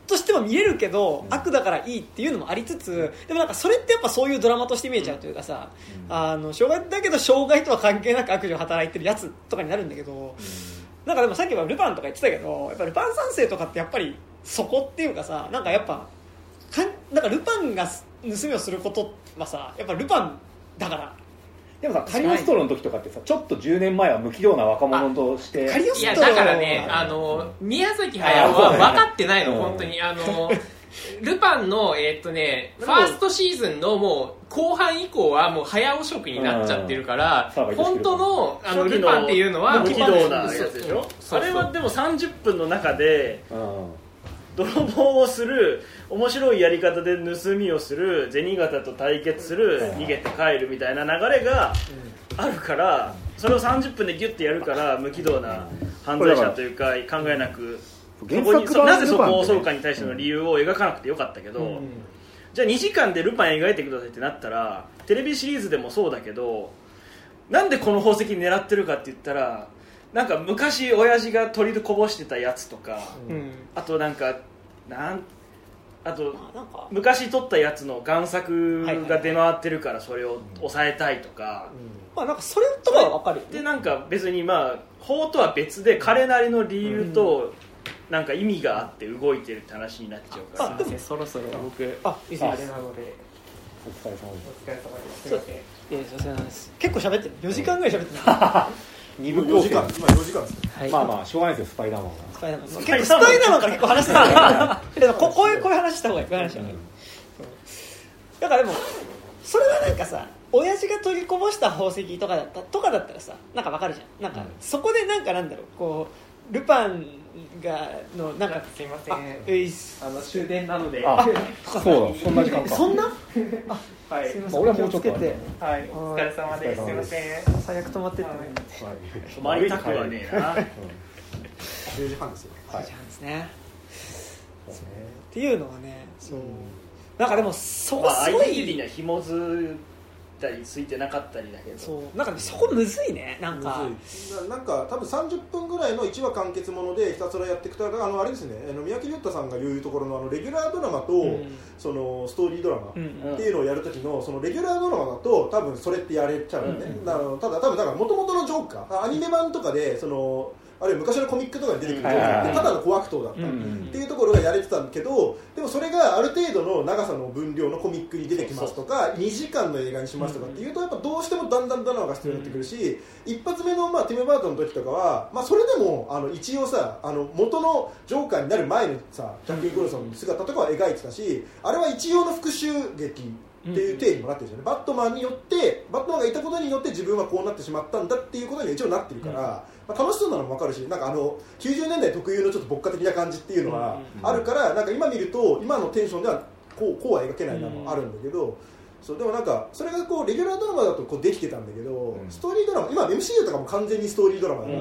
としても見れるけど、うん、悪だからいいっていうのもありつつ、でもなんかそれってやっぱそういうドラマとして見えちゃうというかさ、うん、あの障害だけど障害とは関係なく悪事を働いてるやつとかになるんだけど、うん、なんかでもさっきはルパンとか言ってたけど、やっぱルパン三世とかってやっぱりそこっていうかさ、なんかやっぱかんなんかルパンが盗みをすることはさ、やっぱルパンだから。 でもさ、カリオストロの時とかってさ、ちょっとじゅうねんまえは無器用な若者としてカリオストロ、 いやだからね、あの宮崎駿は分かってないの、本当に。あのルパンの、えーっとね、ファーストシーズンのもう後半以降はもう早尾色になっちゃってるから、うん、本当 の, あのルパンっていうのは無軌道なやつでしょ。あれはでもさんじゅっぷんの中で、うん泥棒をする、面白いやり方で盗みをする、銭形と対決する、逃げて帰るみたいな流れがあるから、それをさんじゅっぷんでギュッてやるから無軌道な犯罪者というか考えなく、そこになぜそこを襲うかに対しての理由を描かなくてよかったけど、じゃあにじかんでルパン描いてくださいってなったら、テレビシリーズでもそうだけど、なんでこの宝石狙ってるかって言ったら、なんか昔親父が鳥でこぼしてたやつとか、うん、あとなんかなんあと昔撮ったやつの贋作が出回ってるからそれを抑えたいとか、 まあなんかそれとかは分かるよね。 でなんか別にまあ法とは別で彼なりの理由となんか意味があって動いてるって話になっちゃうから、 あでもそろそろ僕あいいですあれなのでお疲れ様です。 お疲れ様です。 いやすいません、結構喋ってる、よじかんぐらい喋ってる二部よじかん、今よじかんですね、 はい、まあまあしょうがないですよ、スパイダーマンは。 スパイダーマン結構スパイダーマンから結構話してるけどこ, こ, ういうこういう話した方がいい、こういう話した方がいい、うん、だからでもそれはなんかさ、親父が取りこぼした宝石とかだったとかだったらさ、なんかわかるじゃん。なんかそこでなんかなんだろう、こうルパンがのなんかすいません、あ, あの終電なので、 あそうだ、そんな時間か。 そんなあはい、 すいません、俺はもうちょっと、はい、 お疲れ様です。すいません、 最悪止まってってもいいんで、 止まりたくはねえな。 じゅうじはんですよ。 じゅうじはんですね。っていうのはね、そうなんかでもそこすごい、 アイデンティティには紐づたりついてなかったりだけど、 そうなんか、ね、そこむずいね、なんかな, なんか多分さんじゅっぷんぐらいのいちわ完結ものでひたすらやっていくと、あのあれですね、あの三宅龍太さんが言うところのあのレギュラードラマと、うん、そのストーリードラマっていうのをやるときの、そのレギュラードラマだと多分それってやれちゃうよね、うん、だからただ多分だから元々のジョーカー、アニメ版とかでそのあるいは昔のコミックとかに出てくるジョーカーってただの小悪党だったっていうところがやれてたけど、でもそれがある程度の長さの分量のコミックに出てきますとかにじかんの映画にしますとかっていうと、やっぱどうしてもだんだんドラマが必要になってくるし、一発目のまあティム・バートンの時とかは、まあ、それでもあの一応さ、あの元のジョーカーになる前のさジャッキー・ニコルソンの姿とかは描いてたし、あれは一応の復讐劇っていう体にもなってるじゃん、ね、バットマンによってバットマンがいたことによって自分はこうなってしまったんだっていうことには一応なってるから、うん、まあ、楽しそうなのも分かるし、なんかあのきゅうじゅうねんだい特有のちょっと牧歌的な感じっていうのはあるから、なんか今見ると今のテンションではこう、こうは描けないなのもあるんだけど、そうでもなんかそれがこうレギュラードラマだとこうできてたんだけど、うん、ストーリードラマ、今 エムシーユー とかも完全にストーリードラマだから、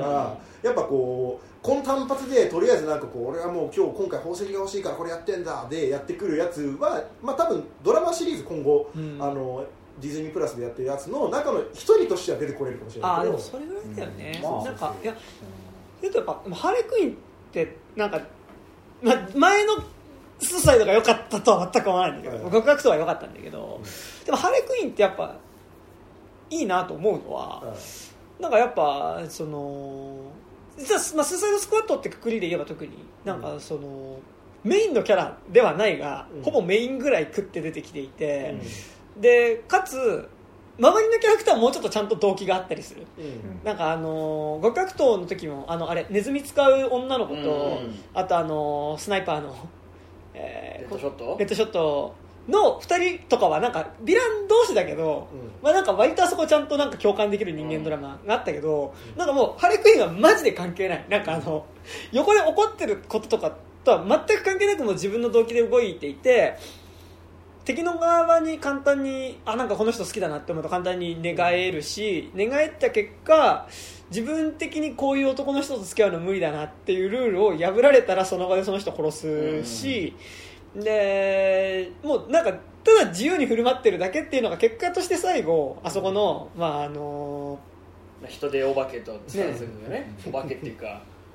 うん、やっぱこうこの単発でとりあえずなんかこう俺はもう今日今回宝石が欲しいからこれやってんだでやってくるやつは、まあ、多分ドラマシリーズ今後、うん、あのディズニープラスでやってるやつの中の一人としては出てこれるかもしれないけど、 あでもそれぐらいだよね、うん、なんかいや言うとやっぱハーレークイーンってなんか、ま、前のスーサイドが良かったとは全く思わないんだけど、はい、極悪党は良かったんだけど、うん、でもハーレークイーンってやっぱいいなと思うのは、はい、なんかやっぱその実は、まあ、スーサイドスクワットってくくりで言えば特になんかその、うん、メインのキャラではないが、うん、ほぼメインぐらい食って出てきていて、うん、でかつ周りのキャラクターはもうちょっとちゃんと動機があったりする、うん、なんかあの極悪党の時もあのあれネズミ使う女の子と、うん、あとあのスナイパーの、 えー、レッドショットレッドショットのふたりとかはなんかヴィラン同士だけど、うん、まあ、なんか割とあそこちゃんとなんか共感できる人間ドラマがあったけど、うん、なんかもうハーレークイーンはマジで関係ない、なんかあの横で起こってることとかとは全く関係なくもう自分の動機で動いていて、敵の側に簡単にあなんかこの人好きだなって思うと簡単に寝返るし、寝返った結果自分的にこういう男の人と付き合うの無理だなっていうルールを破られたらその場でその人殺すし、うん、でもうなんかただ自由に振る舞ってるだけっていうのが結果として最後あそこのまああの人でお化けとスタンスがね、お化けっていうか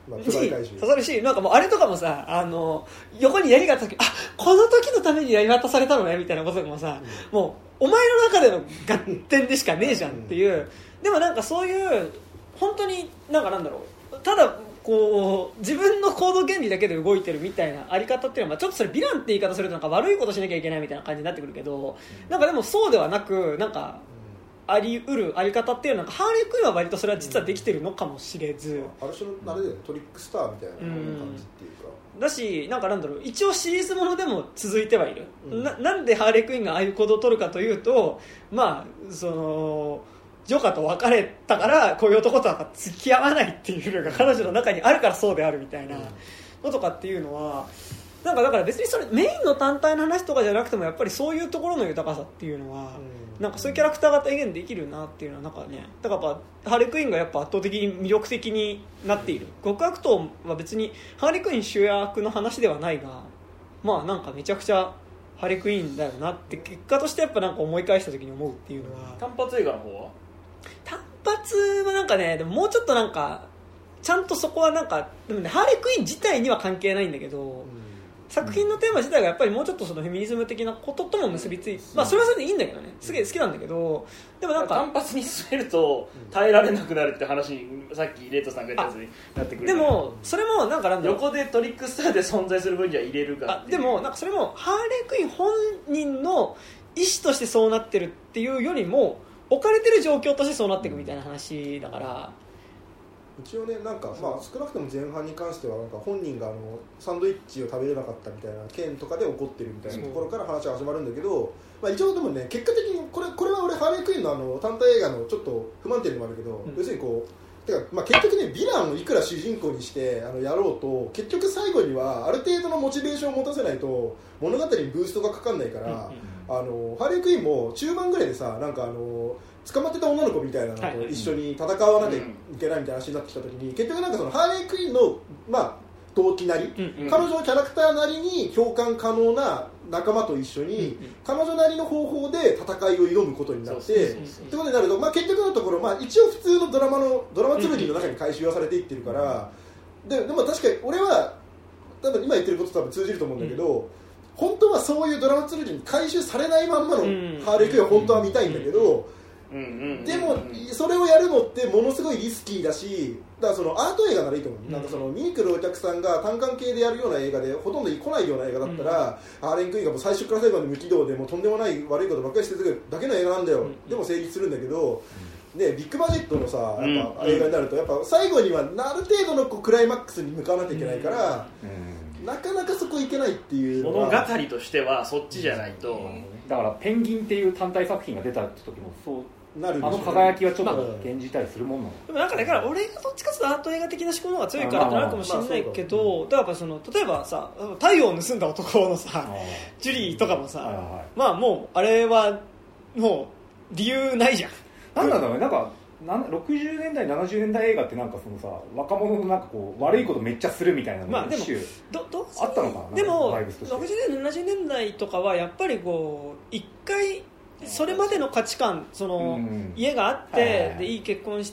まあ、刺さるし、なんかもうあれとかもさ、あの横に槍があった時、あ、この時のために槍渡されたのねみたいなこととかもさ、うん、もうお前の中での合点でしかねえじゃんっていう、うん、でもなんかそういう本当になんかなんだろう、ただこう自分の行動原理だけで動いてるみたいなあり方っていうのは、ちょっとそれヴィランって言い方するとなんか悪いことしなきゃいけないみたいな感じになってくるけど、なんかでもそうではなく、なんかあり得るあり方っていうのは、ハーレークイーンは割とそれは実はできてるのかもしれず、 ある種のあれでトリックスターみたいな感じっていうか、 うん、だし、なんかなんだろう、一応シリーズものでも続いてはいる、うん、な, なんでハーレークイーンがああいう行動を取るかというと、まあそのジョカと別れたからこういう男とは付き合わないっていうのが彼女の中にあるからそうであるみたいなのとかっていうのは、なんかだから別にそれメインの単体の話とかじゃなくても、やっぱりそういうところの豊かさっていうのは、なんかそういうキャラクターが体現できるなっていうのは、なんかね、だからやっぱハーレークイーンがやっぱ圧倒的に魅力的になっている。極悪党は別にハーレークイーン主役の話ではないが、まあなんかめちゃくちゃハーレークイーンだよなって結果としてやっぱなんか思い返した時に思うっていうのは。 単発映画の方は単発はなんかね、でももうちょっとなんかちゃんとそこはなんか、でもね、ハーレークイーン自体には関係ないんだけど、うん、作品のテーマ自体がやっぱりもうちょっとそのフェミニズム的なこととも結びついて、まあそれはそれでいいんだけどね、すげえ好きなんだけど、でもなんか単発に進めると耐えられなくなるって話にさっきレイトさんが言ったやつになってくる。 でもそれもなんかなんだろう、 横でトリックスターで存在する分には入れるかあ、でもなんかそれもハーレークイーン本人の意思としてそうなってるっていうよりも、置かれてる状況としてそうなっていくみたいな話だから、 一応ね、なんかまあ少なくとも前半に関してはなんか本人があのサンドイッチを食べれなかったみたいな件とかで怒ってるみたいなところから話が始まるんだけど、まあ、一応でもね、結果的にこれこれは俺ハーレークイーンのあの単体映画のちょっと不満点でもあるけど、うん、要するにこうてか、まあ、結局ね、ヴィランをいくら主人公にしてあのやろうと、結局最後にはある程度のモチベーションを持たせないと物語にブーストがかかんないから、うんうん、あのハーレークイーンも中盤ぐらいでさ、なんかあの捕まってた女の子みたいなのと一緒に戦わなきゃいけないみたいな話になってきたときに、結局なんかそのハーレークイーンの、まあ、動機なり、うんうん、彼女のキャラクターなりに共感可能な仲間と一緒に、うんうん、彼女なりの方法で戦いを挑むことになって、ってことになると、まあ、結局のところ、まあ、一応普通のドラマのドラマ紬の中に回収はされていってるから、うんうん、で, でも確かに俺は多分今言ってることと多分通じると思うんだけど、うん、本当はそういうドラマ紬に回収されないまんまのハーレークイーンを本当は見たいんだけど、でもそれをやるのってものすごいリスキーだし、だからそのアート映画ならいいと思う、うん、なんかその見に来るお客さんが単館系でやるような映画でほとんど来ないような映画だったら、うん、ハーレークイーンがもう最初から最後まで無軌道でもうとんでもない悪いことばっかりしてるだけの映画なんだよ、うん、でも成立するんだけど、うん、ね、ビッグバジェットのさやっぱ映画になるとやっぱ最後にはある程度のこうクライマックスに向かわなきゃいけないから、うんうん、なかなかそこいけないっていう物語としてはそっちじゃないと、うん、 だからペンギンっていう単体作品が出たって時もそうなる、ね、あの輝きはちょっと現じたりするもんなの、 でもなんかだから俺がどっちかというとアート映画的な思考の方が強いからってなるかもしれないけど、だからその例えばさ太陽を盗んだ男のさジュリーとかもさ、はいはい、まあもうあれはもう理由ないじゃん。 なんなんだろうね、なんかろくじゅうねんだいななじゅうねんだい映画ってなんかそのさ若者のなんかこう悪いことめっちゃするみたいなのが一種あったのかな。 でもろくじゅうねんだいななじゅうねんだいとかはやっぱりこう一回それまでの価値観、その家があってでいい結婚して、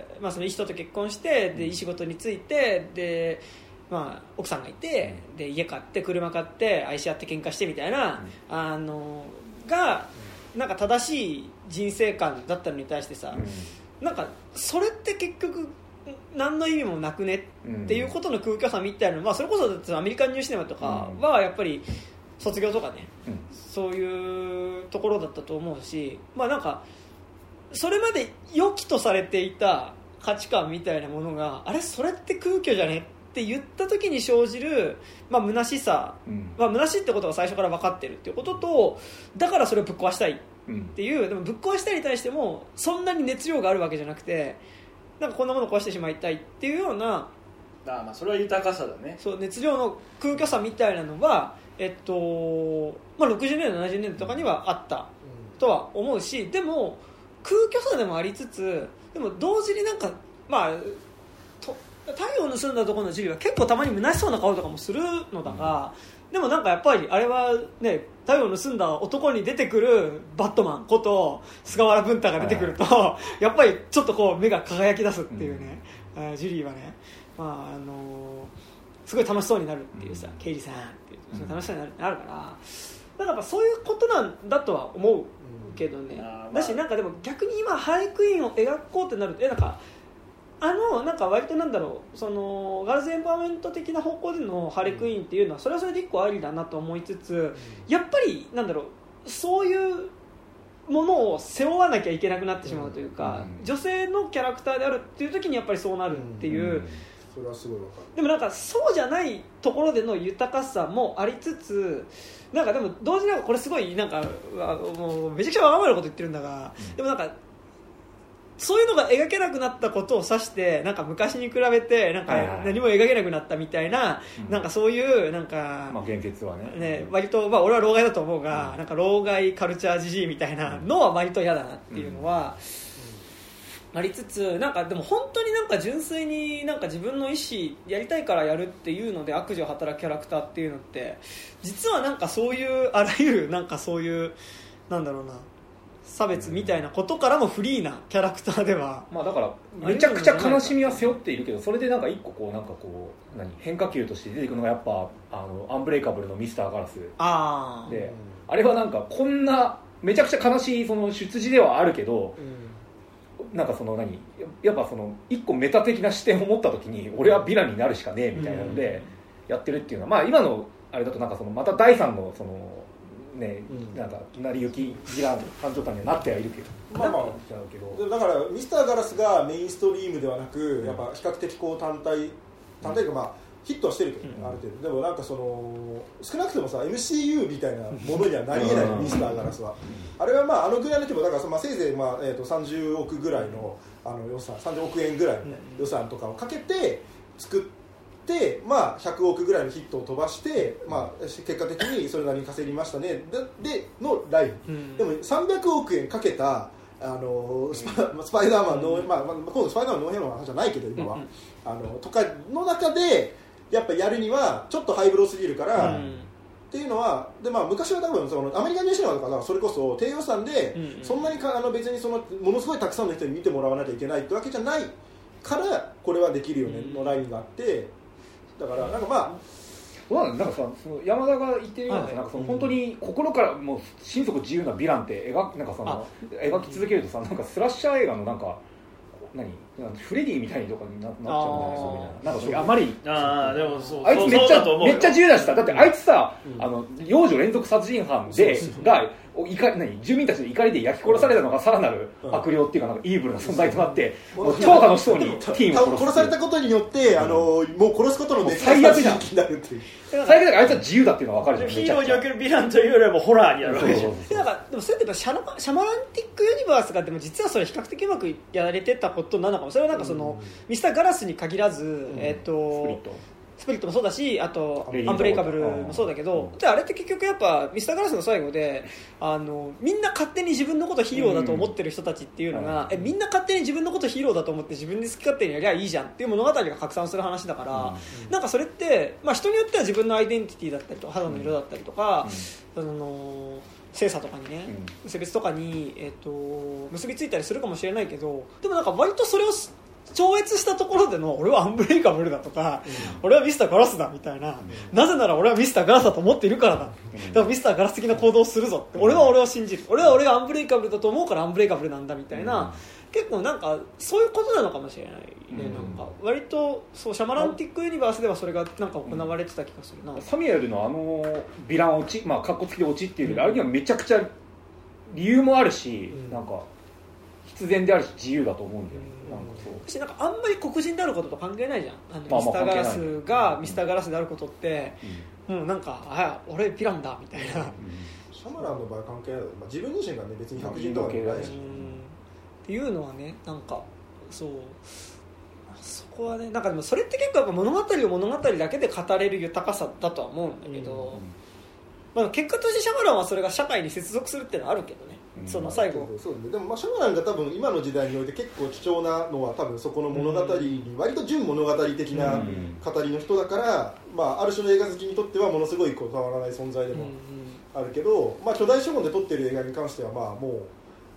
まあ、そのいい人と結婚してでいい仕事に就いてで、まあ、奥さんがいてで家買って車買って愛し合って喧嘩してみたいな、あのがなんか正しい人生観だったのに対してさ、なんかそれって結局何の意味もなくねっていうことの空虚さみたいなの、まあ、それこそアメリカンニューシネマとかはやっぱり卒業とかね、うん、そういうところだったと思うし、まあなんかそれまで良きとされていた価値観みたいなものがあれそれって空虚じゃねって言った時に生じる、まあ、虚しさ、うんまあ、虚しいってことが最初から分かってるっていうことと、だからそれをぶっ壊したいっていう、うん、でもぶっ壊したいに対してもそんなに熱量があるわけじゃなくて、なんかこんなものを壊してしまいたいっていうような、 あまあそれは豊かさだね。 そう熱量の空虚さみたいなのはえっとまあ、ろくじゅうねんだいななじゅうねんだいとかにはあったとは思うし、でも空虚さでもありつつ、でも同時になんか、まあ、と太陽を盗んだところのジュリーは結構たまに虚しそうな顔とかもするのだが、うん、でもなんかやっぱりあれはね、太陽を盗んだ男に出てくるバットマンこと菅原文太が出てくると、はい、やっぱりちょっとこう目が輝き出すっていうね、うん、ジュリーはねまああのすごい楽しそうになるっていうさ、うん、ケイリさんっていうすごい楽しそうになるってあるから、だからやっぱそういうことなんだとは思うけどね、うん、だしなんかでも逆に今ハーレクイーンを描こうってなるとえなんかあのなんか割となんだろうそのガールズエンパワーメント的な方向でのハーレクイーンっていうのはそれはそれで一個ありだなと思いつつ、やっぱりなんだろうそういうものを背負わなきゃいけなくなってしまうというか、うん、女性のキャラクターであるっていう時にやっぱりそうなるっていう、うんうん、 それはすごいわかる。 でもなんかそうじゃないところでの豊かさもありつつ、なんかでも同時になんかこれすごいなんかもうめちゃくちゃわがままなこと言ってるんだが、うん、でもなんかそういうのが描けなくなったことを指してなんか昔に比べてなんか何も描けなくなったみたいな、なんかそういうなんかまあ現実はね、 ね割とまあ俺は老害だと思うが、なんか老害カルチャージジイみたいなのは割と嫌だなっていうのはありつつ、なんかでも本当になんか純粋になんか自分の意思やりたいからやるっていうので悪事を働くキャラクターっていうのって実はなんかそういうあらゆるなんかそういうなんだろうな差別みたいなことからもフリーなキャラクターでは、 まあ、だからめちゃくちゃ悲しみは背負っているけど、それでなんか一個こうなんかこう何変化球として出てくるのがやっぱあのアンブレイカブルのミスターガラスあで、あれはなんかこんなめちゃくちゃ悲しいその出自ではあるけど、うん、なんかその何やっぱその一個メタ的な視点を持った時に俺はヴィランになるしかねえみたいなのでやってるっていうのは、まあ今のあれだとなんかそのまただいさんのそのね、うん、なんか成り行きヴィラン感情感にはなってはいるけど、 まあまあだからミスターガラスがメインストリームではなく、やっぱ比較的こう単体単体がまあヒットはしてるけど、ね、うん、ある程度でもなんかその少なくともさ エムシーユー みたいなものにはなり得ないミスターガラスはあれはまああのぐらいの規模だから、まあ、せいぜい、まあえー、とさんじゅうおくぐらいの、あの予算さんじゅうおくえんぐらいの、ね、予算とかをかけて作ってでまあ、ひゃくおくぐらいのヒットを飛ばして、まあ、結果的にそれなりに稼ぎましたね で, でのライブ、うん、でもさんびゃくおくえんかけたあの ス, パスパイダーマンの、うんまあ、今度スパイダーマンのノーヘルの話じゃないけど今は、うん、あのとかの中でやっぱやるにはちょっとハイブローすぎるから、うん、っていうのはで、まあ、昔は多分そのアメリカンニューシネマとかそれこそ低予算でそんなにかあの別にそのものすごいたくさんの人に見てもらわなきゃいけないってわけじゃないからこれはできるよねのラインがあってだからなんかまあなんかさその山田が言ってるような、はい、なんかその本当に心からもう心底自由なヴィランって描なんかその描き続けるとさなんかスラッシャー映画のなんか何フレディみたいにとかに な, なっちゃうんじゃないそうみたいななんかそれあまりあでもそうあいつめっちゃめっちゃ自由だしさだってあいつさ、うん、あの幼女連続殺人犯でが怒何住民たちの怒りで焼き殺されたのがさらなる悪霊っていうかなんかイーブルな存在となって、うん、もう超楽しそうにティーンを殺す殺されたことによって、うん、あのもう殺すことの最悪じゃん最悪だからあいつは自由だっていうのは分かるじゃんヒーローにおけるヴィランというよりはもうホラーになるわけじゃんでなんかでもそれってシャマシャマランティックユニバースがでも実はそれ比較的うまくやれてたことなのかもそれはなんかその、うん、ミスターガラスに限らず、うんえー、とスプリットスプリットもそうだしあとアンブレイカブルもそうだけどであれって結局やっぱミスターガラスの最後であのみんな勝手に自分のことヒーローだと思ってる人たちっていうのが、うん、えみんな勝手に自分のことヒーローだと思って自分で好き勝手にやりゃいいじゃんっていう物語が拡散する話だから、うん、なんかそれって、まあ、人によっては自分のアイデンティティだったりとか肌の色だったりとか、うん、あの性差とかにね、うん、性別とかに、えー、と結びついたりするかもしれないけどでもなんか割とそれを超越したところでの俺はアンブレイカブルだとか、うん、俺はミスターガラスだみたいな、うん、なぜなら俺はミスターガラスだと思っているからだ、うん、だからミスターガラス的な行動をするぞって、うん、俺は俺を信じる俺は俺がアンブレイカブルだと思うからアンブレイカブルなんだみたいな、うん、結構なんかそういうことなのかもしれないね、うん、なんか割とそうシャマランティックユニバースではそれがなんか行われてた気がするな、うん、 サミュエルのあのヴィラン落ちまあカッコつきで落ちっていうけど、うん、あれにはめちゃくちゃ理由もあるし、うん、なんか必然であるし自由だと思うんだよね、うん、なんかそう私なんかあんまり黒人であることと関係ないじゃんあの、まあ、ミスターガラスがミスターガラスであることって、うん、もうなんかあ俺ピランだみたいな、うん、 シャマランの場合関係ない、まあ、自分自身がね別に白人とかじゃないし、うん、 っていうのはねなんかそうそこはねなんかでもそれって結構やっぱ物語を物語だけで語れる豊かさだとは思うんだけど、うんまあ、結果としてシャマランはそれが社会に接続するっていうのはあるけどねその最後、 うん、そうね、でもまあシャマランが多分今の時代において結構貴重なのは多分そこの物語に割と純物語的な語りの人だから、まあ、ある種の映画好きにとってはものすごいこう変わらない存在でもあるけど、まあ、巨大資本で撮ってる映画に関してはまあもう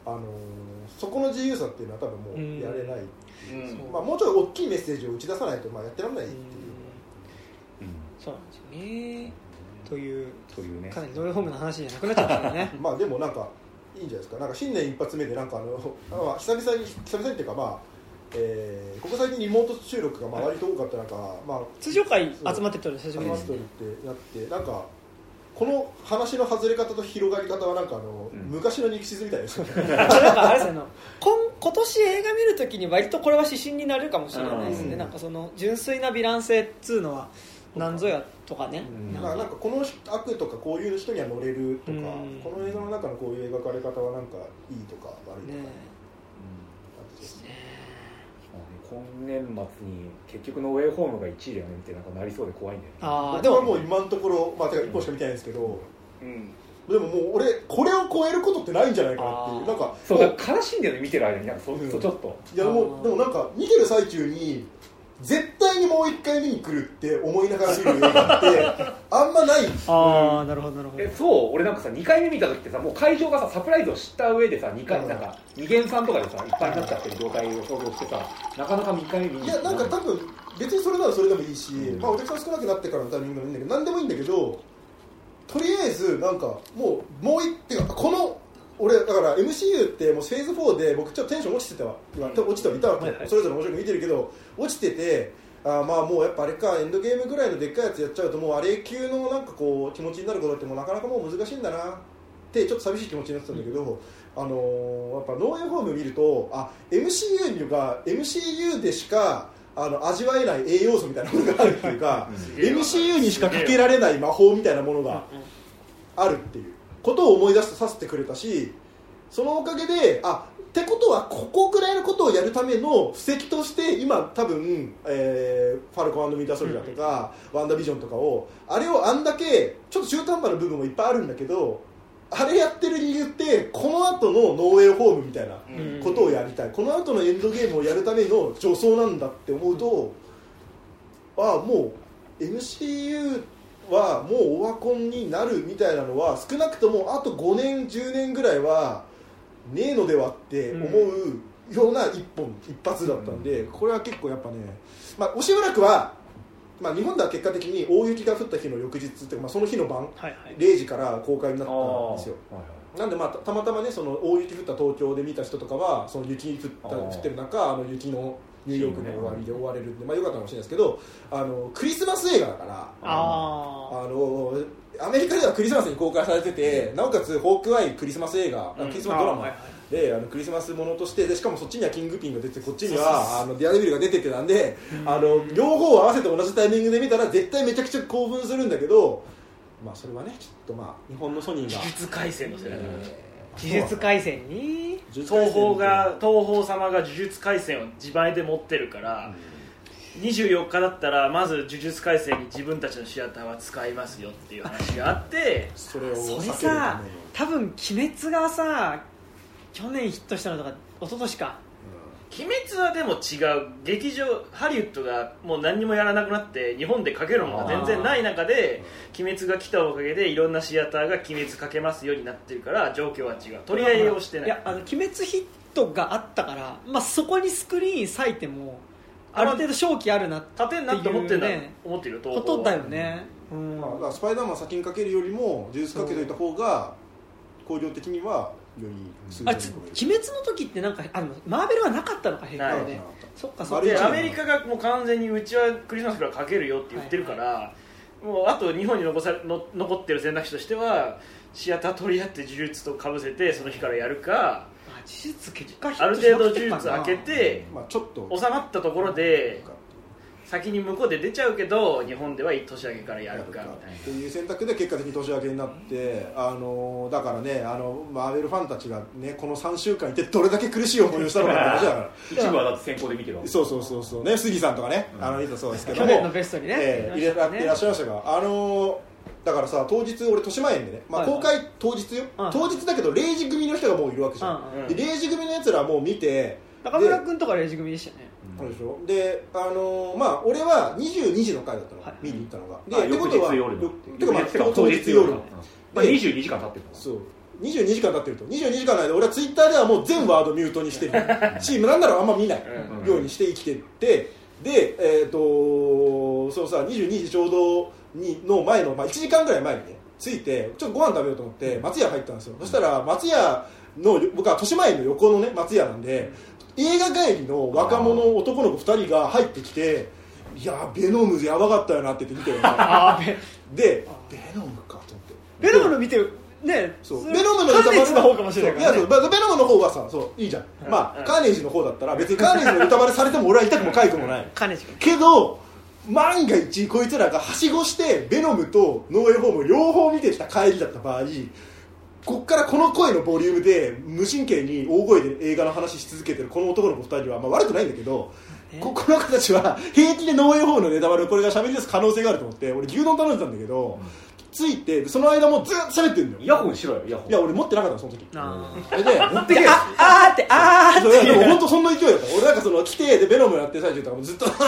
あのー、そこの自由さっていうのは多分もうやれない、うんうんまあ、もうちょっと大きいメッセージを打ち出さないとまあやってられないっていう、 うんうん、そうなんですよねという、 というね、 かなりノーウェイホームの話じゃなくなっちゃったよねまあでもなんかいいんじゃないですか。なんか新年一発目でなんかあの、まあ、久々に久々にっていうかまあ、えー、ここ最近リモート収録がまあ割と多かった中、まあ、 通常回集まってたら久しぶりですね。集まってるってなってなんかこの話の外れ方と広がり方はなんかあの、うん、昔の肉質みたいですよね。 なんかあれですよね。今今年映画見るときに割とこれは指針になるかもしれないですね。うん、なんかその純粋なヴィラン性っつうのはなんぞやとかね、 うん、なんかなんかこの悪とかこういう人には乗れるとか、うん、この映画の中のこういう描かれ方はなんかいいとか悪いとか、ねうんですね、 今年末に結局ノーウェイホームがいちいだよねってなんかなりそうで怖いんだよね。 あでももう今のところ、まあ、てかいっぽんしか見てないんですけど、うん、でももう俺これを超えることってないんじゃないかなっていうなんかそう悲しいんだよね見てる間になんかそ、うん、そうちょっといやもうでもなんか見てる最中に絶対にもう一回見に来るって思いながら見る映画ってあんまない。 ああなるほどなるほど。 えそう俺なんかさにかいめ見た時ってさもう会場がさサプライズを知った上でさにかいなんかに限さんとかでさいっぱいになっちゃってる状態を想像してさなかなかにかいめ見にいやなんか多分別にそれならそれでもいいし、うん、まあお客さん少なくなってからのタイミングでもいいんだけど何でもいいんだけどとりあえずなんかもうもう一っていうかこの俺だから エムシーユー ってもうフェーズフォーで僕ちょっとテンション落ちてたわ落ちてはいたわけ、はいはい、それぞれ面白く見てるけど落ちててあまあもうやっぱあれかエンドゲームぐらいのでっかいやつやっちゃうともうあれ級のなんかこう気持ちになることってもうなかなかもう難しいんだなってちょっと寂しい気持ちになってたんだけど、うん、あのー、やっぱノーウェイホーム見るとあ エムシーユー が エムシーユー でしかあの味わえない栄養素みたいなものがあるっていうかエムシーユー にしかかけられない魔法みたいなものがあるっていうことを思い出させてくれたしそのおかげであってことはここくらいのことをやるための布石として今多分、えー、ファルコン&ウィンターソルジャーとか、うん、ワンダービジョンとかをあれをあんだけちょっと中途半端な部分もいっぱいあるんだけどあれやってる理由ってこの後のノーウェイホームみたいなことをやりたい、うん、この後のエンドゲームをやるための助走なんだって思うと、うん、ああもう エムシーユー はもうオワコンになるみたいなのは少なくともあとごねんじゅうねんぐらいはねえのではって思うような一本一発だったんで、これは結構やっぱね、まあ、押村区は、まあ、日本では結果的に大雪が降った日の翌日っていうか、まあ、その日の晩、はいはい、れいじから公開になったんですよ。はいはい、なんで、まあ、たまたまねその大雪降った東京で見た人とかはその雪降った降ってる中あの雪のニューヨークの終わりで終われるんで、まあ、よかったかもしれないですけどあのクリスマス映画だからああのアメリカではクリスマスに公開されててなおかつホークアイクリスマス映画、うん、クリスマスドラマであのクリスマスものとしてでしかもそっちにはキングピンが出てこっちにはあのディアデビルが出ててなんで、うん、あの両方を合わせて同じタイミングで見たら絶対めちゃくちゃ興奮するんだけどまあそれはねちょっとまあ日本のソニーが呪術廻戦の世代、 えー呪術廻戦に東宝が東宝様が呪術廻戦を自前で持ってるから、うん、にじゅうよっかだったらまず呪術廻戦に自分たちのシアターは使いますよっていう話があってそれをそれさ多分鬼滅がさ去年ヒットしたのとか一昨年か鬼滅はでも違う劇場ハリウッドがもう何にもやらなくなって日本でかけるのが全然ない中で鬼滅が来たおかげでいろんなシアターが鬼滅かけますようになってるから状況は違う取り合いをしてない。 いやあの鬼滅ヒットがあったから、まあ、そこにスクリーン割いてもある程度勝機あるなっていう、ね、 立てんなって思ってんだ思ってることだよね、うんまあ、だからスパイダーマン先にかけるよりも呪術かけといた方が工業的にはよりあ鬼滅の時ってなんかあのマーベルはなかったのか変化でそっかそっかアメリカがもう完全にうちはクリスマスからかけるよって言ってるから、はいはい、もうあと日本に残さの残ってる選択肢としてはシアター取り合って呪術とかぶせてその日からやるかあ呪術結果ある程度呪術開けて、 まあ、ちょっと収まったところで先に向こうで出ちゃうけど日本では年明けからやるかみたいなっていう選択で結果的に年明けになって、あのだからねあのマーベルファンたちが、ね、このさんしゅうかんいてどれだけ苦しい思いをしたのかって話だから一部はだって先行で見てるわけそうそうそうそうね杉さんとかね、うん、あのいたそうですけど去年のベストにね、 えー、入れらっていらっしゃいましたがあのだからさ当日俺豊島園でね、まあ、公開当日よ、はいはい、当日だけどれいじ組の人がもういるわけじゃん、うん、でれいじ組のやつらはもう見て中村君とかれいじ組でしたねでしょであのー、まあ俺はにじゅうにじの回だったの、はい、見に行ったのがで、 まあ、ってことはてかまあ当日夜、 まあ、にじゅうにじかん経ってるそうにじゅうにじかん経ってるとにじゅうにじかんの間俺はツイッターではもう全ワードミュートにしてるしなんならあんま見ないようにして生きてってで、えー、とそのさにじゅうにじちょうどにの前の、まあ、いちじかんぐらい前にね着いてちょっとご飯食べようと思って松屋入ったんですよ。そしたら松屋の僕は豊島園の横のね松屋なんで映画帰りの若者男の子ふたりが入ってきていやベノムやばかったよなって言って見てるでベノムかと思ってベノムの見てるねそうベノムのネタバレの方かもしれないから、ね、いやそうベノムの方はさそういいじゃん、うん、まあ、うん、カーネージの方だったら別にカーネージのネタバレされても俺は痛くも痒くもないカーネージけど万が一こいつらがはしごしてベノムとノーエイホーム両方見てきた帰りだった場合こっからこの声のボリュームで無神経に大声で映画の話し続けてるこの男の子ふたりは、まあ、悪くないんだけどこ, この子たちは平気でノーエイホームのネタバレをこれが喋り出す可能性があると思って俺牛丼頼んでたんだけど、うんついてその間もずっと喋ってるんだよ。 イヤホンしろよイヤホン。 いや俺持ってなかったその時。 あれで持ってけよ。あーってあーって。 でも本当そんな勢いだった。俺なんかその来てでベノムやって最中とかもずっとす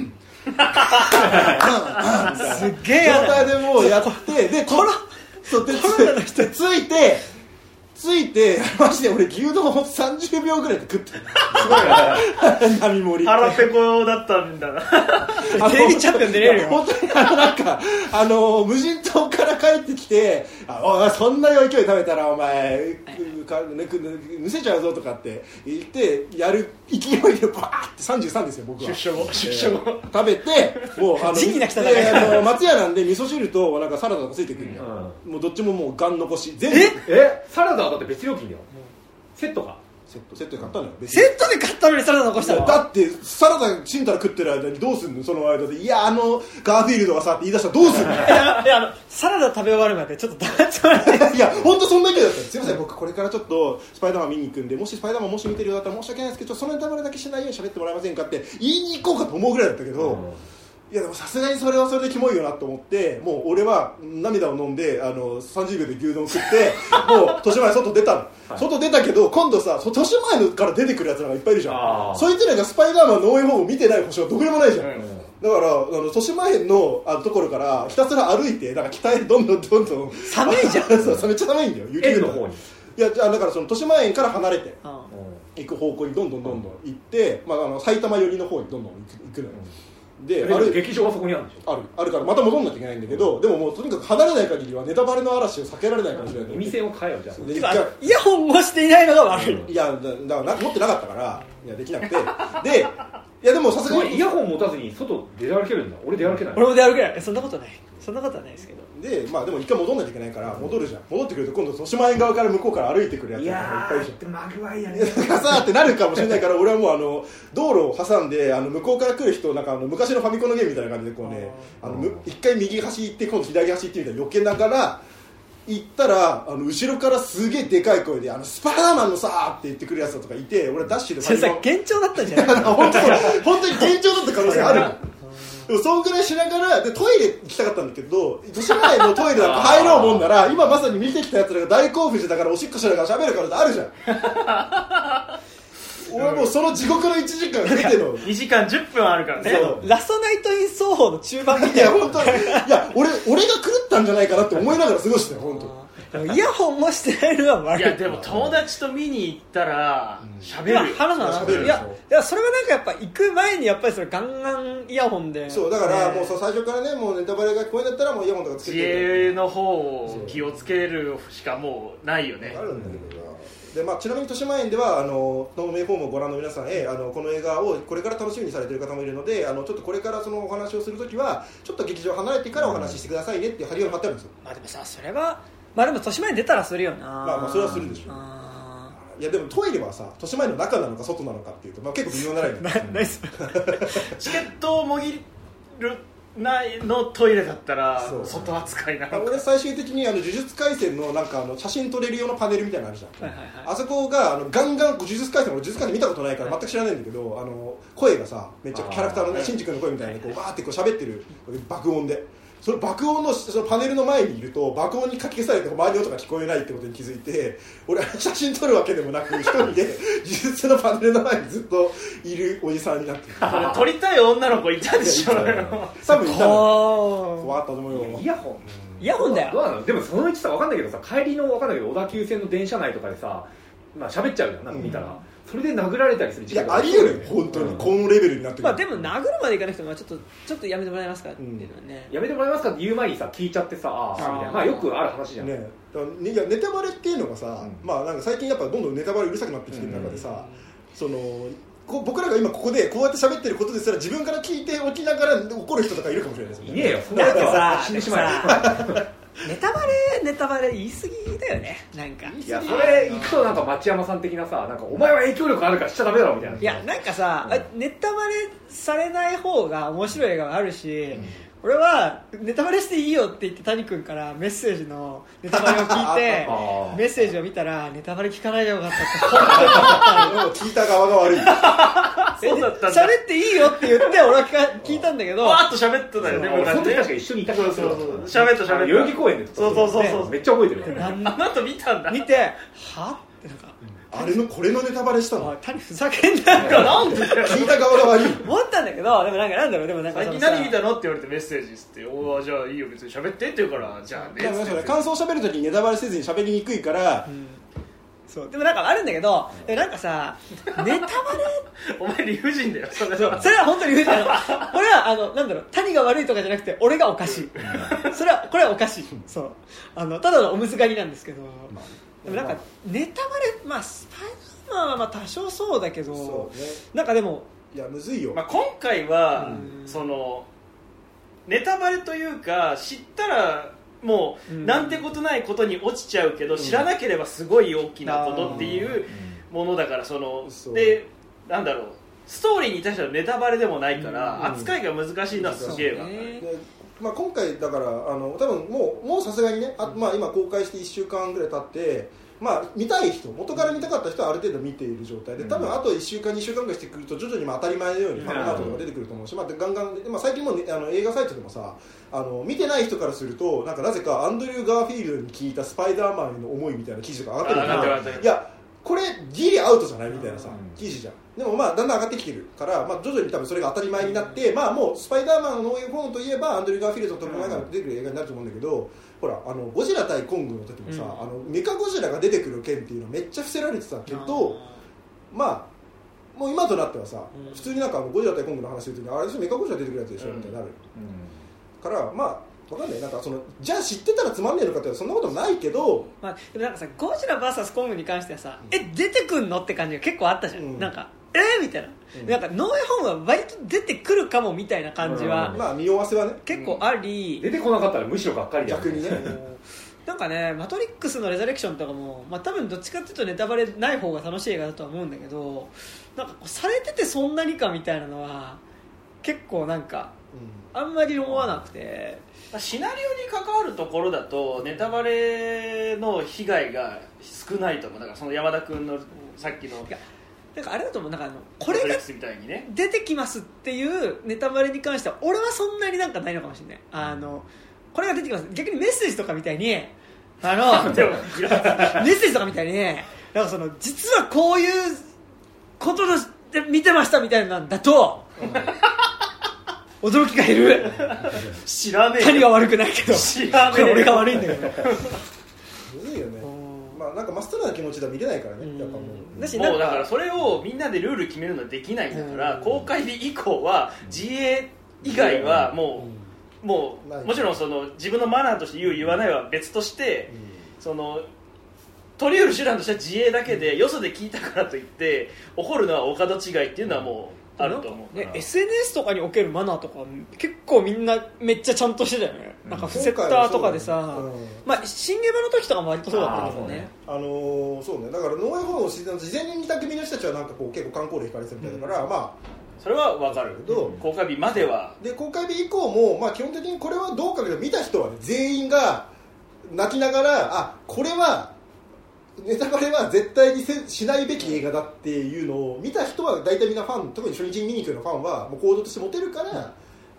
っげえ状態でもうやってでコロそうでついてついてマジで俺牛丼をさんじゅうびょうぐらいで食ってる。すごいな並盛り腹ペコだったんだな。 テレビチャンピオン出れるよ。 本当にあのなんかあの無人島から帰ってきてあおそんな勢い食べたらお前かむせちゃうぞとかって言ってやる勢いでバーってさんじゅうさんですよ僕は。 出所後出所後食べてもうあの仁義なき戦い、 えー、あの松屋なんで味噌汁となんかサラダがついてくるんだよ、うん、もうどっちももうガン残し全部ええサラダはだって別料金だよ、うん、セットかセットセットで買ったのよセットで買ったのにサラダ残したのだってサラダちんたら食ってる間にどうすんのその間でいやあのガーフィールドがさって言い出したらどうすんのいやいやあのサラダ食べ終わるまでちょっと黙ってもらっていや本当そんな勢いだったすいません僕これからちょっとスパイダーマン見に行くんでもしスパイダーマンもし見てるようだったら申し訳ないですけどそのネタバレだけしないように喋ってもらえませんかって言いに行こうかと思うぐらいだったけど、うんいやでもさすがにそれはそれでキモいよなと思ってもう俺は涙を飲んであのさんじゅうびょうで牛丼食ってもう豊島園外出たの、はい、外出たけど今度さ豊島園から出てくるやつらがいっぱいいるじゃんそいつらがスパイダーマンの応援方を見てない星はどこにもないじゃん、うん、だからあの豊島園のあのところからひたすら歩いてなんか北へどんどんどんどん寒いじゃんそうめっちゃ寒いんだよ雪の方にいやじゃあだからその豊島園から離れて行く方向にどんどんどんどん行って、まあ、あの埼玉寄りの方にどんどん行くのよ、うんである劇場はそこにあるんでしょあるあるからまた戻んなきゃいけないんだけど、うん、でももうとにかく離れない限りはネタバレの嵐を避けられないかもしれない。 耳栓を変えようじゃあイヤホンもしていないのが悪い、 うん、いやだから持ってなかったからいやできなくてでいやでもさすがにイヤホン持たずに外出歩けるんだ俺出歩けない俺も出歩けないそんなことないそんなことはないですけどでまあでも一回戻んないといけないから戻るじゃん戻ってくると今度豊島園側から向こうから歩いてくるやつがいっぱいいるじゃんマグワイヤねガサーってなるかもしれないから俺はもうあの道路を挟んであの向こうから来る人なんかあの昔のファミコンのゲームみたいな感じでこうねあの一回右端行って今度左端行ってみたいな避けながら行ったらあの後ろからすげえでかい声であのスパイダーマンのさーって言ってくるやつとかいて俺ダッシュでそれさ幻聴だったんじゃない本当本当に幻聴だった可能性あるでもそんぐらいしながらでトイレ行きたかったんだけど豊島園のトイレなんか入ろうもんなら今まさに見てきたやつらが大興奮してたからおしっこしながら喋るからってあるじゃん俺はもうその地獄のいちじかんかけてのにじかんじゅっぷんあるからねラストナイトイン奏法の中盤みたいないや本当にいや俺俺が狂ったんじゃないかなって思いながら過ごしてたよ本当イヤホンもしてないのは悪い。 いやでも友達と見に行ったら喋るよ、うん、 話すのいやいやそれはなんかやっぱ行く前にやっぱりそれガンガンイヤホンでそうだからもう最初からねもうネタバレが聞こえんだったらもうイヤホンとかつけて自衛の方を気をつけるしかもうないよねあるんだけどなで、まあ、ちなみに豊島園ではあのノーメイフォームをご覧の皆さんへあのこの映画をこれから楽しみにされている方もいるのであのちょっとこれからそのお話をするときはちょっと劇場離れてからお話ししてくださいねっていう張り紙が貼ってあるんですよ、 まあ、でもさそれはまあでも豊島園出たらするよなまあまあそれはするでしょういやでもトイレはさ豊島園の中なのか外なのかっていうと、まあ、結構微妙なラインだナイスチケットをもぎるないのトイレだったら外扱いなのか俺最終的にあの呪術廻戦のなんかあの写真撮れる用のパネルみたいなのあるじゃん、はいはいはい、あそこがあのガンガン呪術廻戦俺呪術廻戦見たことないから全く知らないんだけど、はい、あの声がさめっちゃキャラクターのねシンジ君の声みたいなこうバーってこう喋ってる爆音でその爆音のそのパネルの前にいると爆音にかき消されて周りの音が聞こえないってことに気づいて、俺写真撮るわけでもなく一人で呪術のパネルの前にずっといるおじさんになってる撮りたい女の子いたでしょ多分いたの怖かったと思うよ。 イヤホンイヤホンだよ。 どうなの？でもそのうちさ分かんないけどさ、帰りの分かんないけど小田急線の電車内とかでさ、まあ喋っちゃうじゃん、なんか見たら、うん、それで殴られたりする時期があり得るよ本当に、うん、このレベルになってくる。 まあでも殴るまでいかなくてもちょっとちょっとやめてもらえますかっていうのはね、 うん、やめてもらえますかって言う前にさ聞いちゃってさ、ああみたいな、まあよくある話じゃん。 ね、いやネタバレっていうのがさ、うん、まあなんか最近やっぱどんどんネタバレうるさくなってきてる中でさ、うん、そのこ僕らが今ここでこうやって喋ってることですら自分から聞いておきながら怒る人とかいるかもしれないですよね。 いねえよ。 なんかさ死んでしまえ。 ネタバレネタバレ言い過ぎだよね。なんかいやそれ行くとなんか町山さん的なさ、なんかお前は影響力あるからしちゃダメだろみたいな。 いやなんかさ、うん、ネタバレされない方が面白い映画があるし、うん、俺はネタバレしていいよって言って谷君からメッセージのネタバレを聞いてメッセージを見たらネタバレ聞かないでよかったって本当に聞いた側が悪い。 そうだったんだ。 喋っていいよって言って俺は聞いたんだけど、 わーっと喋ってたよね。 俺その時確か一緒にいたからそうそう喋った喋った。 代々木公園でそうそうそうそうめっちゃ覚えてる。 あの後見たんだ。 見てはってなんか。 あれのこれのネタバレしたの。 谷ふざけんなよ。 なんで聞いた側が悪い。 思ったんだけど、でもなんかなんだろうでもなんか最近何見たのって言われてメッセージして、おおじゃあいいよ別に喋ってって言うからじゃあね。 感想を喋るときにネタバレせずに喋りにくいから。 うんそうでもなんかあるんだけど、でもなんかさネタバレお前理不尽だよそれ。 そうそれは本当に理不尽なの。これはあのなんだろう谷が悪いとかじゃなくて俺がおかしい。それはこれはおかしい。そうあのただのおむすがりなんですけど、でもなんかネタバレまあスパイダーマンはまあ多少そうだけど、そうね、なんかでもいやむずいよ。 まあ今回はそのネタバレというか知ったらもうなんてことないことに落ちちゃうけど、うん、知らなければすごい大きなことっていうものだから、そのでなんだろうストーリーに対してはネタバレでもないから、うん、扱いが難しいのはすげえわ、ねまあ、今回だからあの多分もうもうさすがにねあ、まあ、今公開していっしゅうかんぐらい経ってまあ、見たい人元から見たかった人はある程度見ている状態で多分あといっしゅうかんにしゅうかんぐらいしてくると徐々にまあ当たり前のようにファンアートとか出てくると思うし、まあ、ガンガン、まあ、最近も、ね、あの映画サイトでもさあの見てない人からするとなんかなぜかアンドリュー・ガーフィールドに聞いたスパイダーマンへの思いみたいな記事とか上がってるけどいやこれギリアウトじゃないみたいなさ記事じゃん。でもまあだんだん上がってきてるから、まあ、徐々に多分それが当たり前になって、まあ、もうスパイダーマンのノーウェイホームといえばアンドリュー・ガーフィールドとトム・マイが出てくる映画になると思うんだけど、ほらあのゴジラ対コングの時もさ、うん、あのメカゴジラが出てくる件っていうのめっちゃ伏せられてたけど、まあもう今となってはさ、うん、普通になんかあのゴジラ対コングの話する時にあれでしょメカゴジラ出てくるやつでしょ、うん、みたいになる、うん、からまあわかんないなんかそのじゃあ知ってたらつまんねえのかってそんなこともないけど、 まあ、でもなんかさゴジラ ブイエス コングに関してはさ、うん、え出てくんのって感じが結構あったじゃん、うん、なんかえー、みたいな、うん、なんかノーウェイホームは割と出てくるかもみたいな感じは、 うん、まあ匂わせはね結構あり、 うん、出てこなかったらむしろがっかりだ逆にねなんかねマトリックスのレザレクションとかも、まあ、多分どっちかっていうとネタバレない方が楽しい映画だとは思うんだけどなんかこうされててそんなにかみたいなのは結構なんか、うん、あんまり思わなくて、 シナリオに関わるところだとネタバレの被害が少ないと思う。だからその山田君のさっきのなんかあれだと思うなんかあのこれが出てきますっていうネタバレに関しては俺はそんなになんかないのかもしれない。あのこれが出てきます逆にメッセージとかみたいにあのメッセージとかみたいになんかその実はこういうことで見てましたみたいなんだと、うん、驚きが減る。 知らねえ谷が悪くないけど知らねえ俺が悪いんだけどいいよね。まあなんかマストな気持ちでは見れないからね、うん、やっぱもうだしもうだからそれをみんなでルール決めるのはできないんだから、うん、公開日以降は自衛以外はもう、うんもうもちろんその自分のマナーとして言う言わないは別として、うん、その取り得る手段としては自衛だけで、うん、よそで聞いたからといって怒るのはお門違いっていうのはもうあると思う、 ね、エスエヌエス とかにおけるマナーとか結構みんなめっちゃちゃんとしてたよね、うん、なんかフセッターとかでさ、うん、まあ新ゲバの時とかも割とそうだったけどねあのー、そうねだからノーウェイホームを事前に見た組の人たちはなんかこう結構観光で引かれてるみたいだから、うん、まあそれは分かるけど、うん、公開日まではで公開日以降も、まあ、基本的にこれはどうかけど見た人は、ね、全員が泣きながらあこれはネタバレは絶対にせしないべき映画だっていうのを見た人は大体みんなファン特に初日に見に行くようなファンはもう行動として持てるから、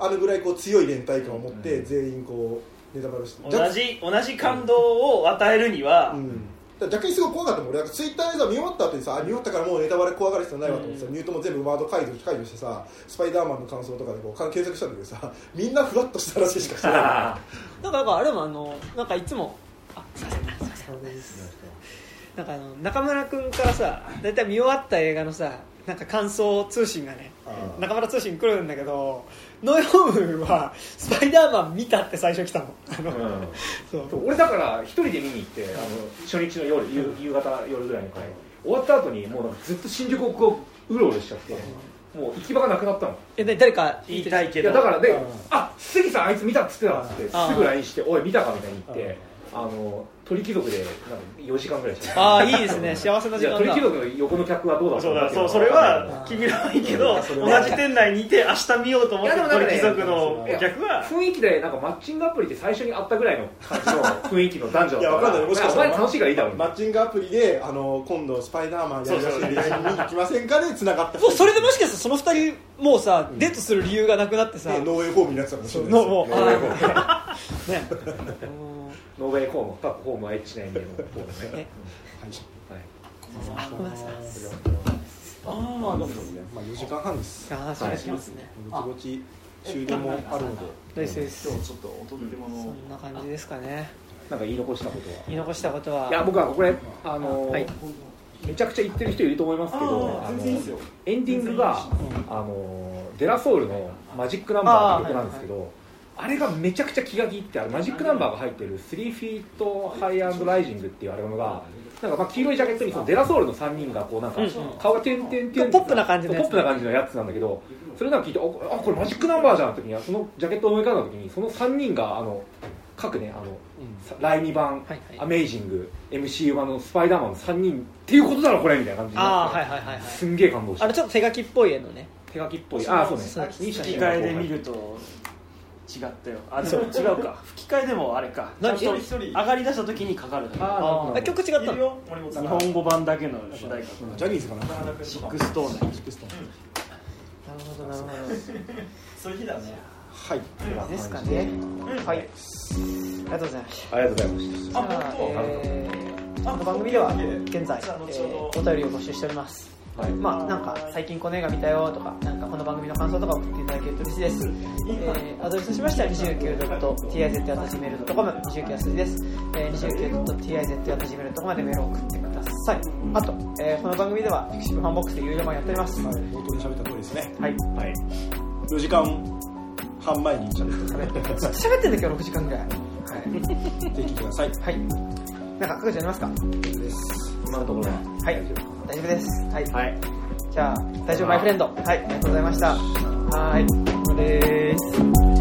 あのぐらいこう強い連帯感を持って全員こうネタバレして同じ同じ感動を与えるには、うん逆にすごい怖かったもん俺ツイッターでさ見終わった後にさ見終わったからもうネタバレ怖がる必要ないわと思ってさ、うん、ミュートも全部ワード解除解除してさスパイダーマンの感想とかでこう検索したんだけどさみんなふわっとした話しかしてないなんかなんかあれもあのなんかいつもあすいませんすいませんなんかあの中村君からさだいたい見終わった映画のさなんか感想通信がね中村通信来るんだけどノイホームはスパイダーマン見たって最初来たの、あの、うん、 そう俺だから一人で見に行ってあの初日の夜夕、夕方夜ぐらいの回終わった後にもうなんかずっと新宿をこううろうろしちゃってもう行き場がなくなったの。 えで誰か言いたいけどいやだからで、うん、あ杉さんあいつ見たっつってたっつってすぐ ライン しておい見たかみたいに言ってあの鳥貴族でなんかよじかんぐらいしてああいいですね幸せな時間だ。 鳥貴族の横の客はどうだったの？そうそうそれは君らはいいけど同じ店内にいて明日見ようと思って鳥貴族の客は雰囲気でなんかマッチングアプリって最初に会ったぐらいの感じの雰囲気の男女だったからいやわかんないもしかしたら楽しいからいいだろう、ね、 マッチングアプリであの今度スパイダーマンやりだしで見に行きませんかね繋がったもうそれでもしかしたらそのふたりもうさ、うん、デートする理由がなくなってさ、 ね、ノーウェイホームになってたかもしれないですノーウェイホームねノーウェイホーム、各ホームはエッチな意味のホームね。 はい。ごめんなさい。ああ、どうもね。まあよじかんはんです。 ああ、そうですね。 ぼちぼち終電もあるので。 ですです。 今日ちょっとおとってもの。 そんな感じですかね。 なんか言い残したことは。 言い残したことは。 いや僕はこれあのめちゃくちゃ言ってる人いると思いますけど、あのエンディングがあのデラソウルのマジックナンバーって曲なんですけど。あれがめちゃくちゃ気が利いてあるマジックナンバーが入ってるスリーフィートハイアンドライジングっていうアルバムがなんかまあ黄色いジャケットにそのデラソウルのさんにんがこうなんか顔がテンテンテンポップな感じのやつポップな感じのやつなんだけどそれなんか聞いてあこれマジックナンバーじゃんって時にはそのジャケットを思い浮かんだ時にそのさんにんがあの各ねあのライミ版アメイジング エムシーユー 版のスパイダーマンのさんにんっていうことだろこれみたいな感じになってすんげえ感動してあれちょっと手書きっぽい絵のね手書きっぽいああそうね吹き替えで見ると違ったよあでも違うか吹き替えでもあれかちゃんと上がり出した時にかかるああ曲違ったの日本語版だけの主題歌ジャニーズかなシックストーンなるほどなるほどそういう日だねはいですかねはいありがとうございましたありがとうございましたあえーこの番組では現在お便りを募集しておりますはい、まあなんか最近この映画見たよとかなんかこの番組の感想とか送っていただけると嬉しいです、えー、アドレスとしましては にじゅうきゅうドットティーアイゼット アット ジーメール ドットコム にじゅうきゅうは数字です、えー、にじゅうきゅうドットティーアイゼット アット ジーメール ドットコム までメールを送ってくださいあと、えー、この番組ではピクシブファンボックスで有料版やっております、はい、 冒頭で喋った通りですねはい、はい、 よじかんはん前に喋ってずっと喋ってんだけどろくじかんぐらい、はい、 ぜひ聞いてくださいはいなんか各自ありますかです今のところはい大丈夫ですはい、 はいじゃあ大丈夫マイフレンドはいありがとうございましたはいこれです